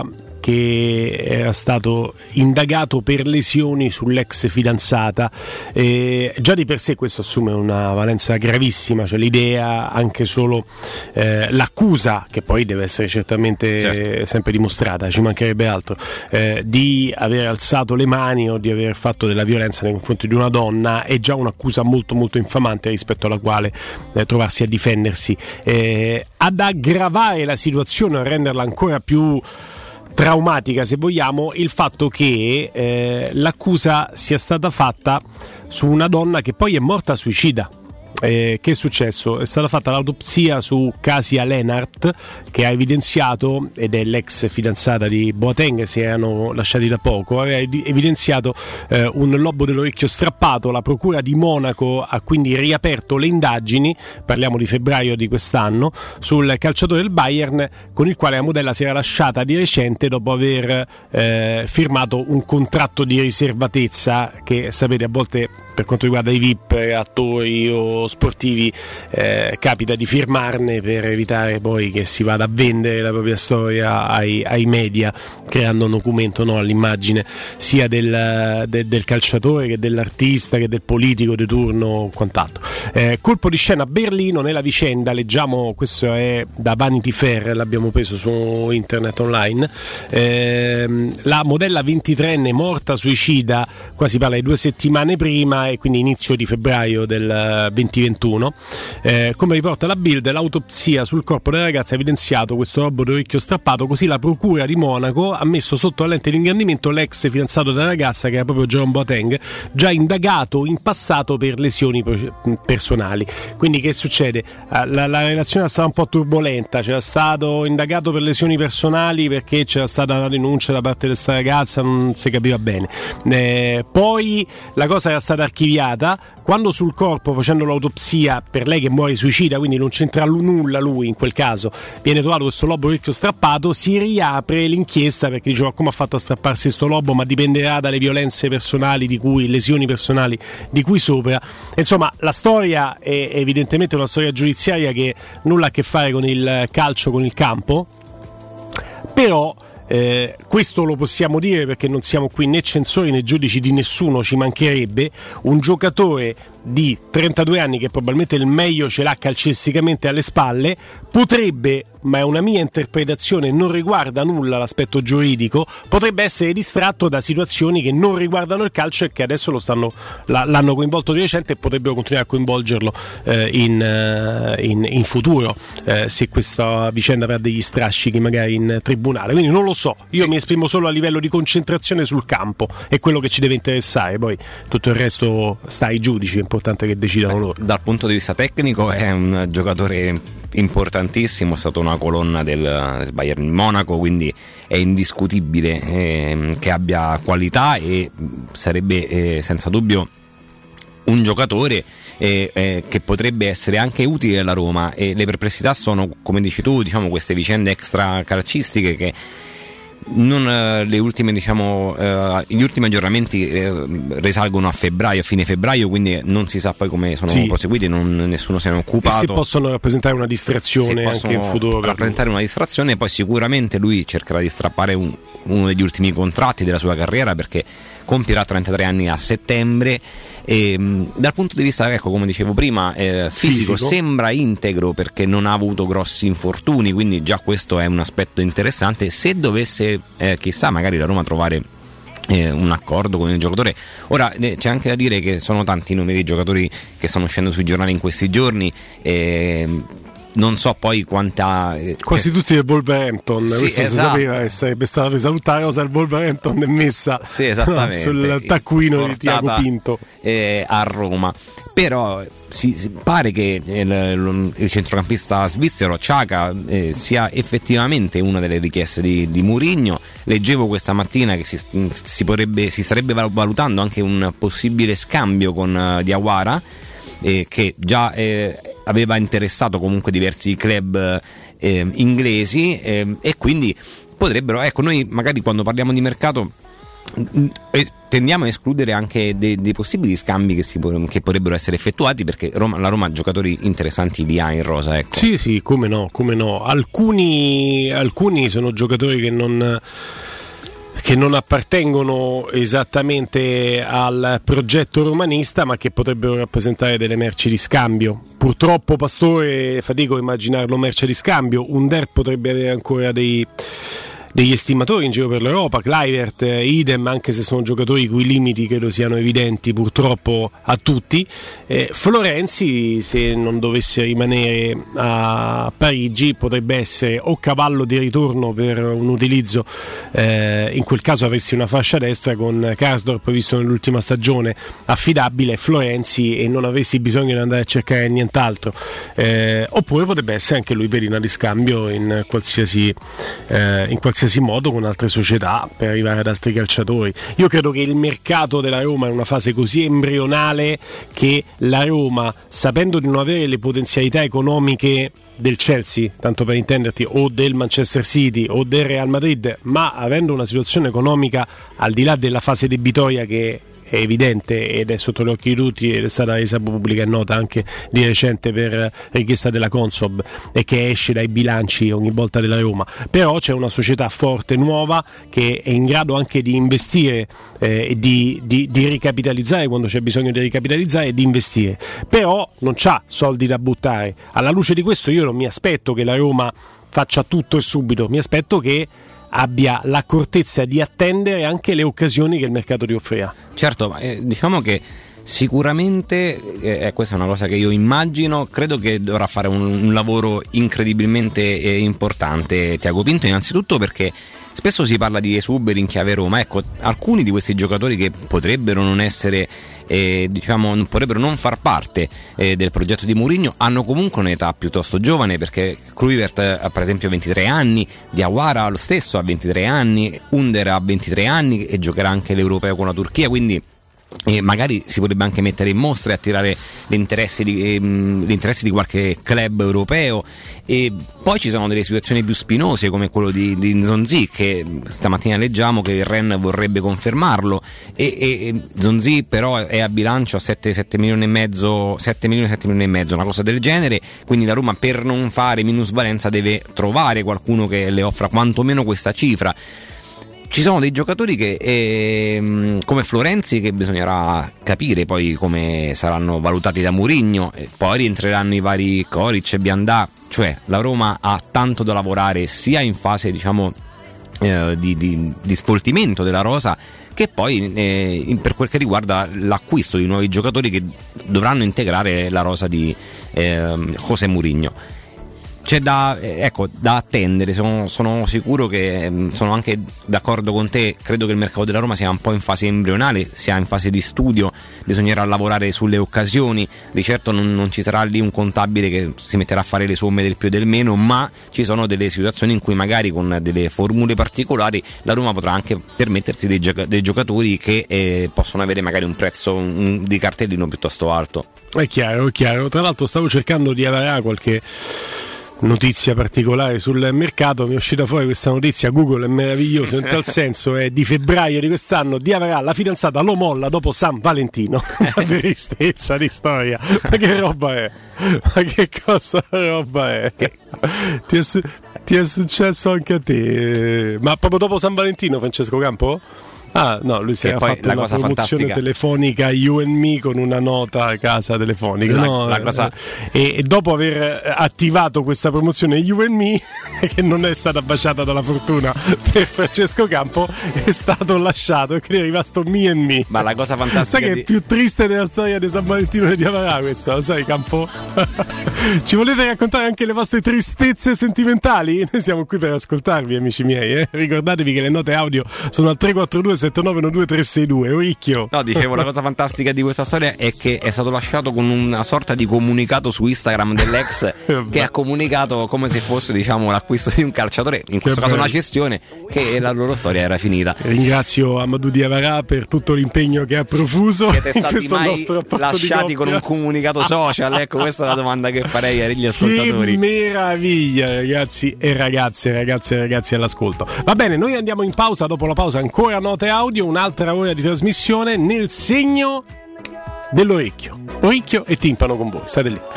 che era stato indagato per lesioni sull'ex fidanzata. Eh, già di per sé questo assume una valenza gravissima, cioè l'idea, anche solo eh, l'accusa, che poi deve essere certamente certo. sempre dimostrata, ci mancherebbe altro, eh, di aver alzato le mani o di aver fatto della violenza nei confronti di una donna, è già un'accusa molto molto infamante, rispetto alla quale eh, trovarsi a difendersi. Eh, ad aggravare la situazione, a renderla ancora più traumatica, se vogliamo, il fatto che eh, l'accusa sia stata fatta su una donna che poi è morta suicida. Eh, che è successo? È stata fatta l'autopsia su Kasia Lennart, che ha evidenziato, ed è l'ex fidanzata di Boateng, si erano lasciati da poco, aveva evidenziato eh, un lobo dell'orecchio strappato. La procura di Monaco ha quindi riaperto le indagini, parliamo di febbraio di quest'anno, sul calciatore del Bayern, con il quale la modella si era lasciata di recente dopo aver eh, firmato un contratto di riservatezza che, sapete, a volte per quanto riguarda i V I P, attori o sportivi, eh, capita di firmarne per evitare poi che si vada a vendere la propria storia ai, ai media, creando un documento, no, all'immagine sia del, de, del calciatore che dell'artista che del politico di turno o quant'altro. Eh, colpo di scena a Berlino nella vicenda, leggiamo, questo è da Vanity Fair, l'abbiamo preso su internet online, eh, la modella ventitreenne morta suicida, qua si parla di due settimane prima e quindi inizio di febbraio del duemilaventuno. Eh, come riporta la Bild, l'autopsia sul corpo della ragazza ha evidenziato questo lobo d'orecchio strappato, così la procura di Monaco ha messo sotto la lente di ingrandimento l'ex fidanzato della ragazza, che era proprio Jerome Boateng, già indagato in passato per lesioni personali. Quindi che succede? La, la relazione è stata un po' turbolenta, c'era stato indagato per lesioni personali perché c'era stata una denuncia da parte di questa ragazza, non si capiva bene. Eh, poi la cosa era stata archiviata quando sul corpo, facendo l'autopsia per lei che muore suicida, quindi non c'entra nulla lui in quel caso, viene trovato questo lobo orecchio strappato, si riapre l'inchiesta perché diceva come ha fatto a strapparsi sto lobo, ma dipenderà dalle violenze personali di cui, lesioni personali di cui sopra. Insomma, la storia è evidentemente una storia giudiziaria che nulla ha a che fare con il calcio, con il campo, però Eh, questo lo possiamo dire perché non siamo qui né censori né giudici di nessuno, ci mancherebbe. Un giocatore di trentadue anni che probabilmente il meglio ce l'ha calcisticamente alle spalle potrebbe, ma è una mia interpretazione, non riguarda nulla l'aspetto giuridico, potrebbe essere distratto da situazioni che non riguardano il calcio e che adesso lo stanno, l'hanno coinvolto di recente e potrebbero continuare a coinvolgerlo eh, in, in, in futuro eh, se questa vicenda avrà degli strascichi magari in tribunale. Quindi non lo so, io sì. mi esprimo solo a livello di concentrazione sul campo, è quello che ci deve interessare, poi tutto il resto sta ai giudici, è importante che decidano loro. Dal punto di vista tecnico è un giocatore importantissimo, è stato una colonna del, del Bayern Monaco, quindi è indiscutibile eh, che abbia qualità e sarebbe eh, senza dubbio un giocatore eh, eh, che potrebbe essere anche utile alla Roma. E le perplessità sono, come dici tu, diciamo, queste vicende extra calcistiche che non eh, le ultime, diciamo, eh, gli ultimi aggiornamenti eh, risalgono a febbraio, a fine febbraio, quindi non si sa poi come sono sì. proseguiti, non, nessuno se ne è occupato. E se possono rappresentare una distrazione anche in futuro, rappresentare una distrazione, poi sicuramente lui cercherà di strappare un, uno degli ultimi contratti della sua carriera, perché compierà trentatré anni a settembre. E, dal punto di vista, ecco, come dicevo prima, eh, fisico, fisico sembra integro perché non ha avuto grossi infortuni, quindi già questo è un aspetto interessante. Se dovesse eh, chissà magari la Roma trovare eh, un accordo con il giocatore, ora eh, c'è anche da dire che sono tanti i nomi dei giocatori che stanno uscendo sui giornali in questi giorni, eh, non so poi quanta eh, quasi tutti del Wolverhampton, sì, questo esatto. si sapeva che sarebbe stata presa tutta la cosa, il Wolverhampton è messa sì, esattamente, sul taccuino di Tiago Pinto eh, a Roma. Però si, si pare che il, il centrocampista svizzero Xhaka eh, sia effettivamente una delle richieste di, di Mourinho. Leggevo questa mattina che si, si, potrebbe, si starebbe valutando anche un possibile scambio con uh, Diawara, eh, che già eh, aveva interessato comunque diversi club eh, inglesi, eh, e quindi potrebbero, ecco, noi magari quando parliamo di mercato eh, tendiamo a escludere anche dei, dei possibili scambi che, si, che potrebbero essere effettuati, perché Roma, la Roma giocatori interessanti li ha in rosa, ecco. Sì, sì, come no, come no. Alcuni, alcuni sono giocatori che non che non appartengono esattamente al progetto romanista, ma che potrebbero rappresentare delle merci di scambio. Purtroppo Pastore, fatico a immaginarlo merce di scambio. Under potrebbe avere ancora dei degli estimatori in giro per l'Europa, Kluivert, eh, idem, anche se sono giocatori i cui limiti credo siano evidenti purtroppo a tutti. eh, Florenzi, se non dovesse rimanere a Parigi, potrebbe essere o cavallo di ritorno per un utilizzo, eh, in quel caso avresti una fascia destra con Karsdorp visto nell'ultima stagione affidabile, Florenzi, e non avresti bisogno di andare a cercare nient'altro, eh, oppure potrebbe essere anche lui pedina di scambio in qualsiasi, eh, in qualsiasi modo con altre società per arrivare ad altri calciatori. Io credo che il mercato della Roma è in una fase così embrionale che la Roma, sapendo di non avere le potenzialità economiche del Chelsea, tanto per intenderti, o del Manchester City o del Real Madrid, ma avendo una situazione economica al di là della fase debitoria che è evidente ed è sotto gli occhi di tutti ed è stata resa pubblica e nota anche di recente per richiesta della Consob e che esce dai bilanci ogni volta della Roma, però c'è una società forte, nuova, che è in grado anche di investire eh, e di, di, di ricapitalizzare quando c'è bisogno di ricapitalizzare e di investire, però non c'ha soldi da buttare. Alla luce di questo io non mi aspetto che la Roma faccia tutto e subito, mi aspetto che abbia l'accortezza di attendere anche le occasioni che il mercato ti offrirà. Certo, ma eh, diciamo che sicuramente, eh, questa è una cosa che io immagino, credo che dovrà fare un, un lavoro incredibilmente eh, importante Tiago Pinto, innanzitutto perché spesso si parla di esuberi in chiave Roma. Ecco, alcuni di questi giocatori che potrebbero non essere eh, diciamo potrebbero non far parte eh, del progetto di Mourinho hanno comunque un'età piuttosto giovane, perché Kluivert ha per esempio ventitré anni, Diawara lo stesso ha ventitré anni, Under ha ventitré anni e giocherà anche l'Europeo con la Turchia, quindi e magari si potrebbe anche mettere in mostra e attirare gli interessi di, ehm, gli interessi di qualche club europeo. E poi ci sono delle situazioni più spinose come quello di, di Nzonzi, che stamattina leggiamo che il Rennes vorrebbe confermarlo e, e Nzonzi però è a bilancio a sette milioni e mezzo sette milioni sette milioni e mezzo, una cosa del genere, quindi la Roma, per non fare minusvalenza, deve trovare qualcuno che le offra quantomeno questa cifra. Ci sono dei giocatori che eh, come Florenzi, che bisognerà capire poi come saranno valutati da Mourinho, e poi rientreranno i vari Koric e Biandà, cioè la Roma ha tanto da lavorare sia in fase diciamo eh, di, di, di sfoltimento della rosa, che poi eh, per quel che riguarda l'acquisto di nuovi giocatori che dovranno integrare la rosa di eh, José Mourinho. C'è da, ecco, da attendere, sono, sono sicuro che sono anche d'accordo con te, credo che il mercato della Roma sia un po' in fase embrionale, sia in fase di studio, bisognerà lavorare sulle occasioni, di certo non, non ci sarà lì un contabile che si metterà a fare le somme del più e del meno, ma ci sono delle situazioni in cui magari con delle formule particolari la Roma potrà anche permettersi dei, gioca- dei giocatori che eh, possono avere magari un prezzo un, di cartellino piuttosto alto. È chiaro, è chiaro, tra l'altro stavo cercando di avere qualche notizia particolare sul mercato, mi è uscita fuori questa notizia, Google è meraviglioso, in tal senso è di febbraio di quest'anno, Diawara, la fidanzata lo molla dopo San Valentino. Una tristezza di storia, ma che roba è? Ma che cosa roba è? Ti è, su- ti è successo anche a te? Ma proprio dopo San Valentino, Francesco Campo? Ah no, lui si era fatto una promozione fantastica. telefonica You and Me con una nota a casa telefonica, la, no? la cosa... e, e dopo aver attivato questa promozione You and Me, che non è stata baciata dalla fortuna per Francesco Campo, è stato lasciato e quindi è rimasto Me and Me. Ma la cosa fantastica, sai che di... è più triste della storia di San Valentino di Diawara questa, lo sai Campo? Ci volete raccontare anche le vostre tristezze sentimentali? Noi siamo qui per ascoltarvi, amici miei, eh? Ricordatevi che le note audio sono al tre quattro due sette nove uno due tre sei due. Oricchio. No, dicevo, la cosa fantastica di questa storia è che è stato lasciato con una sorta di comunicato su Instagram dell'ex che ha comunicato come se fosse, diciamo, l'acquisto di un calciatore, in questo che caso bello. Una cessione, che la loro storia era finita. Ringrazio Amadou Diawara per tutto l'impegno che ha profuso. Siete in stati questo mai nostro lasciati con un comunicato social? Ecco, questa è la domanda che farei agli ascoltatori. Che meraviglia, ragazzi e ragazze, ragazze e ragazzi all'ascolto. Va bene, noi andiamo in pausa, dopo la pausa ancora note audio, un'altra ora di trasmissione nel segno dell'orecchio. Orecchio e timpano con voi, state lì.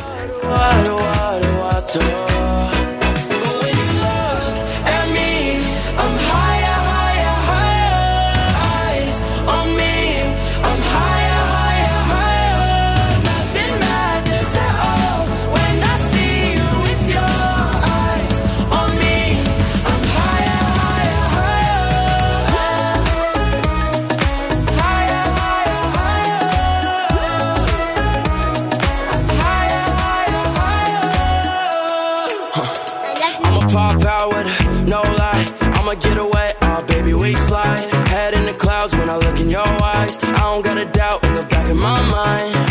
pop out with a no lie. I'ma get away, oh baby, we slide. Head in the clouds when I look in your eyes. I don't got a doubt in the back of my mind.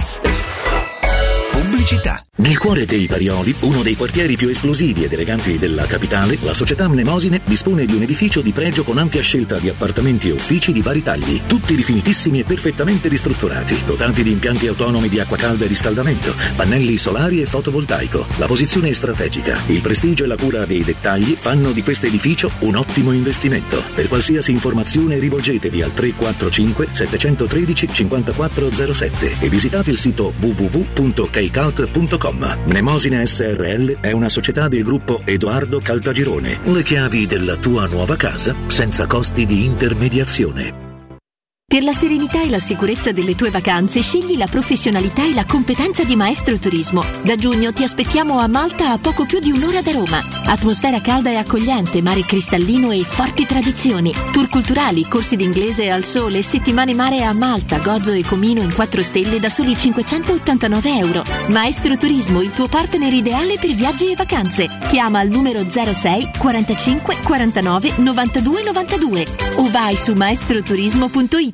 Pubblicità. Nel cuore dei Parioli, uno dei quartieri più esclusivi ed eleganti della capitale, la società Mnemosine dispone di un edificio di pregio con ampia scelta di appartamenti e uffici di vari tagli, tutti rifinitissimi e perfettamente ristrutturati, dotati di impianti autonomi di acqua calda e riscaldamento, pannelli solari e fotovoltaico. La posizione è strategica, il prestigio e la cura dei dettagli fanno di questo edificio un ottimo investimento. Per qualsiasi informazione rivolgetevi al tre quattro cinque sette uno tre cinque quattro zero sette e visitate il sito w w w punto keycult punto com. Mnemosine S R L è una società del gruppo Edoardo Caltagirone. Le chiavi della tua nuova casa senza costi di intermediazione. Per la serenità e la sicurezza delle tue vacanze, scegli la professionalità e la competenza di Maestro Turismo. Da giugno ti aspettiamo a Malta a poco più di un'ora da Roma. Atmosfera calda e accogliente, mare cristallino e forti tradizioni. Tour culturali, corsi d'inglese al sole, settimane mare a Malta, Gozo e Comino in quattro stelle da soli cinquecentottantanove euro. Maestro Turismo, il tuo partner ideale per viaggi e vacanze. Chiama al numero zero sei quarantacinque quarantanove novantadue novantadue o vai su maestroturismo punto it.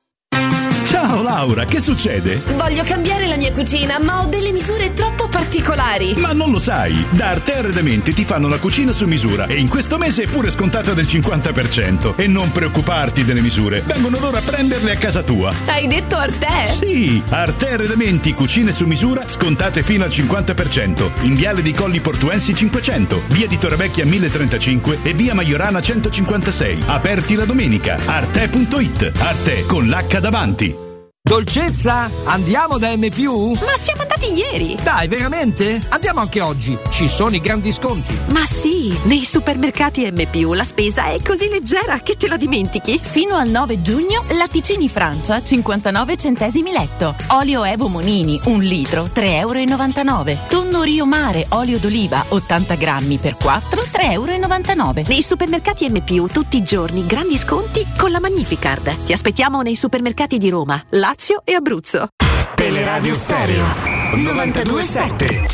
Ciao Laura, che succede? Voglio cambiare la mia cucina, ma ho delle misure troppo particolari. Ma non lo sai, da Arte Arredamenti ti fanno la cucina su misura e in questo mese è pure scontata del cinquanta per cento. E non preoccuparti delle misure, vengono loro a prenderle a casa tua. Hai detto Arte? Sì, Arte Arredamenti, cucine su misura, scontate fino al cinquanta per cento. In Viale dei Colli Portuensi cinquecento, via di Torrevecchia mille trentacinque e via Maiorana centocinquantasei. Aperti la domenica. Arte punto it. Arte con l'H davanti. Dolcezza? Andiamo da M più? Ma siamo andati ieri! Dai, veramente? Andiamo anche oggi, ci sono i grandi sconti. Ma sì, nei supermercati M più la spesa è così leggera che te la dimentichi. Fino al nove giugno, latticini Francia cinquantanove centesimi letto. Olio Evo Monini un litro tre virgola novantanove euro. Tonno Rio Mare olio d'oliva ottanta grammi per quattro tre virgola novantanove euro. Nei supermercati M più tutti i giorni grandi sconti con la Magnificard. Ti aspettiamo nei supermercati di Roma, Lazio e Abruzzo. Teleradio Stereo novantadue sette.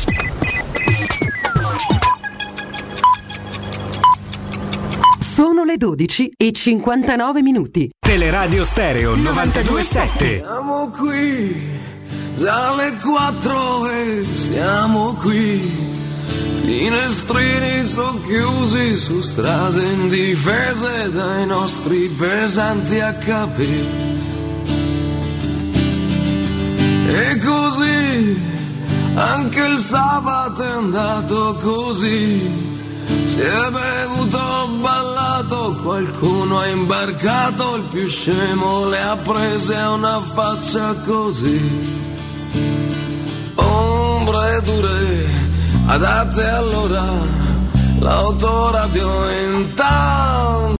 Sono le dodici e cinquantanove minuti. Teleradio Stereo novantadue sette. Siamo qui, già le quattro e siamo qui. Finestrini socchiusi su strade indifese dai nostri pesanti a capi. E così, anche il sabato è andato così. Si è bevuto, ballato, qualcuno ha imbarcato, il più scemo le ha prese a una faccia così. Ombre dure, adatte allora, l'autoradio intanto.